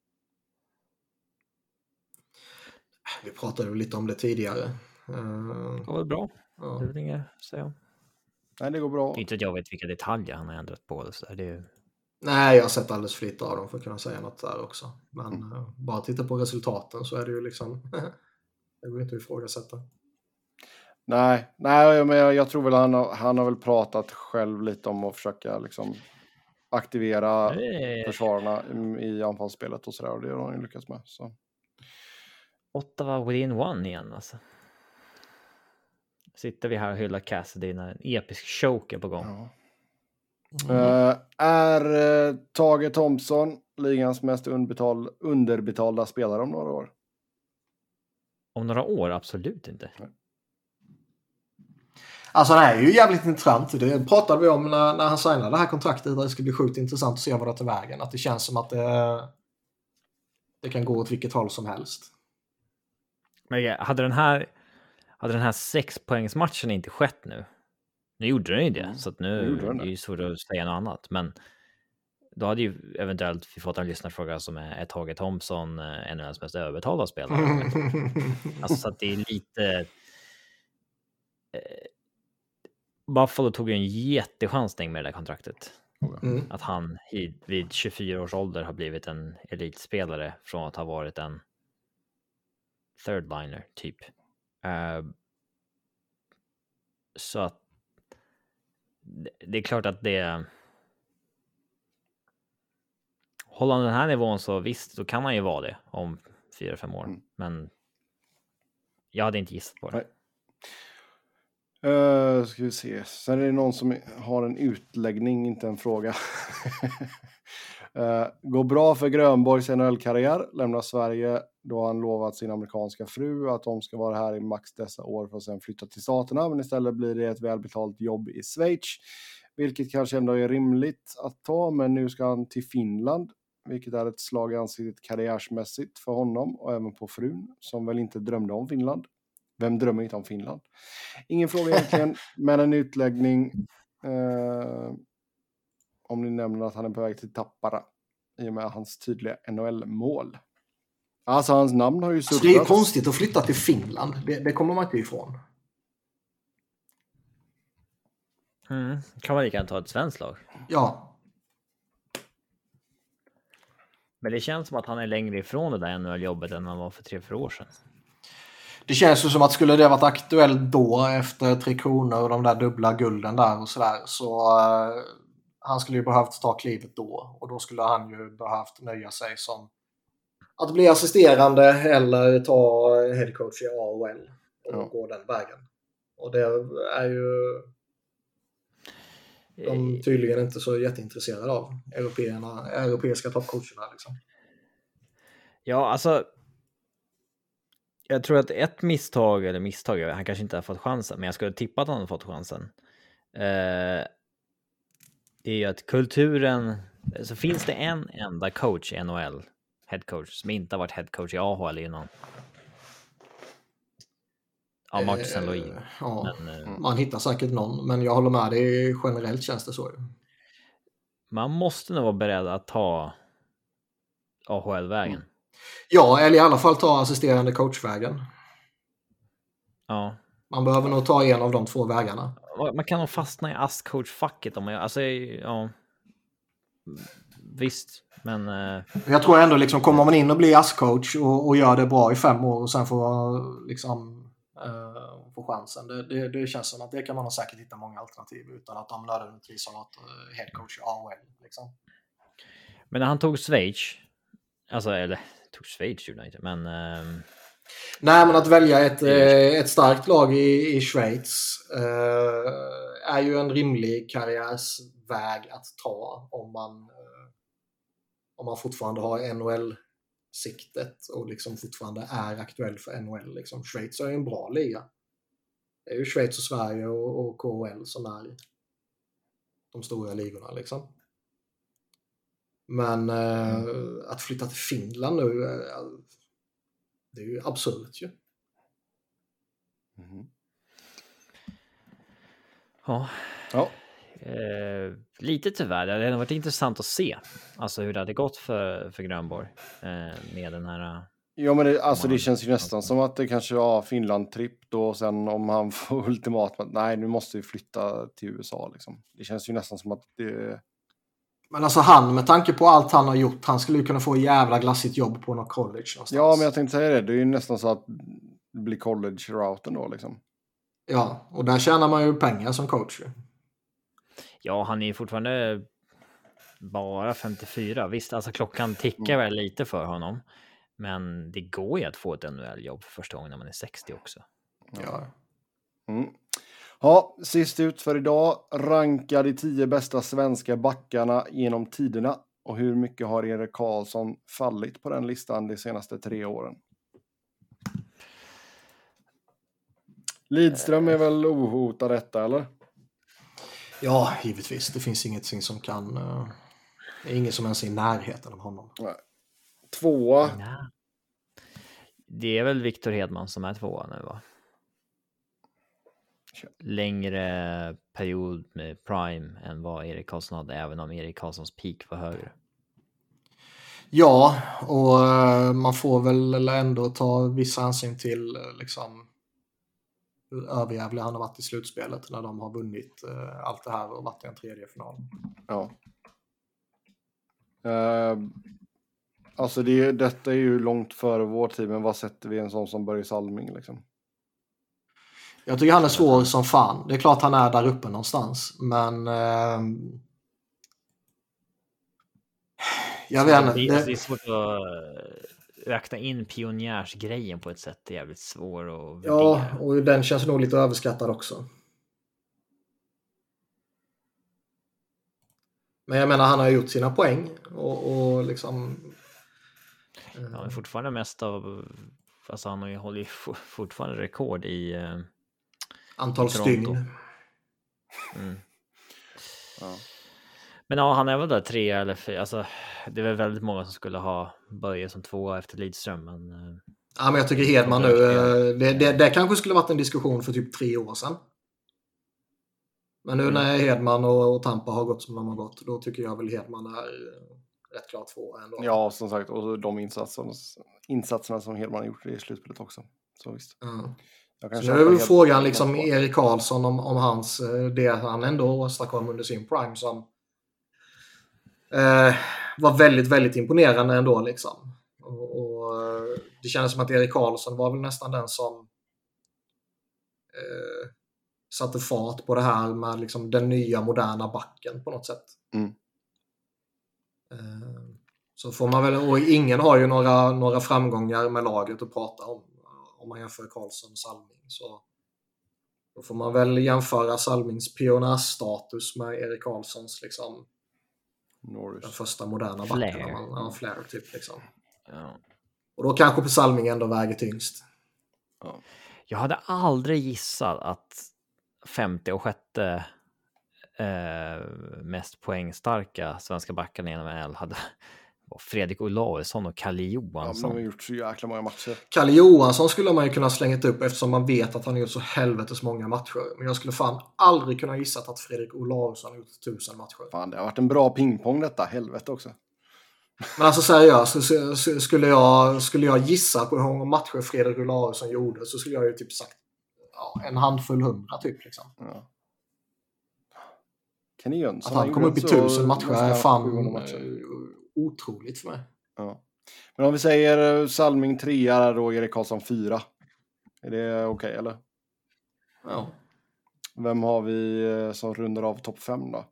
[SPEAKER 1] Vi pratade lite om det tidigare.
[SPEAKER 4] Det var bra.
[SPEAKER 1] Ja.
[SPEAKER 4] Det är inget att säga om.
[SPEAKER 2] Nej, det går bra.
[SPEAKER 4] Det är inte att jag vet vilka detaljer han har ändrat på. Så det är...
[SPEAKER 1] Nej, jag har sett alldeles för lite av dem för att kunna säga något där också. Men bara titta på resultaten så är det ju liksom... det går inte att ifrågasätta.
[SPEAKER 2] Nej, men jag tror väl han har väl pratat själv lite om att försöka liksom aktivera försvararna i anfallsspelet och sådär. Och det har han ju lyckats med. Så.
[SPEAKER 4] Ottawa within one igen alltså. Sitter vi här och hyllar Cassidy när en episk choke är på gång.
[SPEAKER 2] Ja. Är Tage Thompson ligans mest underbetalda spelare om några år?
[SPEAKER 4] Om några år? Absolut inte.
[SPEAKER 1] Alltså det är ju jävligt intressant. Det pratade vi om när han signade det här kontraktet. Det ska bli sjukt intressant att se vad det tar vägen. Att det känns som att det kan gå åt vilket håll som helst.
[SPEAKER 4] Men hade den här 6-poängsmatchen inte skett nu? Nu gjorde den ju det. Så att nu är det ju svårt att säga något annat. Men då hade ju eventuellt vi fått en lyssnarfråga som är Tage Thompson en av hans mest överbetalda spelare. Alltså så att det är lite... Buffalo tog ju en jättechansning med det där kontraktet. Att han vid 24 års ålder har blivit en elitspelare från att ha varit en third-liner typ. Så att det är klart att det... Håller han den här nivån så visst, då kan han ju vara det om 4-5 år. Men Jag hade inte gissat på det.
[SPEAKER 2] Nej. Ska vi se. Sen är det någon som har en utläggning, inte en fråga. Går bra för Grönborgs NHL-karriär. Lämnar Sverige då han lovat sin amerikanska fru att de ska vara här i max dessa år för att sen flytta till staterna. Men istället blir det ett välbetalt jobb i Schweiz. Vilket kanske ändå är rimligt att ta. Men nu ska han till Finland. Vilket är ett slag i ansiktet karriärsmässigt för honom och även på frun. Som väl inte drömde om Finland. Vem drömmer inte om Finland? Ingen fråga egentligen, men en utläggning. Om ni nämner att han är på väg till Tappara. I och med hans tydliga NHL-mål. Alltså hans namn har ju
[SPEAKER 1] surrats. Det är konstigt att flytta till Finland. Det kommer man inte ifrån.
[SPEAKER 4] Kan man lika gärna ta ett svenskt lag?
[SPEAKER 1] Ja.
[SPEAKER 4] Men det känns som att han är längre ifrån det där NHL-jobbet än han var för 3-4 år sedan.
[SPEAKER 1] Det känns ju som att skulle det varit aktuellt då efter 3 Kronor och de där dubbla gulden där och sådär, så han skulle ju behövt ta klivet då, och då skulle han ju behövt nöja sig som att bli assisterande eller ta headcoach i AHL och gå den vägen. Och det är ju de tydligen inte så jätteintresserade av, europeiska toppcoacherna liksom.
[SPEAKER 4] Ja, alltså jag tror att ett misstag, han kanske inte har fått chansen, men jag skulle tippa att han har fått chansen. Det är ju att kulturen, så finns det en enda coach i NHL, headcoach, som inte har varit headcoach i AHL innan. Ja, Marcus Saint-Louis.
[SPEAKER 1] Ja, man hittar säkert någon, men jag håller med, det är generellt känns det så.
[SPEAKER 4] Man måste nog vara beredd att ta AHL-vägen.
[SPEAKER 1] Ja, eller i alla fall ta assisterande coachvägen.
[SPEAKER 4] Ja.
[SPEAKER 1] Man behöver nog ta en av de 2 vägarna.
[SPEAKER 4] Man kan nog fastna i ASS-coach-facket om man alltså, ja. Visst, men
[SPEAKER 1] jag tror ändå liksom, kommer man in och blir ASS-coach och gör det bra i 5 år och sen får liksom få chansen. Det känns som att det kan man säkert hitta många alternativ utan att de nödvändigtvis har något headcoach i AHL liksom.
[SPEAKER 4] Men när han tog Schweiz, alltså, eller tog Schweiz gjorde han inte, men
[SPEAKER 1] nej, men att välja ett starkt lag i Schweiz är ju en rimlig karriärsväg att ta om man fortfarande har NHL-siktet och liksom fortfarande är aktuell för NHL. Liksom. Schweiz är ju en bra liga. Det är ju Schweiz och Sverige och KHL som är de stora ligorna liksom. Men att flytta till Finland nu, det är ju absurt ju.
[SPEAKER 4] Ja. Lite tyvärr. Det hade varit intressant att se alltså hur det hade gått för Grönborg med den här.
[SPEAKER 2] Ja, men det känns ju nästan som att det kanske var Finland-tripp då, och sen om han får ultimat, nej, nu måste vi flytta till USA liksom. Det känns ju nästan som att det.
[SPEAKER 1] Men alltså han, med tanke på allt han har gjort, han skulle ju kunna få jävla glassigt jobb på något college någonstans.
[SPEAKER 2] Ja, men jag tänkte säga det. Det är ju nästan så att det blir college-routen då liksom.
[SPEAKER 1] Ja, och där tjänar man ju pengar som coach.
[SPEAKER 4] Ja, han är ju fortfarande bara 54. Visst, alltså klockan tickar väl lite för honom. Men det går ju att få ett NHL-jobb för första gången när man är 60 också.
[SPEAKER 1] Ja.
[SPEAKER 2] Ja, sist ut för idag. Ranka de 10 bästa svenska backarna genom tiderna. Och hur mycket har Erik Karlsson fallit på den listan de senaste 3 åren? Lidström är väl ohotad detta, eller?
[SPEAKER 1] Ja, givetvis. Det finns ingenting som kan. Det är ingen som ens är i närheten av honom.
[SPEAKER 2] Nej. 2.
[SPEAKER 4] Det är väl Victor Hedman som är 2 nu, va? Längre period med prime än vad Erik Karlsson hade, även om Erik Karlssons peak var högre.
[SPEAKER 1] Ja, och man får väl ändå ta viss hänsyn till liksom hur överjävlig han har varit i slutspelet när de har vunnit allt det här och varit i en 3:e final.
[SPEAKER 2] Ja. Alltså detta är ju långt före vår tid, men vad sätter vi en sån som Börje Salming liksom?
[SPEAKER 1] Jag tycker han är svår som fan. Det är klart han är där uppe någonstans, men jag vet inte.
[SPEAKER 4] Det är svårt att räkna in pionjärsgrejen på ett sätt är jävligt svår att värdera.
[SPEAKER 1] Ja, och den känns nog lite överskattad också. Men jag menar, han har gjort sina poäng och liksom...
[SPEAKER 4] Ja, men fortfarande mest av... Alltså han håller ju fortfarande rekord i...
[SPEAKER 1] antal
[SPEAKER 4] i Toronto.
[SPEAKER 1] stygn.
[SPEAKER 2] Ja.
[SPEAKER 4] Men ja, han är väl där 3 eller 4. Alltså, det är väl väldigt många som skulle ha Börje som 2 efter Lidström. Men,
[SPEAKER 1] Ja, men jag tycker Hedman nu... Det kanske skulle varit en diskussion för typ 3 år sedan. Men nu när Hedman och Tampa har gått som de har gått, då tycker jag väl Hedman är rätt klart 2 ändå.
[SPEAKER 2] Ja, som sagt, och de insatserna som Hedman har gjort i slutspelet också. Så visst. Jag kan
[SPEAKER 1] så nu är väl frågan liksom Erik Karlsson om hans, det han ändå åstadkom under sin prime som var väldigt, väldigt imponerande ändå liksom. Och det kändes som att Erik Karlsson var väl nästan den som satte fart på det här med liksom den nya moderna backen på något sätt. Så får man väl, och ingen har ju några framgångar med laget att prata om man jämför Karlsson och Salming, så då får man väl jämföra Salmings pionjärstatus med Erik Karlssons liksom den första moderna backen. Flair typ liksom.
[SPEAKER 4] Ja.
[SPEAKER 1] Och då kanske på Salming ändå väger tyngst.
[SPEAKER 2] Ja.
[SPEAKER 4] Jag hade aldrig gissat att 50 och 6 mest poängstarka svenska backarna inom NHL hade Fredrik Olausson och Kalle Johansson.
[SPEAKER 2] Ja, de har gjort så jäkla många matcher.
[SPEAKER 1] Kalle Johansson skulle man ju kunna slänga upp eftersom man vet att han har gjort så helvetes många matcher. Men jag skulle fan aldrig kunna gissa att Fredrik Olausson har gjort 1000 matcher.
[SPEAKER 2] Fan, det har varit en bra pingpong detta, helvete också.
[SPEAKER 1] Men alltså seriöst, skulle jag gissa på hur många matcher Fredrik Olausson gjorde, så skulle jag ju typ sagt en handfull 100 typ liksom.
[SPEAKER 2] Ja. Kenny Jönsson,
[SPEAKER 1] att han kom upp i 1000 matcher är fan otroligt för mig.
[SPEAKER 2] Ja. Men om vi säger Salming 3 då, Erik Karlsson 4. Är det okej, eller?
[SPEAKER 1] Ja.
[SPEAKER 2] Vem har vi som rundar av topp 5 då?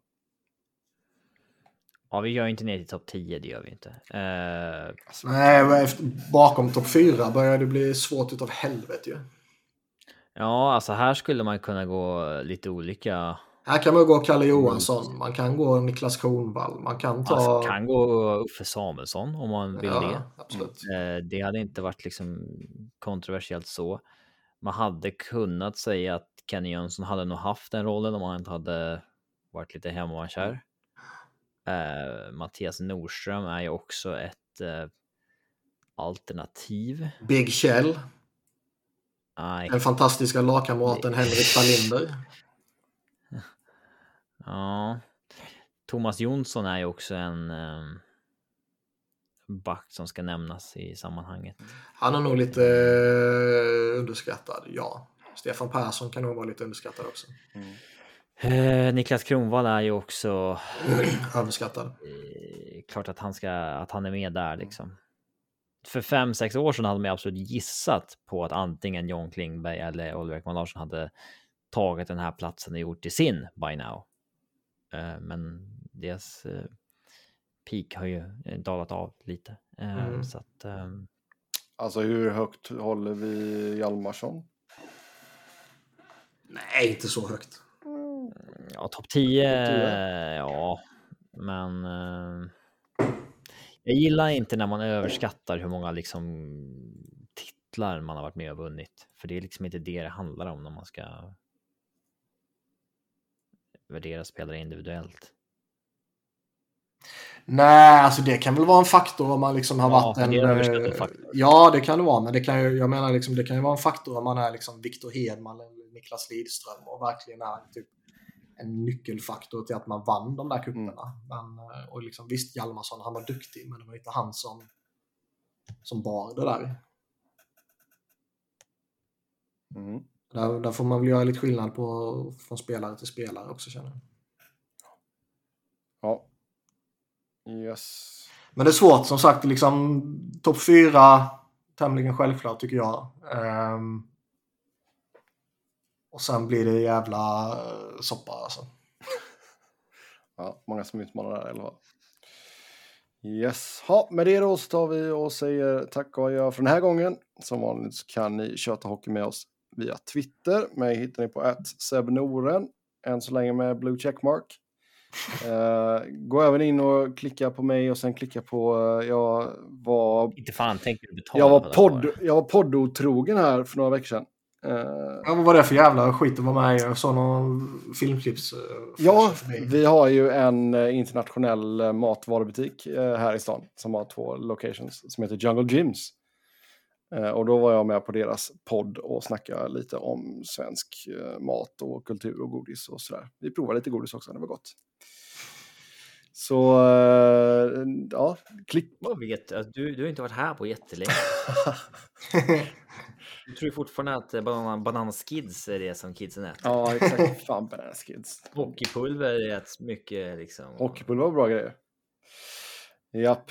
[SPEAKER 4] Ja, vi gör inte ner till topp 10, det gör vi inte.
[SPEAKER 1] Nej, bakom topp 4 börjar det bli svårt utav helvete ju.
[SPEAKER 4] Ja, alltså här skulle man kunna gå lite olika.
[SPEAKER 1] Här kan man gå Kalle Johansson, man kan gå Niklas Kronwall, man kan ta...
[SPEAKER 4] Alltså, kan gå Uffe Samuelsson om man vill det.
[SPEAKER 1] Absolut.
[SPEAKER 4] Det hade inte varit liksom kontroversiellt så. Man hade kunnat säga att Kenny Jönsson hade nog haft den rollen om han inte hade varit lite hemmakär. Mattias Nordström är ju också ett alternativ.
[SPEAKER 1] Big Kjell.
[SPEAKER 4] Nej.
[SPEAKER 1] Den fantastiska lagkamraten Henrik Wallinder.
[SPEAKER 4] Ja. Thomas Jonsson är ju också en back som ska nämnas i sammanhanget.
[SPEAKER 1] Han är nog lite underskattad, ja. Stefan Persson kan nog vara lite underskattad också.
[SPEAKER 4] Niklas Kronwall är ju också
[SPEAKER 1] överskattad.
[SPEAKER 4] Klart att han är med där liksom. För 5-6 år sedan hade man absolut gissat på att antingen John Klingberg eller Oliver Ekman Larsson hade tagit den här platsen och gjort till sin by now. Men deras peak har ju dalat av lite. Så att,
[SPEAKER 2] alltså hur högt håller vi Hjalmarsson?
[SPEAKER 1] Nej, inte så högt.
[SPEAKER 4] Ja, topp 10. Ja, men jag gillar inte när man överskattar hur många liksom titlar man har varit med och vunnit. För det är liksom inte det handlar om när man ska värdera spelare individuellt.
[SPEAKER 1] Nej, alltså det kan väl vara en faktor om man liksom har varit en... Ja, det kan det vara, men det kan ju, jag menar liksom, det kan ju vara en faktor om man är liksom Victor Hedman eller Niklas Lidström och verkligen är typ en nyckelfaktor till att man vann de där kupperna. Men, och liksom, visst, Hjalmarsson, han var duktig, men det var inte han som bar det där. Där får man väl göra lite skillnad från spelare till spelare också, känner jag.
[SPEAKER 2] Ja. Yes.
[SPEAKER 1] Men det är svårt, som sagt, liksom topp 4 tämligen självklart tycker jag. Och sen blir det jävla soppa alltså.
[SPEAKER 2] Ja, många som utmanar där, eller vad? Yes. Ha, med det då så tar vi och säger tack och adjö för den här gången. Som vanligt så kan ni köta hockey med oss via Twitter. Mig hittar ni på @sebnoren. Än så länge med blue checkmark. Gå även in och klicka på mig och sen klicka på
[SPEAKER 4] Inte fan tänker du betala.
[SPEAKER 2] Jag var poddotrogen här för några veckor sedan.
[SPEAKER 1] Vad var det för jävla skit att vara med i? Jag såg någon filmklips.
[SPEAKER 2] Vi har ju en internationell matvarubutik här i stan som har 2 locations som heter Jungle Gyms. Och då var jag med på deras podd och snackade lite om svensk mat och kultur och godis och sådär. Vi provade lite godis också, det var gott. Så, ja, klick.
[SPEAKER 4] Vad vet du? Du har inte varit här på jättelänge. Du tror fortfarande att bananskids är det som kidsen äter.
[SPEAKER 2] Ja, exakt. Fan, bananskids.
[SPEAKER 4] Hockeypulver är ett mycket liksom...
[SPEAKER 2] Hockeypulver var bra grejer. Japp.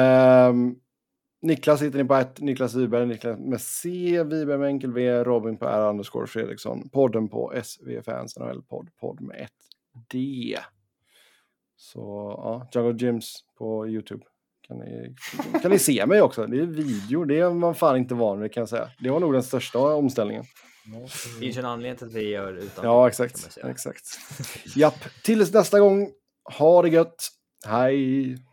[SPEAKER 2] Niklas hittar ni på Niklas Wiberg, Niklas med C, Wiberg med enkel V, Robin på R_Fredriksson, podden på SV Fans podd med 1 D. Så ja, Jungle Gyms på YouTube. Kan ni se mig också? Det är video, det är man fan inte van vid kan jag säga. Det var nog den största omställningen.
[SPEAKER 4] Det finns en anledning till att vi gör utan.
[SPEAKER 2] Ja, exakt. Japp, tills nästa gång. Ha det gött. Hej!